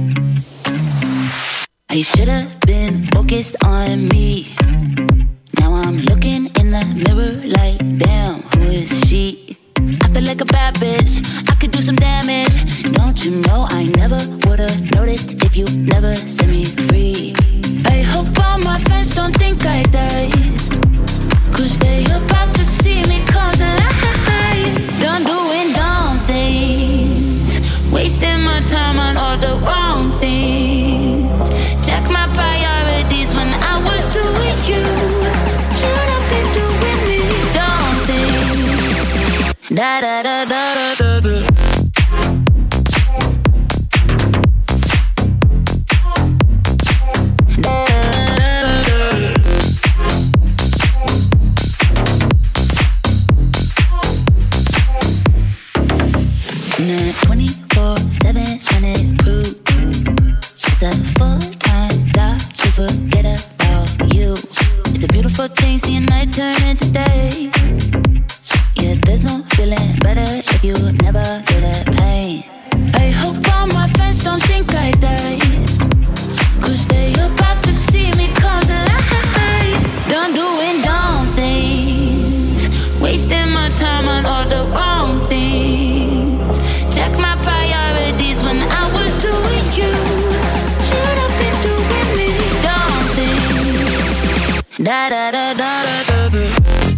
Speaker 11: I should have been focused on me. Now I'm looking in the mirror like, damn, who is she? I feel like a bad bitch, I could do some damage. Don't you know I never would've noticed if you never set me free. I hope all my friends don't think I died, cause they about to see me come to life. Done doing dumb things, wasting my time on all the wrong things. Check my priorities when I was doing you. Should have been doing me. Dumb things. Da da da da da da da. In a 24/7 and proof. It's a full-time job to forget about you. It's a beautiful thing seeing night turn into day. Yeah, there's no feeling better if you never feel that pain. I hope all my friends don't think I died, cause they about to see me come to life. Done doing dumb things, wasting my time on all the wrong things. Check my priorities when I was doing you. Should have been doing me. Dumb things. Da da da da da da.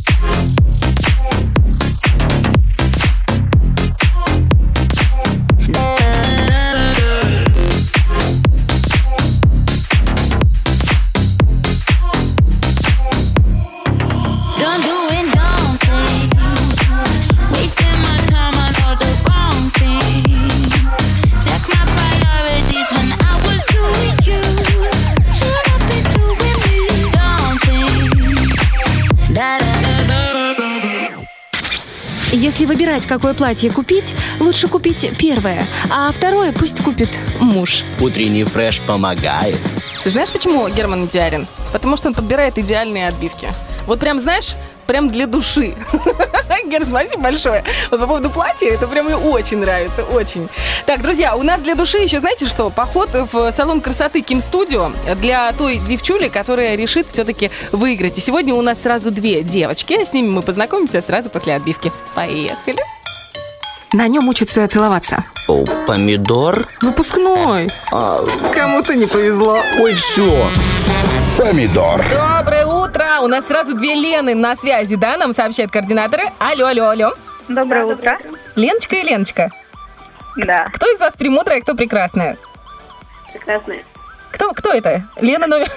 Speaker 2: Если выбирать, какое платье купить, лучше купить первое, а второе пусть купит муж.
Speaker 3: Утренний фреш помогает.
Speaker 2: Ты знаешь, почему Герман идеален? Потому что он подбирает идеальные отбивки. Вот прям, знаешь, прям для души. Гер, спасибо большое. Вот по поводу платья, это прям мне очень нравится, очень. Так, друзья, у нас для души еще, знаете что? Поход в салон красоты Ким Студио для той девчули, которая решит все-таки выиграть. И сегодня у нас сразу 2 девочки. С ними мы познакомимся сразу после отбивки. Поехали. На нем учатся целоваться.
Speaker 3: О, помидор?
Speaker 2: Выпускной. Кому-то не повезло.
Speaker 3: Ой, все.
Speaker 7: Помидор.
Speaker 2: Доброе утро. У нас сразу 2 Лены на связи, да? Нам сообщают координаторы. Алло, алло, алло.
Speaker 12: Доброе утро.
Speaker 2: Леночка и Леночка.
Speaker 12: Да.
Speaker 2: Кто из вас премудрая, кто прекрасная?
Speaker 12: Прекрасная.
Speaker 2: Кто это? Лена номер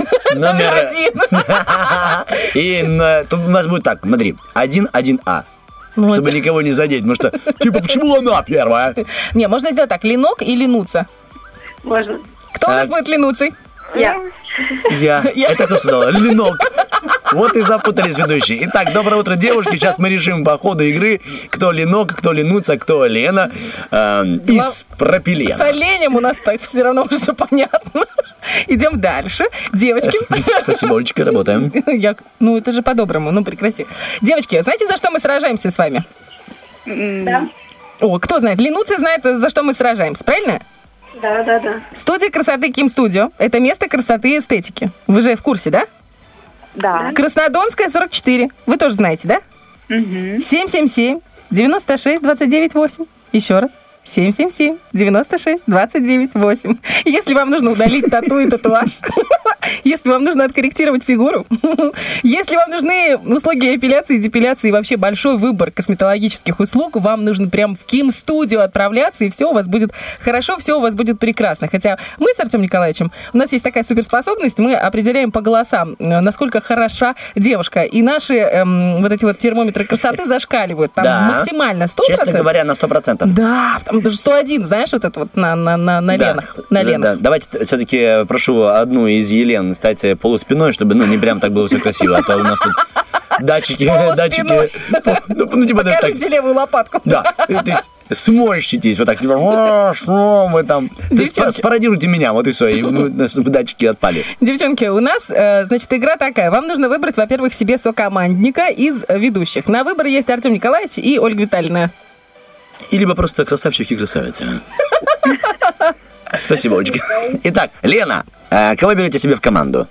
Speaker 2: 1.
Speaker 3: И тут у нас будет так, смотри, 1-1-А.
Speaker 2: Вот.
Speaker 3: Чтобы никого не задеть, потому что, типа, почему она первая?
Speaker 2: Не, можно сделать так, ленок и ленуться.
Speaker 12: Можно.
Speaker 2: Кто у нас будет ленуцей?
Speaker 12: Я.
Speaker 3: Это кто сказал? Ленок. Вот и запутались ведущие. Итак, доброе утро, девушки. Сейчас мы решим по ходу игры, кто ленок, кто ленуца, кто Лена из пропилена.
Speaker 2: С оленем у нас так все равно уже все понятно. Идем дальше. Девочки.
Speaker 3: Спасибо, Олечка, работаем.
Speaker 2: Ну, это же по-доброму, ну прекрати. Девочки, знаете, за что мы сражаемся с вами?
Speaker 12: Да.
Speaker 2: О, кто знает? Ленуция знает, за что мы сражаемся, правильно?
Speaker 12: Да.
Speaker 2: Студия красоты Ким Студио – это место красоты и эстетики. Вы же в курсе, да?
Speaker 12: Да.
Speaker 2: Краснодонская, 44. Вы тоже знаете, да?
Speaker 12: Угу.
Speaker 2: 777-96-29-8. Еще раз. 777-96-29-8. Если вам нужно удалить тату и татуаж, если вам нужно откорректировать фигуру, если вам нужны услуги эпиляции, депиляции и вообще большой выбор косметологических услуг, вам нужно прям в Ким-студию отправляться, и все у вас будет хорошо, все у вас будет прекрасно. Хотя мы с Артемом Николаевичем, у нас есть такая суперспособность, мы определяем по голосам, насколько хороша девушка, и наши вот эти вот термометры красоты зашкаливают. Там максимально 100%.
Speaker 3: Честно говоря, на 100%.
Speaker 2: Да, там даже 101, знаешь, вот это вот на ленах. На ленах.
Speaker 3: Давайте все-таки прошу одну из Елен стать полуспиной, чтобы, не прям так было все красиво, а то у нас тут датчики.
Speaker 2: Покажите левую лопатку.
Speaker 3: Да, сморщитесь вот так, вы там, спародируйте меня, вот и все, и датчики отпали.
Speaker 2: Девчонки, у нас, значит, игра такая. Вам нужно выбрать, во-первых, себе сокомандника из ведущих. На выбор есть Артем Николаевич и Ольга Витальевна.
Speaker 3: И либо просто красавчик и красавица. Спасибо, Олечка. Итак, Лена, кого берете себе в команду?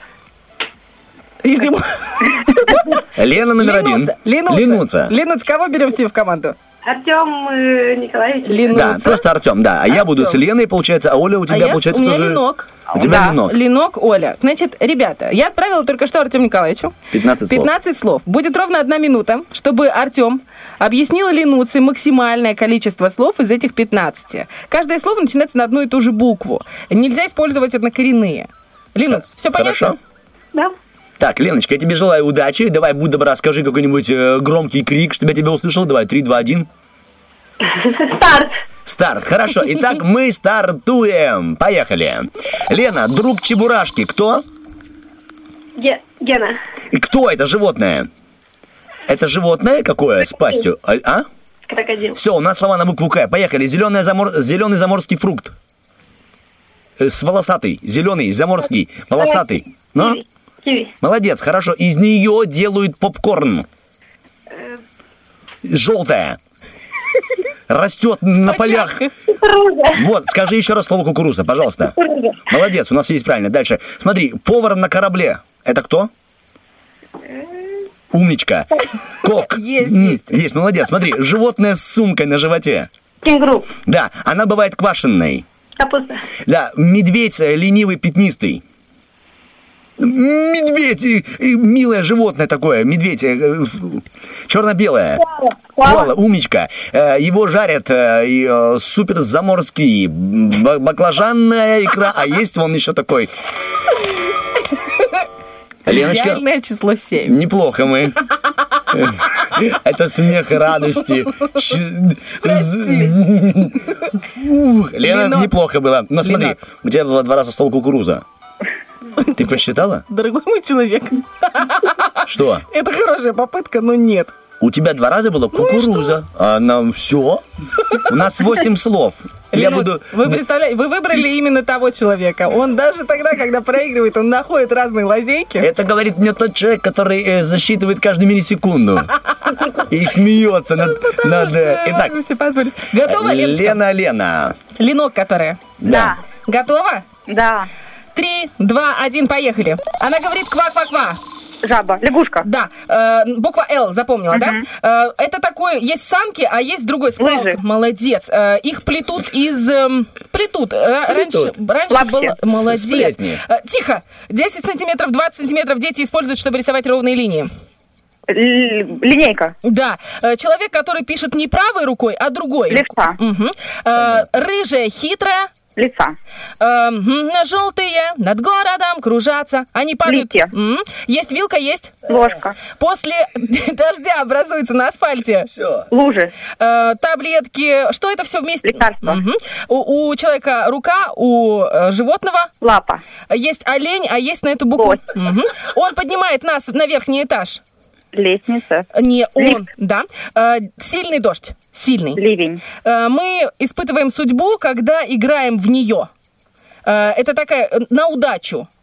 Speaker 3: Лена номер один.
Speaker 2: Ленуца. Кого берем себе в команду?
Speaker 12: Артем Николаевич.
Speaker 3: Да, просто Артем, да. А я буду с Леной, получается, а Оля у тебя, получается, тоже...
Speaker 2: У меня Ленок.
Speaker 3: У тебя Ленок.
Speaker 2: Ленок, Оля. Значит, ребята, я отправила только что Артему Николаевичу 15 слов. Будет ровно 1 минута, чтобы Артем объяснил Ленуце максимальное количество слов из этих 15. Каждое слово начинается на одну и ту же букву. Нельзя использовать однокоренные. Ленуц, все понятно?
Speaker 3: Хорошо.
Speaker 12: Да.
Speaker 3: Так, Леночка, я тебе желаю удачи. Давай, будь добра, скажи какой-нибудь громкий крик, чтобы я тебя услышал. Давай, 3, 2, 1. Старт, хорошо. Итак, мы стартуем. Поехали. Лена, друг Чебурашки, кто?
Speaker 12: Гена.
Speaker 3: И кто это животное? Это животное какое с пастью? А?
Speaker 12: Крокодил.
Speaker 3: Все, у нас слова на букву К. Поехали. Зеленый заморский фрукт. С волосатый. Зеленый, заморский, волосатый. Ну?
Speaker 12: Киви.
Speaker 3: Молодец, хорошо. Из нее делают попкорн. Желтая. Растет на полях. Вот, скажи еще раз слово кукуруза, пожалуйста. Молодец, у нас есть правильно. Дальше. Смотри, повар на корабле. Это кто? Умничка. Кок. Есть, молодец. Смотри, животное с сумкой на животе.
Speaker 12: Кенгуру.
Speaker 3: Да, она бывает квашенной.
Speaker 12: Капуста.
Speaker 3: Да, медведь ленивый, пятнистый. Медведь, милое животное такое, медведь, черно-белое. Коала, умничка. Его жарят супер заморский, баклажанная икра, а есть вон еще такой. Леночка,
Speaker 2: идеальное число 7.
Speaker 3: Неплохо мы. Это смех радости. Лена, неплохо было. Но смотри, у тебя было 2 раза слово кукуруза. Ты посчитала?
Speaker 2: Дорогой мой человек.
Speaker 3: Что?
Speaker 2: Это хорошая попытка, но нет.
Speaker 3: У тебя 2 раза было кукуруза. А нам все. У нас 8 слов.
Speaker 2: Вы представляете, вы выбрали именно того человека. Он даже тогда, когда проигрывает, он находит разные лазейки.
Speaker 3: Это говорит мне тот человек, который засчитывает каждую миллисекунду. И смеется над... Итак,
Speaker 2: готова, Леночка?
Speaker 3: Лена.
Speaker 2: Ленок, которая?
Speaker 12: Да.
Speaker 2: Готова?
Speaker 12: Да.
Speaker 2: 3, 2, 1, поехали. Она говорит ква-ква-ква.
Speaker 12: Жаба, лягушка.
Speaker 2: Да, буква Л, запомнила, да? Это такое, есть санки, а есть другой спалка.
Speaker 12: Лыжи.
Speaker 2: Молодец. Их плетут из... Плетут. Раньше было... Молодец. Тихо. 10 сантиметров, 20 сантиметров дети используют, чтобы рисовать ровные линии.
Speaker 12: Линейка.
Speaker 2: Да. Человек, который пишет не правой рукой, а другой.
Speaker 12: Левша.
Speaker 2: Рыжая, хитрая.
Speaker 12: Лица.
Speaker 2: Желтые над городом кружатся. Они падают. Есть вилка, есть
Speaker 12: ложка.
Speaker 2: После дождя образуется на асфальте.
Speaker 3: Все.
Speaker 12: Лужи.
Speaker 2: Таблетки. Что это все вместе?
Speaker 12: Лекарства.
Speaker 2: У человека рука, у животного
Speaker 12: лапа.
Speaker 2: Есть олень, а есть на эту букву. Он поднимает нас на верхний этаж.
Speaker 12: Лестница.
Speaker 2: Не он, да. Сильный дождь. Сильный.
Speaker 12: Ливень.
Speaker 2: Мы испытываем судьбу, когда играем в нее. Это такая на удачу.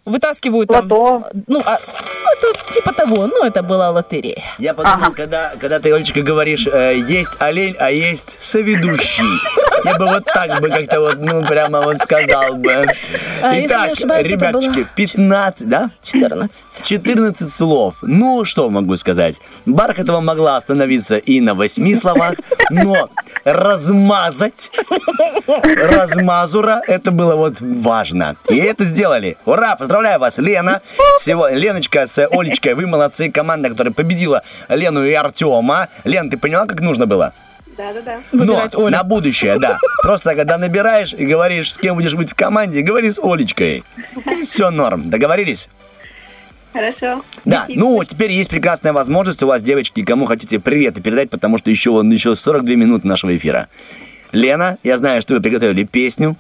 Speaker 2: вытаскивают там... это типа того, это была лотерея.
Speaker 3: Я подумал, когда ты, Олечка, говоришь, есть олень, а есть соведущий. Я бы вот так бы как-то прямо сказал бы. Итак, ребяточки, 15, да? 14 слов. Ну, что могу сказать? Бархатова могла остановиться и на 8 словах, но размазать размазура, это было важно. И это сделали. Ура! Поздравляю вас, Лена. Леночка с Олечкой, вы молодцы. Команда, которая победила Лену и Артема. Лен, ты поняла, как нужно было?
Speaker 12: Да.
Speaker 3: Но на будущее, да. Просто когда набираешь и говоришь, с кем будешь быть в команде, говори с Олечкой. Все норм. Договорились?
Speaker 12: Хорошо.
Speaker 3: Да, теперь есть прекрасная возможность у вас, девочки, кому хотите приветы передать, потому что еще 42 минуты нашего эфира. Лена, я знаю, что вы приготовили песню.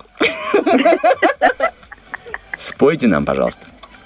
Speaker 3: Спойте нам, пожалуйста.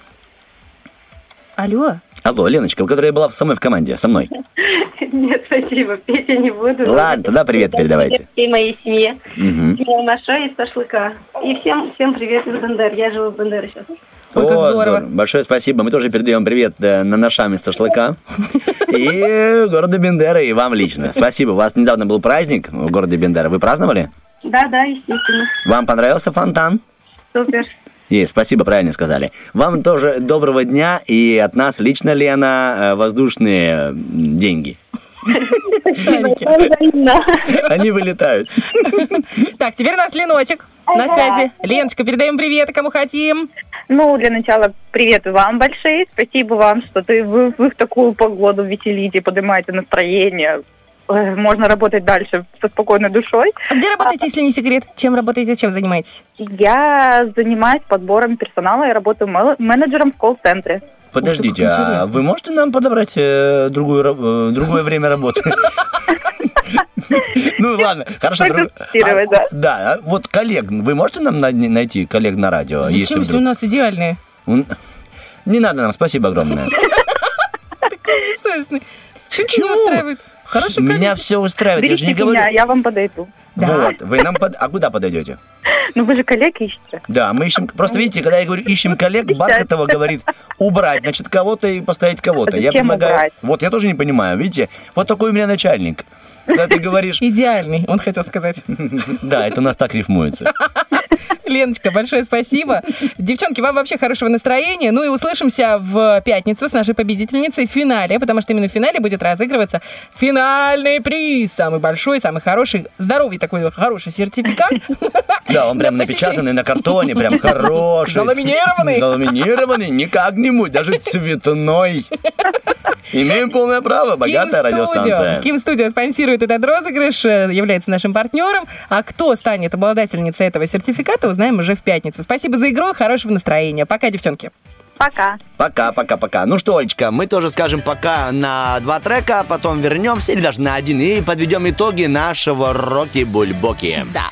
Speaker 2: Алло,
Speaker 3: Леночка, которая была со мной в команде, со мной.
Speaker 12: Нет, спасибо, петь я не буду.
Speaker 3: Ладно, тогда привет передавайте.
Speaker 12: Всей моей семье. Всем большое из шашлыка. И всем привет из Бендер. Я живу в Бендере сейчас.
Speaker 2: Ой, как здорово.
Speaker 3: Большое спасибо. Мы тоже передаем привет нашам из шашлыка и города Бендера, и вам лично. Спасибо. У вас недавно был праздник в городе Бендера. Вы праздновали?
Speaker 12: Да, естественно.
Speaker 3: Вам понравился фонтан?
Speaker 12: Супер.
Speaker 3: Спасибо, правильно сказали. Вам тоже доброго дня, и от нас лично, Лена, воздушные деньги.
Speaker 2: Шарики.
Speaker 3: Они вылетают.
Speaker 2: Так, теперь у нас Леночек на связи. Леночка, передаем привет, кому хотим.
Speaker 12: Для начала привет вам большие. Спасибо вам, что вы в такую погоду веселите, поднимаете настроение. Можно работать дальше со спокойной душой.
Speaker 2: А где работаете, если не секрет? Чем работаете, чем занимаетесь?
Speaker 12: Я занимаюсь подбором персонала, я работаю менеджером в колл-центре.
Speaker 3: Подождите, а вы можете нам подобрать другое время работы? Ну ладно, хорошо. Да, вот коллег, вы можете нам найти коллег на радио?
Speaker 2: Зачем, если у нас идеальные?
Speaker 3: Не надо нам, спасибо огромное.
Speaker 2: Такой бессовестный. Что не устраивает? Хороший коллег.
Speaker 3: Меня все устраивает,
Speaker 12: Берите
Speaker 3: я же не говорю.
Speaker 12: меня, я вам подойду.
Speaker 3: Вот, вы нам А куда подойдете?
Speaker 12: Вы же коллег ищете.
Speaker 3: Да, мы ищем. Просто видите, когда я говорю ищем коллег, Бархатова говорит убрать, значит, кого-то и поставить кого-то. Я предлагаю. Убрать? Вот я тоже не понимаю, видите? Вот такой у меня начальник. Когда ты говоришь...
Speaker 2: Идеальный, он хотел сказать.
Speaker 3: Да, это у нас так рифмуется.
Speaker 2: Леночка, большое спасибо. Девчонки, вам вообще хорошего настроения. И услышимся в пятницу с нашей победительницей в финале, потому что именно в финале будет разыгрываться финальный приз. Самый большой, самый хороший, здоровый такой хороший сертификат.
Speaker 3: Да, он прям напечатанный на картоне, прям хороший.
Speaker 2: Заламинированный.
Speaker 3: Заламинированный, не как-нибудь, даже цветной. Имеем полное право, богатая радиостанция.
Speaker 2: Ким Студио спонсирует этот розыгрыш, является нашим партнером. А кто станет обладательницей этого сертификата, узнаем уже в пятницу. Спасибо за игру, хорошего настроения. Пока, девчонки.
Speaker 12: Пока.
Speaker 3: Пока. Ну что, Олечка, мы тоже скажем пока на 2 трека, а потом вернемся, или даже на 1, и подведем итоги нашего Роки-Бульбоки.
Speaker 2: Да.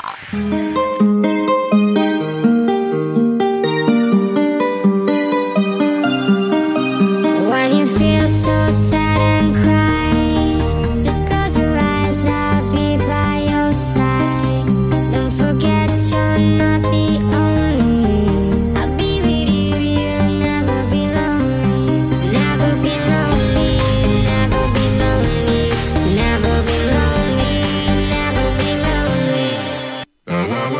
Speaker 5: Uh-huh.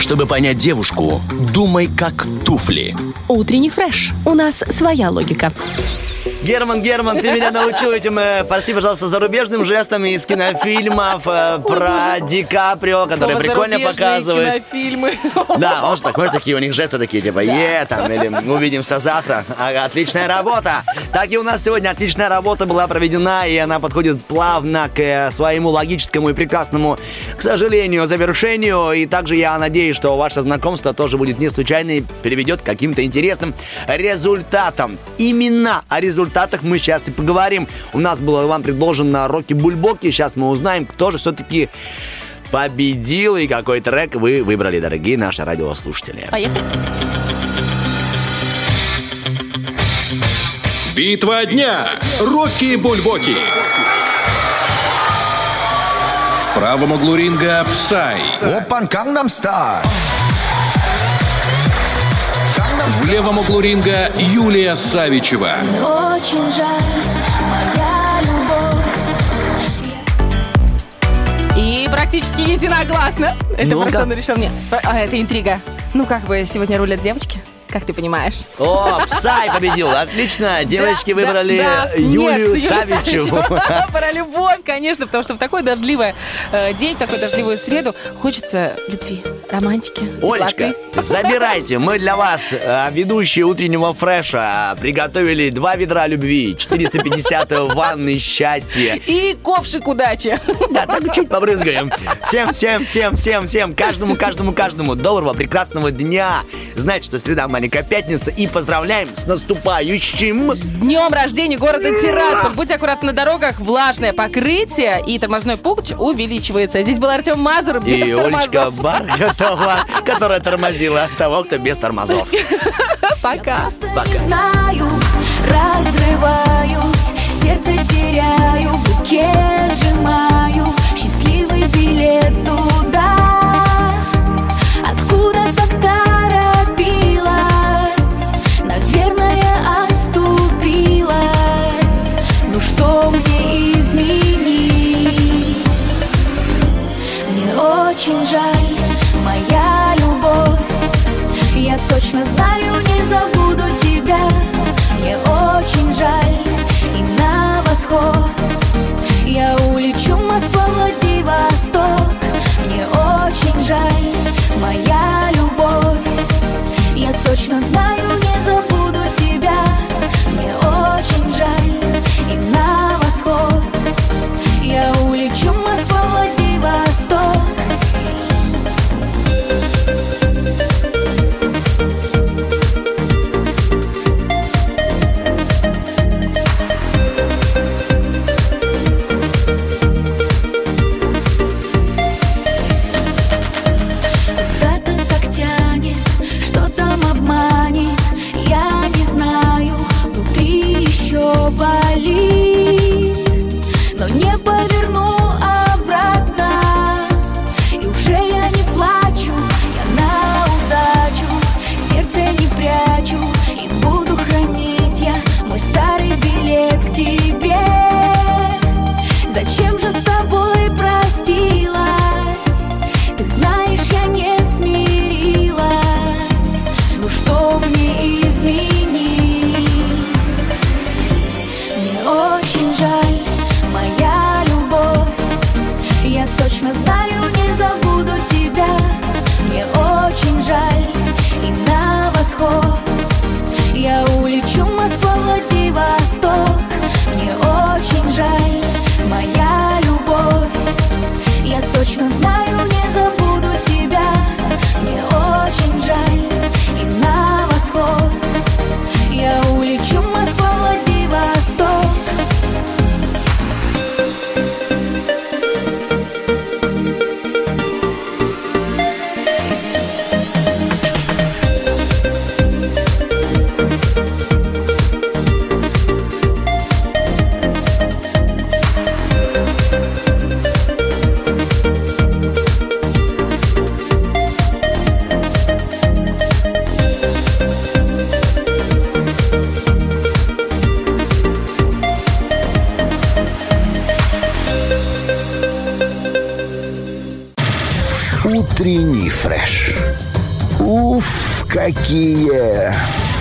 Speaker 6: Чтобы понять девушку, думай как туфли.
Speaker 13: Утренний фреш. У нас своя логика.
Speaker 3: Герман, ты меня научил этим, прости, пожалуйста, зарубежным жестом из кинофильмов про Ди Каприо, который прикольно показывает.
Speaker 2: Кинофильмы.
Speaker 3: Да, он же такой, такие у них жесты такие, типа, там, или увидимся завтра. Ага, отличная работа. Так и у нас сегодня отличная работа была проведена, и она подходит плавно к своему логическому и прекрасному, к сожалению, завершению. И также я надеюсь, что ваше знакомство тоже будет не случайно и приведет к каким-то интересным результатам. Именно о результатах мы сейчас и поговорим. У нас было вам предложено Роки-Бульбоки. Сейчас мы узнаем, кто же все-таки победил и какой трек вы выбрали, дорогие наши радиослушатели.
Speaker 2: Поехали.
Speaker 6: Битва дня. Роки-Бульбоки. В правом углу ринга Псай.
Speaker 7: Опан Gangnam Style.
Speaker 6: В левом углу ринга Юлия Савичева.
Speaker 4: Очень жаль, моя любовь.
Speaker 2: И практически единогласно. Это просто он решил мне. Это интрига. Ну, как бы сегодня рулят девочки, как ты понимаешь.
Speaker 3: О, Псай победил. Отлично. Девочки выбрали Юлию Савичеву.
Speaker 2: Про любовь, конечно, потому что в такой дождливый день, в такую дождливую среду хочется любви, романтики,
Speaker 3: Олечка, забирайте. Мы для вас, ведущие утреннего фреша, приготовили 2 ведра любви, 450 ванны счастья.
Speaker 2: И ковшик удачи.
Speaker 3: Да, так чуть побрызгаем. Всем, каждому доброго, прекрасного дня. Знаете, что среда маленькая пятница. И поздравляем с наступающим
Speaker 2: днем рождения города Тирасполь. Будьте аккуратны на дорогах, влажное покрытие и тормозной пункт увеличивается. Здесь был Артем Мазур без
Speaker 3: и
Speaker 2: тормозов.
Speaker 3: Олечка Бархатова, которая тормозила того, кто без тормозов.
Speaker 2: Пока.
Speaker 4: Не знаю, разрываюсь, сердце теряю, в руке сжимаю счастливый билет туда, откуда так торопилась, наверное, оступилась. Ну что мне изменить? Мне очень жаль, моя любовь. Я точно знаю, не забуду тебя. Мне очень жаль, и на восход я улечу, Москва, Владивосток.
Speaker 7: утренний фреш. Уф, какие